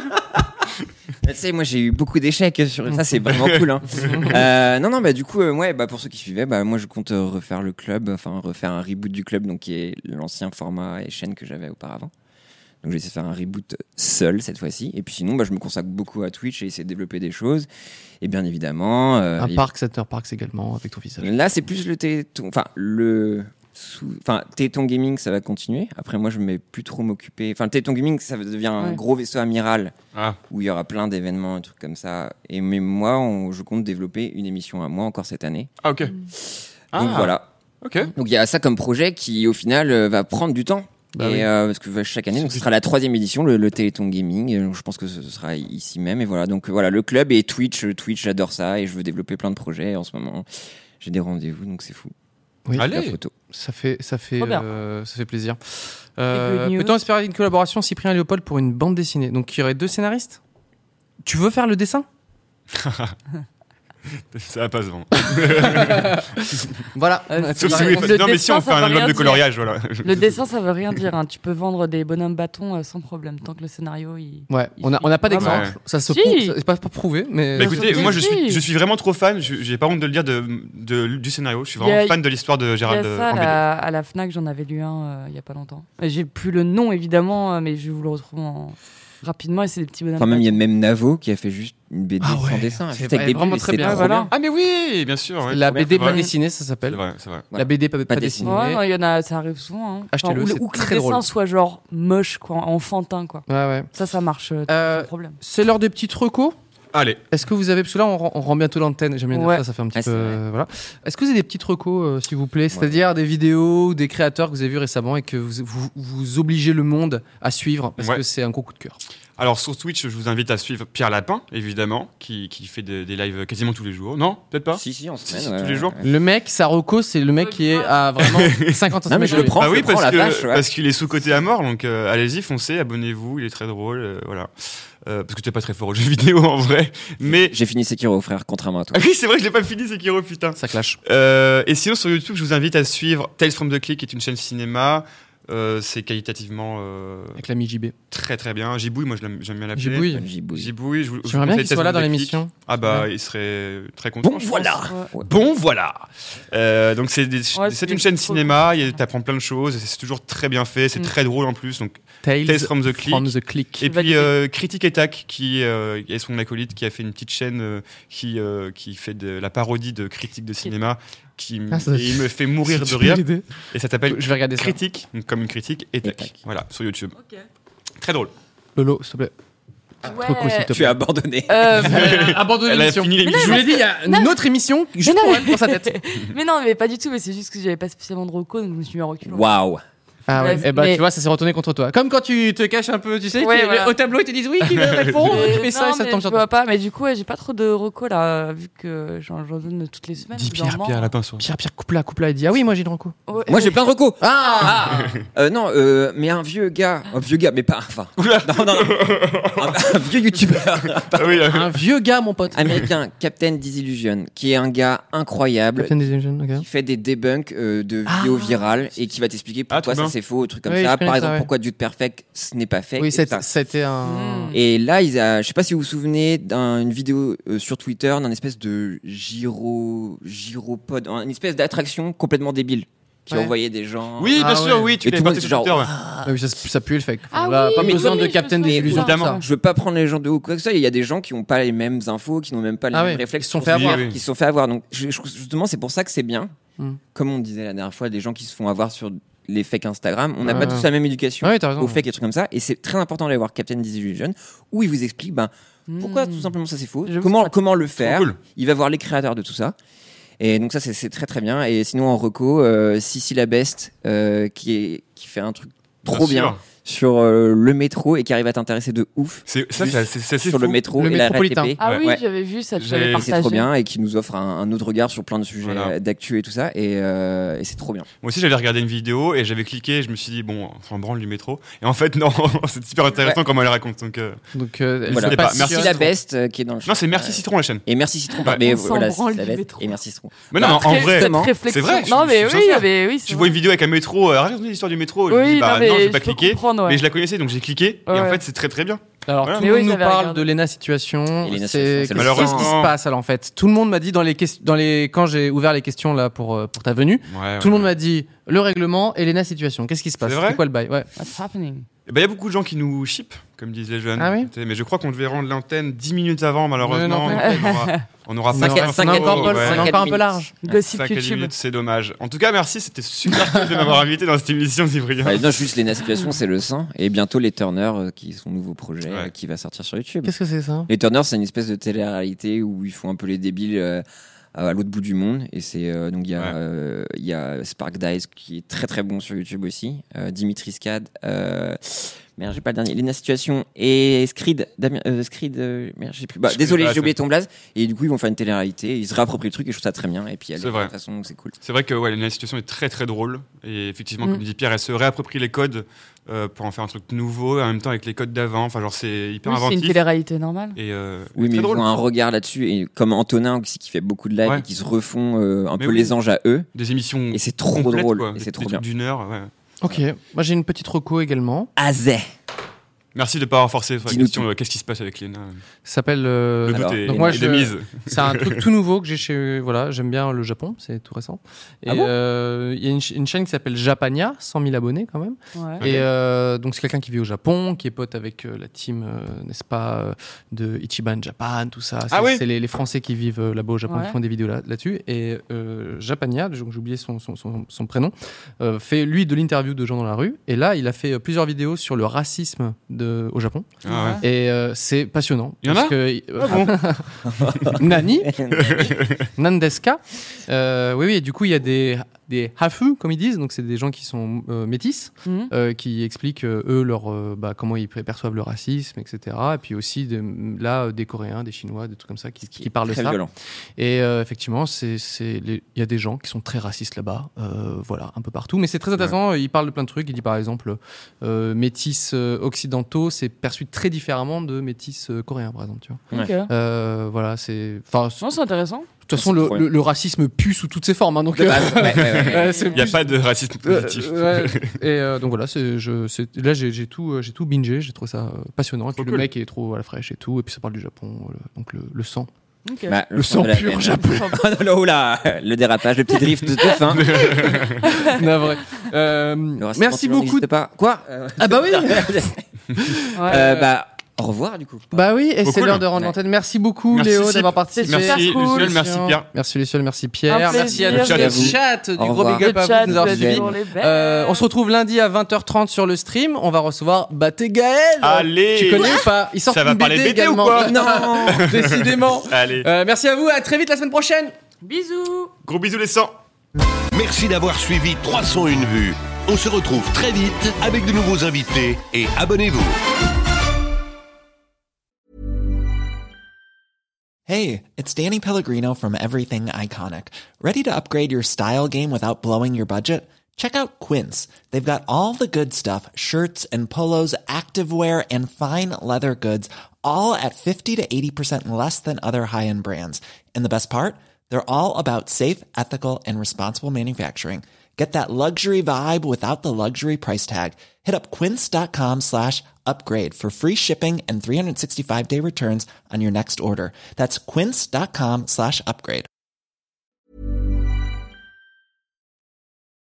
Tu sais, moi j'ai eu beaucoup d'échecs sur ça, c'est vraiment cool. Hein. Euh, non, non, bah du coup, euh, ouais, bah pour ceux qui suivaient, bah moi je compte euh, refaire le club, enfin refaire un reboot du club, donc qui est l'ancien format et chaîne que j'avais auparavant. Donc j'ai essayé de faire un reboot seul cette fois-ci. Et puis sinon, bah, je me consacre beaucoup à Twitch et essayer de développer des choses. Et bien évidemment, euh, Un il- parc, Center Parks également avec ton visage. là c'est plus le téléthon, enfin le sous... Enfin, Téléthon Gaming, ça va continuer. Après, moi, je ne vais plus trop m'occuper. Enfin, Téléthon Gaming, ça devient un Ouais. gros vaisseau amiral Ah. où il y aura plein d'événements, et trucs comme ça. Et mais moi, on- je compte développer une émission à moi encore cette année. Ah, ok. Donc Ah. voilà. Ok. Donc il y a ça comme projet qui, au final, euh, va prendre du temps. Bah et oui. euh, parce que euh, chaque année, donc, ce sera la troisième édition, le, le Téléthon Gaming. Et donc, je pense que ce sera ici même. Et voilà. Donc euh, voilà, le club et Twitch. euh, Twitch, j'adore ça et je veux développer plein de projets en ce moment. J'ai des rendez-vous, donc c'est fou. Oui. Allez. La photo. Ça fait, ça fait, Trop bien. euh, ça fait plaisir. good Euh, news. Peut-on espérer une collaboration Cyprien et Léopold pour une bande dessinée? Donc il y aurait deux scénaristes. Tu veux faire le dessin? Ça va pas se vendre. Voilà. Euh, Sauf Le si, oui, dessin, non, mais si on fait ça un veut album rien de dire. coloriage, voilà. Le dessin, ça veut rien dire. Hein. Tu peux vendre des bonhommes bâtons euh, sans problème, tant que le scénario, il. Ouais. il On a, suit. on n'a pas Vraiment. d'exemple. Ça se Si. prouve. ça- C'est pas, pas prouvé, mais. Bah écoutez, surtout moi je si. suis, je suis vraiment trop fan, je- j'ai pas honte de le dire, de, de- du scénario. Je suis Il y a- vraiment fan de l'histoire de Il y a Gérald ça en à B D. la, à la Fnac, j'en avais lu un euh, il y a pas longtemps. Et J'ai plus le nom évidemment, euh, mais je vous le retrouve en- rapidement. Et c'est des petits bonhommes. Enfin, même il y a bâtons. même Navo qui a fait juste une B D Ah sans ouais, dessin, c'est juste avec vrai, des vraiment bulles, et très c'est bien. trop Ouais, voilà. bien. Ah mais oui, bien sûr. ouais. La Trop bien, B D c'est pas vrai. dessinée, ça C'est s'appelle. vrai, c'est vrai. La B D pas, pas dessinée. dessinée. Ouais, non, il y en a, ça arrive souvent. Hein. Achetez-le, Enfin, ou, c'est ou que très le drôle. dessin soit genre moche, quoi, enfantin, quoi. Ouais, ouais. Ça, ça marche euh, Euh, sans problème. C'est l'heure des petites recos. Allez. Est-ce que vous avez, parce que là on, rend- on rend bientôt l'antenne, j'aime bien dire Ouais. ça, ça fait un petit Ah, peu, c'est vrai. euh, voilà. Est-ce que vous avez des petites recos, euh, s'il vous plaît, c'est-à-dire des vidéos ou des créateurs que vous avez vus récemment et que vous, vous, vous obligez le monde à suivre parce Ouais. que c'est un gros coup de cœur. Alors sur Twitch, je vous invite à suivre Pierre Lapin, évidemment, qui, qui fait des, des lives quasiment tous les jours. Non, peut-être pas. Si, si, en Si, semaine. si, ouais, tous les ouais, jours. ouais. Le mec, sa reco, c'est le mec qui est à vraiment cinquante Non, mais je le prends. Ah oui, je prends parce la que vache, ouais. parce qu'il est sous côté à mort, donc euh, allez-y, foncez, abonnez-vous, il est très drôle, euh, voilà. Euh, parce que t'es pas très fort aux jeux vidéo en vrai, mais J'ai fini Sekiro, frère, contrairement à toi. ah oui, c'est vrai que je l'ai pas fini, c'est Kiro, putain. Ça clash. Euh, et sinon sur YouTube, je vous invite à suivre Tales from the Click, qui est une chaîne cinéma. Euh, c'est qualitativement euh, Avec l'ami J B. très très bien. Gibouille, moi je l'aime- j'aime bien l'appeler. Gibouille. Gibouille. Gibouille, je vous je vous J'aimerais bien conseille qu'il soit Tales là from dans the l'émission. Click. Ah bah, Ouais. il serait très content. Bon, je voilà. pense. Ouais. Bon voilà. Euh, donc c'est des- Ouais, c'est c'est une chaîne trop cinéma, il y a- t'apprends plein de choses, et c'est toujours très bien fait, c'est Mm. très drôle en plus. Donc Tales, Tales from the Click. from the Click. Et Validé. puis euh, Critique et Tac, qui euh, est son acolyte, qui a fait une petite chaîne euh, qui, euh, qui fait de la parodie de critiques de cinéma, qui m- Ah, ça- et il me fait mourir Si de tu rire. veux l'idée. Et ça s'appelle Je vais regarder ça. Critique, donc comme une critique, et Tac. Tac. Voilà, sur YouTube. Ok. Très drôle. Lolo, s'il te plaît. Ouais. Trop cool, s'il te Tu plaît. as abandonné. Euh, Abandonne Elle a l'émission. fini Je l'émission. vous l'ai dit, il y a une autre émission juste non, pour mais- elle, pour sa tête. mais non, mais pas du tout. Mais c'est juste que j'avais pas spécialement de reco, donc je me suis mis en recul. Waouh. Ah ouais. Bref, Et bah mais- tu vois, ça s'est retourné contre toi. Comme quand tu te caches un peu, tu sais, Ouais, tu- voilà. au tableau ils te disent oui, qui veut répondre, Mais tu fais ça et non, ça mais tombe je sur toi. vois pas. Mais du coup, ouais, j'ai pas trop de reco là, vu que j'en j'en donne toutes les semaines. Dis au bout d'un Pierre, moment. Pierre Lapin sur. Pierre, Pierre, coupe là, coupe là, il dit ah oui, moi j'ai une reco. Ouais. Moi j'ai plein de recos. Ah, Euh, non, euh, mais un vieux gars, un vieux gars, mais pas, enfin, Oula. non, non, un, un vieux youtubeur Ah oui, euh, un vieux gars, mon pote. américain, Captain Disillusion, qui est un gars incroyable, Captain Disillusion, ok. qui fait des debunks euh, de vidéos Ah. virales et qui va t'expliquer pourquoi trop bien. ça c'est faux, trucs comme Oui, je ça. connais Par ça, exemple, ouais. pourquoi Dude Perfect ce n'est pas fait. Oui, et c'était ça. c'était un. Mm. Et là, ils a, je sais pas si vous vous souvenez d'une vidéo euh, sur Twitter d'un espèce de gyro, gyropode, une espèce d'attraction complètement débile qui Ouais. envoyait des gens. oui, Ah bien sûr, ouais. oui, tu Et l'as tout le monde, porté c'est sur genre, Twitter, ouais. Ah oui, ça, ça pue le fake. Ah Là, oui, pas mais besoin oui, de je Captain me souviens. Disillusion. Évidemment. ça. Je veux pas prendre les gens de haut ou quoi que ce soit. Il y a des gens qui n'ont pas les mêmes infos, qui n'ont même pas les Ah mêmes ouais, réflexes. qui se sont pour fait se dire, avoir. Qui se sont fait avoir. Donc, je, je- justement, c'est pour ça que c'est bien. Mm. Comme on disait la dernière fois, des gens qui se font avoir sur les fakes Instagram. On n'a Ouais. pas tous la même éducation Ah oui, t'as raison. aux fakes et trucs comme ça. Et c'est très important d'aller voir Captain Disillusion où il vous explique ben, pourquoi Mm. tout simplement ça c'est faux, J'avoue, comment, c'est comment le faire. cool. Il va voir les créateurs de tout ça. Et donc ça c'est c'est très très bien. Et sinon en reco, euh, Sissi la Best euh, qui, est, qui fait un truc trop bien, sûr. sur euh, le métro et qui arrive à t'intéresser de ouf C'est ça, c'est c'est- c'est assez sur fou. le métro Le et la métropolitain. R T P. Ah oui, Ouais. j'avais vu ça, tu J'ai- l'avais Et Et partagé. c'est trop bien et qui nous offre un, un autre regard sur plein de sujets Voilà. euh, d'actu et tout ça et, euh, et c'est trop bien. Moi aussi, j'avais regardé une vidéo et j'avais cliqué. Et je me suis dit, bon, on s'en branle du métro. Et en fait, non, c'est super intéressant Ouais. comment elle raconte. Donc, euh, Donc euh, Voilà. c'est pas. si Merci, Sissi sûr. la Best euh, qui est dans le non, c'est Merci euh, Citron la chaîne. et merci Citron Ouais. mais On s'en voilà branle Sissi la du Best métro. et merci Citron. Mais non, mais en Très- vrai, cette Vraiment. réflexion. c'est vrai, je- Non, je mais suis oui, sincère. mais oui. c'est tu vois une vrai. vidéo avec un métro, euh, raconte l'histoire du métro. je me Oui, dis, bah non, mais non, je vais je pas peux cliquer. comprendre, ouais. Mais je la connaissais, donc j'ai cliqué. Ouais, et en ouais. fait, c'est très très bien. Alors Voilà. tout Mais le oui, monde nous j'avais parle regardé. de Lena Situation. Et Lena C'est Situation, c'est qu'est-ce qui malheureusement- se passe alors en fait. Tout le monde m'a dit dans les questions, dans les quand j'ai ouvert les questions là pour euh, pour ta venue, Ouais, tout le ouais. monde m'a dit le règlement et Lena Situation. Qu'est-ce qui se passe C'est vrai C'est quoi le bail? Ouais. What's happening? Eh ben, il y a beaucoup de gens qui nous chipent, comme disent les jeunes. Ah oui Mais je crois qu'on devait rendre l'antenne dix minutes avant, malheureusement. Ouais, non, Donc, on aura, on aura pas Cinq- l'info, cinq- ouais. cinq- encore, ouais. encore un peu large. Gossip cinq à dix YouTube. minutes, c'est dommage. En tout cas, merci, c'était super cool de m'avoir invité dans cette émission, Cyprien. Ouais, non, juste les Situation, c'est le sang. Et bientôt les Turners, euh, qui sont nouveau projet, Ouais. euh, qui va sortir sur YouTube. Qu'est-ce que c'est ça? Les Turners, c'est une espèce de télé-réalité où ils font un peu les débiles euh, à l'autre bout du monde. Et c'est euh, donc il y a Ouais. euh, il y a Spark Dice qui est très très bon sur YouTube aussi. Euh, Dimitri Scad. Euh, Merde, j'ai pas le dernier. Lena Situation et Screed. Damien, euh, Screed, euh, merde, je sais plus. Bah, Je désolé, connais pas, j'ai oublié c'est- ton blaze. Et du coup, ils vont faire une télé-réalité. Ils se réapproprient le truc et je trouve ça très bien. Et puis, elle C'est est de vrai. toute façon, c'est cool. C'est vrai que ouais, la situation est très très drôle. Et effectivement, Mm. comme dit Pierre, elle se réapproprie les codes euh, pour en faire un truc nouveau, et en même temps avec les codes d'avant. Enfin, genre, c'est hyper Oui, c'est inventif. une télé-réalité normale. Et, euh, Oui, mais très ils drôle. ont un regard là-dessus. Et comme Antonin aussi, qui fait beaucoup de live Ouais. et qui se refont euh, un Mais peu oui. les anges à eux. Des émissions Et c'est trop complètes, drôle. quoi. Et Des- c'est trop des bien. trucs d'une heure. Ouais. Ok, moi j'ai une petite reco également. Azé. Merci de ne pas avoir forcé sur la Dis-nous question tout. euh, qu'est-ce qui se passe avec Léna. Ça s'appelle. euh, Le alors, doute est, donc moi, est je- de mise. C'est un truc tout nouveau que j'ai chez. Voilà, j'aime bien le Japon, c'est tout récent. Et Ah bon euh, il y a une, ch- une chaîne qui s'appelle Japania, cent mille abonnés quand même. Ouais. Ok. Et euh, donc c'est quelqu'un qui vit au Japon, qui est pote avec euh, la team, euh, n'est-ce pas, euh, de Ichiban Japan, tout ça. C'est Ah oui c'est les, les Français qui vivent euh, là-bas au Japon Ouais. qui font des vidéos là- là-dessus. Et euh, Japania, donc j'ai oublié son, son, son, son prénom, euh, fait lui de l'interview de gens dans la rue. Et là, il a fait euh, plusieurs vidéos sur le racisme de, au Japon. Ah ouais. Et euh, c'est passionnant. Il y en parce a que, Ah bon Nani Nandeska. Euh, oui, oui, et du coup, il y a des, des hafu, comme ils disent, donc c'est des gens qui sont euh, métis, Mhm. euh, qui expliquent, euh, eux, leur, euh, bah, comment ils perçoivent le racisme, et cetera. Et puis aussi, de, là, euh, des Coréens, des Chinois, des trucs comme ça, qui, qui parlent de Très ça. violent. Et euh, effectivement, c'est, c'est les- il y a des gens qui sont très racistes là-bas, euh, voilà, un peu partout. Mais c'est très intéressant, ils parlent de plein de trucs. Il dit par exemple, euh, métis euh, occidentaux, c'est perçu très différemment de métis euh, coréens, par exemple. Tu vois. Ok. Euh, voilà, c'est... Enfin, Non, c'est intéressant. de toute façon, C'est le, trop bien. le- le racisme pue sous toutes ses formes. Hein, donc, De base, ouais, ouais, ouais. euh, c'est Il n'y a plus- pas de racisme Euh, positif. ouais. Et euh, donc voilà, c'est, je, c'est, là j'ai, j'ai tout, euh, j'ai tout bingé, j'ai trouvé ça euh, passionnant. Et puis Trop le cool. mec est trop à la fraîche et tout. Et puis ça parle du Japon, euh, donc le, le sang. Ok. Bah, Le sang de la pur haine. japonais. Oh non, là, oh là, le dérapage, le petit drift de fin. Non, vrai. Euh, Le racisme merci anti-blanc beaucoup. n'existe pas. Quoi Euh, Ah bah oui. Ouais. euh, Bah, au revoir du coup. Bah oui, et Trop c'est cool. l'heure de rendre Ouais. l'antenne. Merci beaucoup Merci, Léo Cyp. d'avoir participé. C'est Merci super cool. Luciole, merci Pierre. Merci Luciole, merci Pierre. Un Merci à plaisir. tout le Merci à vous. chat. Du Au gros revoir. big up Le à chat, vous de nous avoir vous êtes suivis. toujours les belles. Euh, on se retrouve lundi à vingt heures trente sur le stream. On va recevoir Baté Gaël. Allez. Tu connais ou pas? Il sort Ça une va parler B D de B D ou également. quoi Non, décidément. Allez, Euh, merci à vous. À très vite la semaine prochaine. Bisous. gros bisous les sangs. Merci d'avoir suivi trois cent une vues. On se retrouve très vite avec de nouveaux invités et abonnez-vous. Hey, it's Danny Pellegrino from Everything Iconic. Ready to upgrade your style game without blowing your budget? Check out Quince. They've got all the good stuff, shirts and polos, activewear, and fine leather goods, all at fifty to eighty percent less than other high-end brands. And the best part? They're all about safe, ethical, and responsible manufacturing. Get that luxury vibe without the luxury price tag. Hit up quince.com slash upgrade for free shipping and three sixty-five day returns on your next order. That's quince.com slash upgrade.